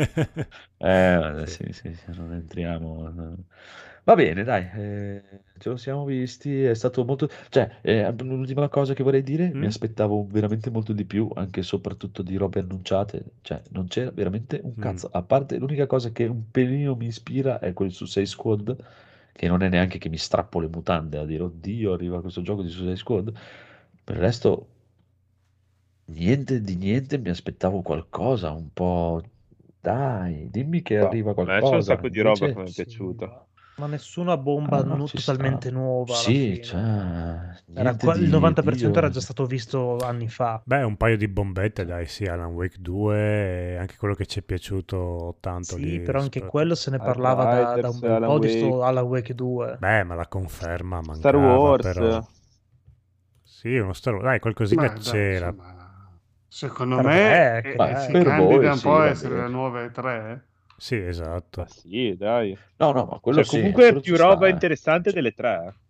Sì, non entriamo. Va bene, dai, ce lo siamo visti, è stato molto... Cioè, l'ultima cosa che vorrei dire, mi aspettavo veramente molto di più, anche e soprattutto di robe annunciate, cioè, non c'era veramente un cazzo, a parte l'unica cosa che un pelino mi ispira è quel Suicide Squad, che non è neanche che mi strappo le mutande a dire, oddio, arriva questo gioco di Suicide Squad, per il resto... Niente di niente, mi aspettavo qualcosa, un po'... Dai, dimmi che arriva A me c'è un qualcosa. sacco di roba Invece... che mi è piaciuta. Ma nessuna bomba ci totalmente sta. nuova alla Sì, fine. cioè, Era niente il di 90% era Dio. già stato visto anni fa. Beh, un paio di bombette, dai, sì, Alan Wake 2 e anche quello che ci è piaciuto tanto Sì, lì. però anche rispetto- quello se ne parlava da un bel po' di sto Alan Wake 2. Beh, ma la conferma mancava, Star Wars. però. Sì, uno Star Wars. Dai, qualcosina Ma dai, c'era. insomma, secondo Per me me, si per candida voi un sì, po' a va essere bene. la nuova E3. Sì, esatto. Ma sì, dai. No, ma quello Cioè, sì, comunque è quello più ci roba sta. interessante delle tre.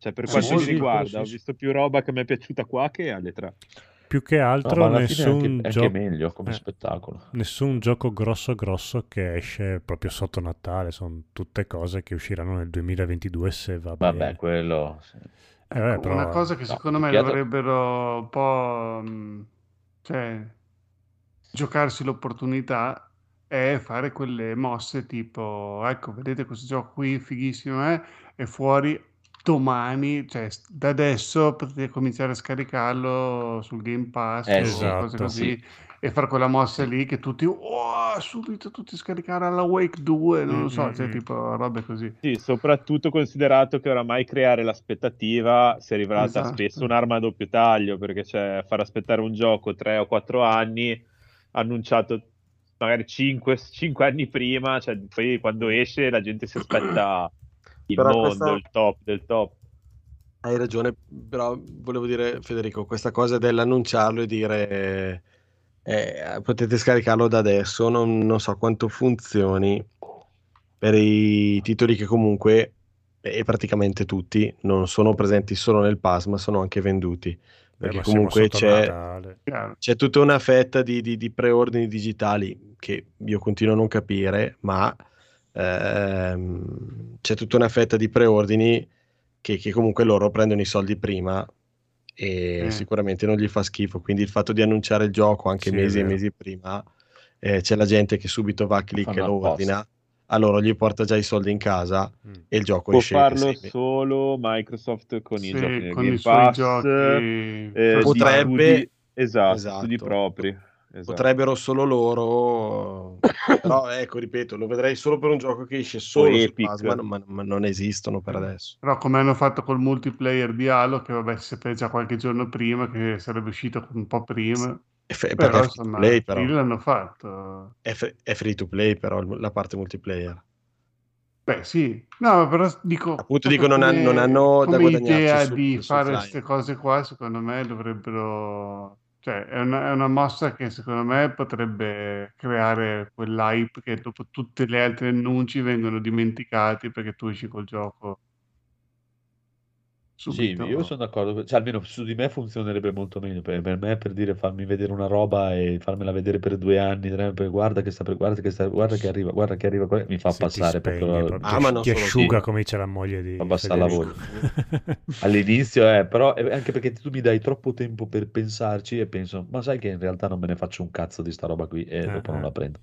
Cioè, per Sì, quanto sì, mi sì, riguarda, sì, ho sì. visto più roba che mi è piaciuta qua che alle 3. Più che No, altro ma alla fine nessun è anche gioco... meglio come spettacolo. Nessun gioco grosso che esce proprio sotto Natale, sono tutte cose che usciranno nel 2022 se va Vabbè, bene. quello... sì. Vabbè, Una però cosa che No, secondo più me che altro... dovrebbero un po' cioè, giocarsi l'opportunità è fare quelle mosse tipo, ecco, vedete questo gioco qui, fighissimo, è fuori domani, cioè da adesso potete cominciare a scaricarlo sul Game Pass o cose Esatto. così, Sì, e fare quella mossa sì. lì che tutti, oh, subito tutti scaricare alla Wake 2, non lo so, cioè Mm. tipo robe così. Sì, soprattutto considerato che oramai creare l'aspettativa si è rivelata spesso Esatto. un'arma a doppio taglio, perché cioè, far aspettare un gioco 3 o 4 anni, annunciato magari 5 anni prima, cioè, poi quando esce la gente si aspetta il Però mondo, questa il top del top. hai ragione, però volevo dire, Federico, questa cosa dell'annunciarlo e dire potete scaricarlo da adesso, non so quanto funzioni per i titoli che comunque, e praticamente tutti, non sono presenti solo nel pass, ma sono anche venduti. Perché ma siamo comunque sotto Natale. c'è tutta una fetta di preordini digitali che io continuo a non capire, ma c'è tutta una fetta di preordini che comunque loro prendono i soldi prima e sicuramente non gli fa schifo. Quindi il fatto di annunciare il gioco anche Sì, è mesi e vero. mesi prima, c'è la gente che subito va a click e Fanno lo apposta. ordina, allora gli porta già i soldi in casa e il gioco Può esce farlo sei solo Microsoft con i giochi Sì, nel con Game i suoi Pass, giochi di potrebbe, studi esatto, propri. Esatto. potrebbero solo loro, però ecco, ripeto, lo vedrei solo per un gioco che esce O solo sul Epic. Pass, ma non esistono per adesso. Però come hanno fatto col multiplayer di Halo, che vabbè si sapeva già qualche giorno prima, che sarebbe uscito un po' prima, Perché però è free to play, insomma però. lì l'hanno fatto. È free to play, però la parte multiplayer. Beh sì, no, però dico, Appunto dico, proprio non come, hanno da come guadagnarci idea di fare sull'offline. queste cose qua, secondo me dovrebbero, cioè è una mossa che secondo me potrebbe creare quell'hype che dopo tutte le altre annunci vengono dimenticati perché tu esci col gioco Sì, io subito. sono d'accordo, cioè almeno su di me funzionerebbe molto meglio, per me per dire farmi vedere una roba e farmela vedere per 2 anni, guarda che sta per, guarda che arriva, mi fa Sì, ti passare spegne, proprio, Ah, ma non ti solo asciuga tu. come dice la moglie fa di passare la Federico. voglia. All'inizio però anche perché tu mi dai troppo tempo per pensarci e penso, ma sai che in realtà non me ne faccio un cazzo di sta roba qui e dopo non la prendo.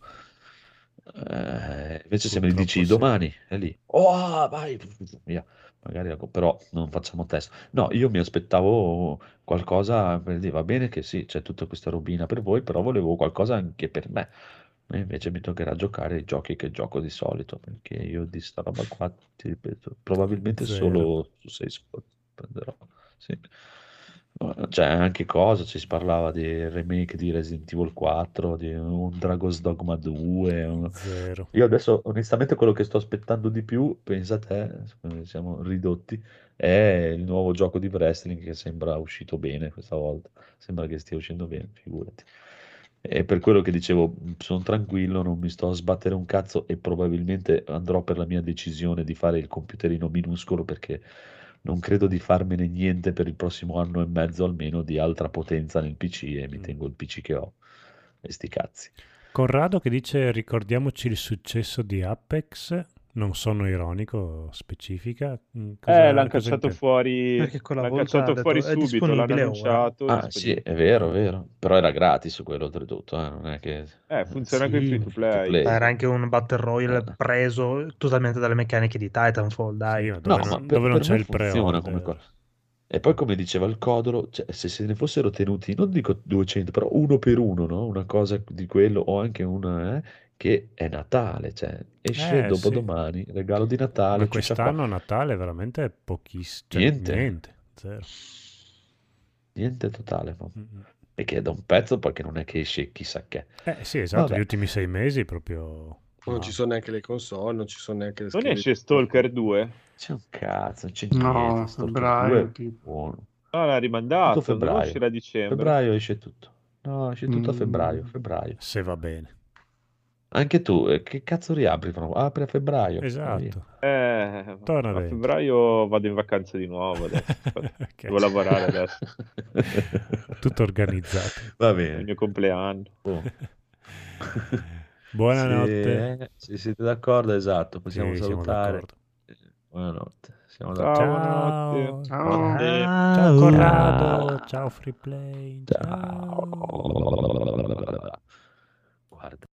Invece se me li Purtroppo dici sì. domani, è lì, oh vai, via. Magari, però non facciamo test. No, io mi aspettavo qualcosa per dire, va bene che sì, c'è tutta questa robina per voi, però volevo qualcosa anche per me. E invece mi toccherà giocare i giochi che gioco di solito, perché io di sta roba qua, ti ripeto, probabilmente Zero. solo su 6 prenderò. Sì. C'è anche cosa, ci si parlava di remake di Resident Evil 4, di un Dragon's Dogma 2. Zero. Io adesso, onestamente, quello che sto aspettando di più, pensa a te, siamo ridotti, è il nuovo gioco di wrestling che sembra uscito bene questa volta. Sembra che stia uscendo bene, figurati. E per quello che dicevo, sono tranquillo, non mi sto a sbattere un cazzo e probabilmente andrò per la mia decisione di fare il computerino minuscolo perché non credo di farmene niente per il prossimo anno e mezzo almeno di altra potenza nel PC e mi tengo il PC che ho. E sti cazzi. Corrado che dice ricordiamoci il successo di Apex, non sono ironico, specifica. L'hanno cosa cacciato intendi? fuori, Perché quella l'hanno volta ha cacciato fuori detto è subito, l'hanno disponibile ora. annunciato. è Ah sì, disponibile. è vero, però era gratis quello oltretutto, non è che... Funziona anche in free Sì, to free to play. play. era anche un Battle Royale Eh. preso totalmente dalle meccaniche di Titanfall, dai. Sì, ma No, dove ma non, dove non per c'è me il funziona come pre-order? cosa. E poi come diceva il Codolo, cioè, se ne fossero tenuti, non dico 200, però uno per uno, no? Una cosa di quello o anche una, che è Natale, cioè esce Sì. dopodomani, regalo di Ma Natale, ciccia qua. quest'anno a Natale è veramente pochissimo, cioè Niente, niente, zero. niente totale, no? Mm-mm. E che è da un pezzo perché non è che esce chissà che. Sì, esatto, gli Vabbè, ultimi 6 mesi proprio... Non ci sono neanche le console, non ci sono neanche le Non schede. esce Stalker 2? c'è un cazzo, non c'è No, niente, Stalker febbraio 2, tipo. buono. No, l'ha Tutto rimandato, doveva febbraio. uscire a dicembre. Febbraio esce tutto. No, esce tutto a Mm. febbraio. Se va bene. Anche tu, che cazzo riapri? Apri a febbraio. Esatto. Torna A dentro. febbraio vado in vacanza di nuovo adesso. Ok. Devo lavorare adesso. Tutto organizzato. Va È il bene. mio compleanno. Oh. Buonanotte. Se siete d'accordo, esatto, possiamo Sì, siamo salutare. d'accordo. Buonanotte. Siamo Ciao, d'accordo. buonanotte. Ciao. Ciao Corrado, ciao Freeplay, ciao. Ciao.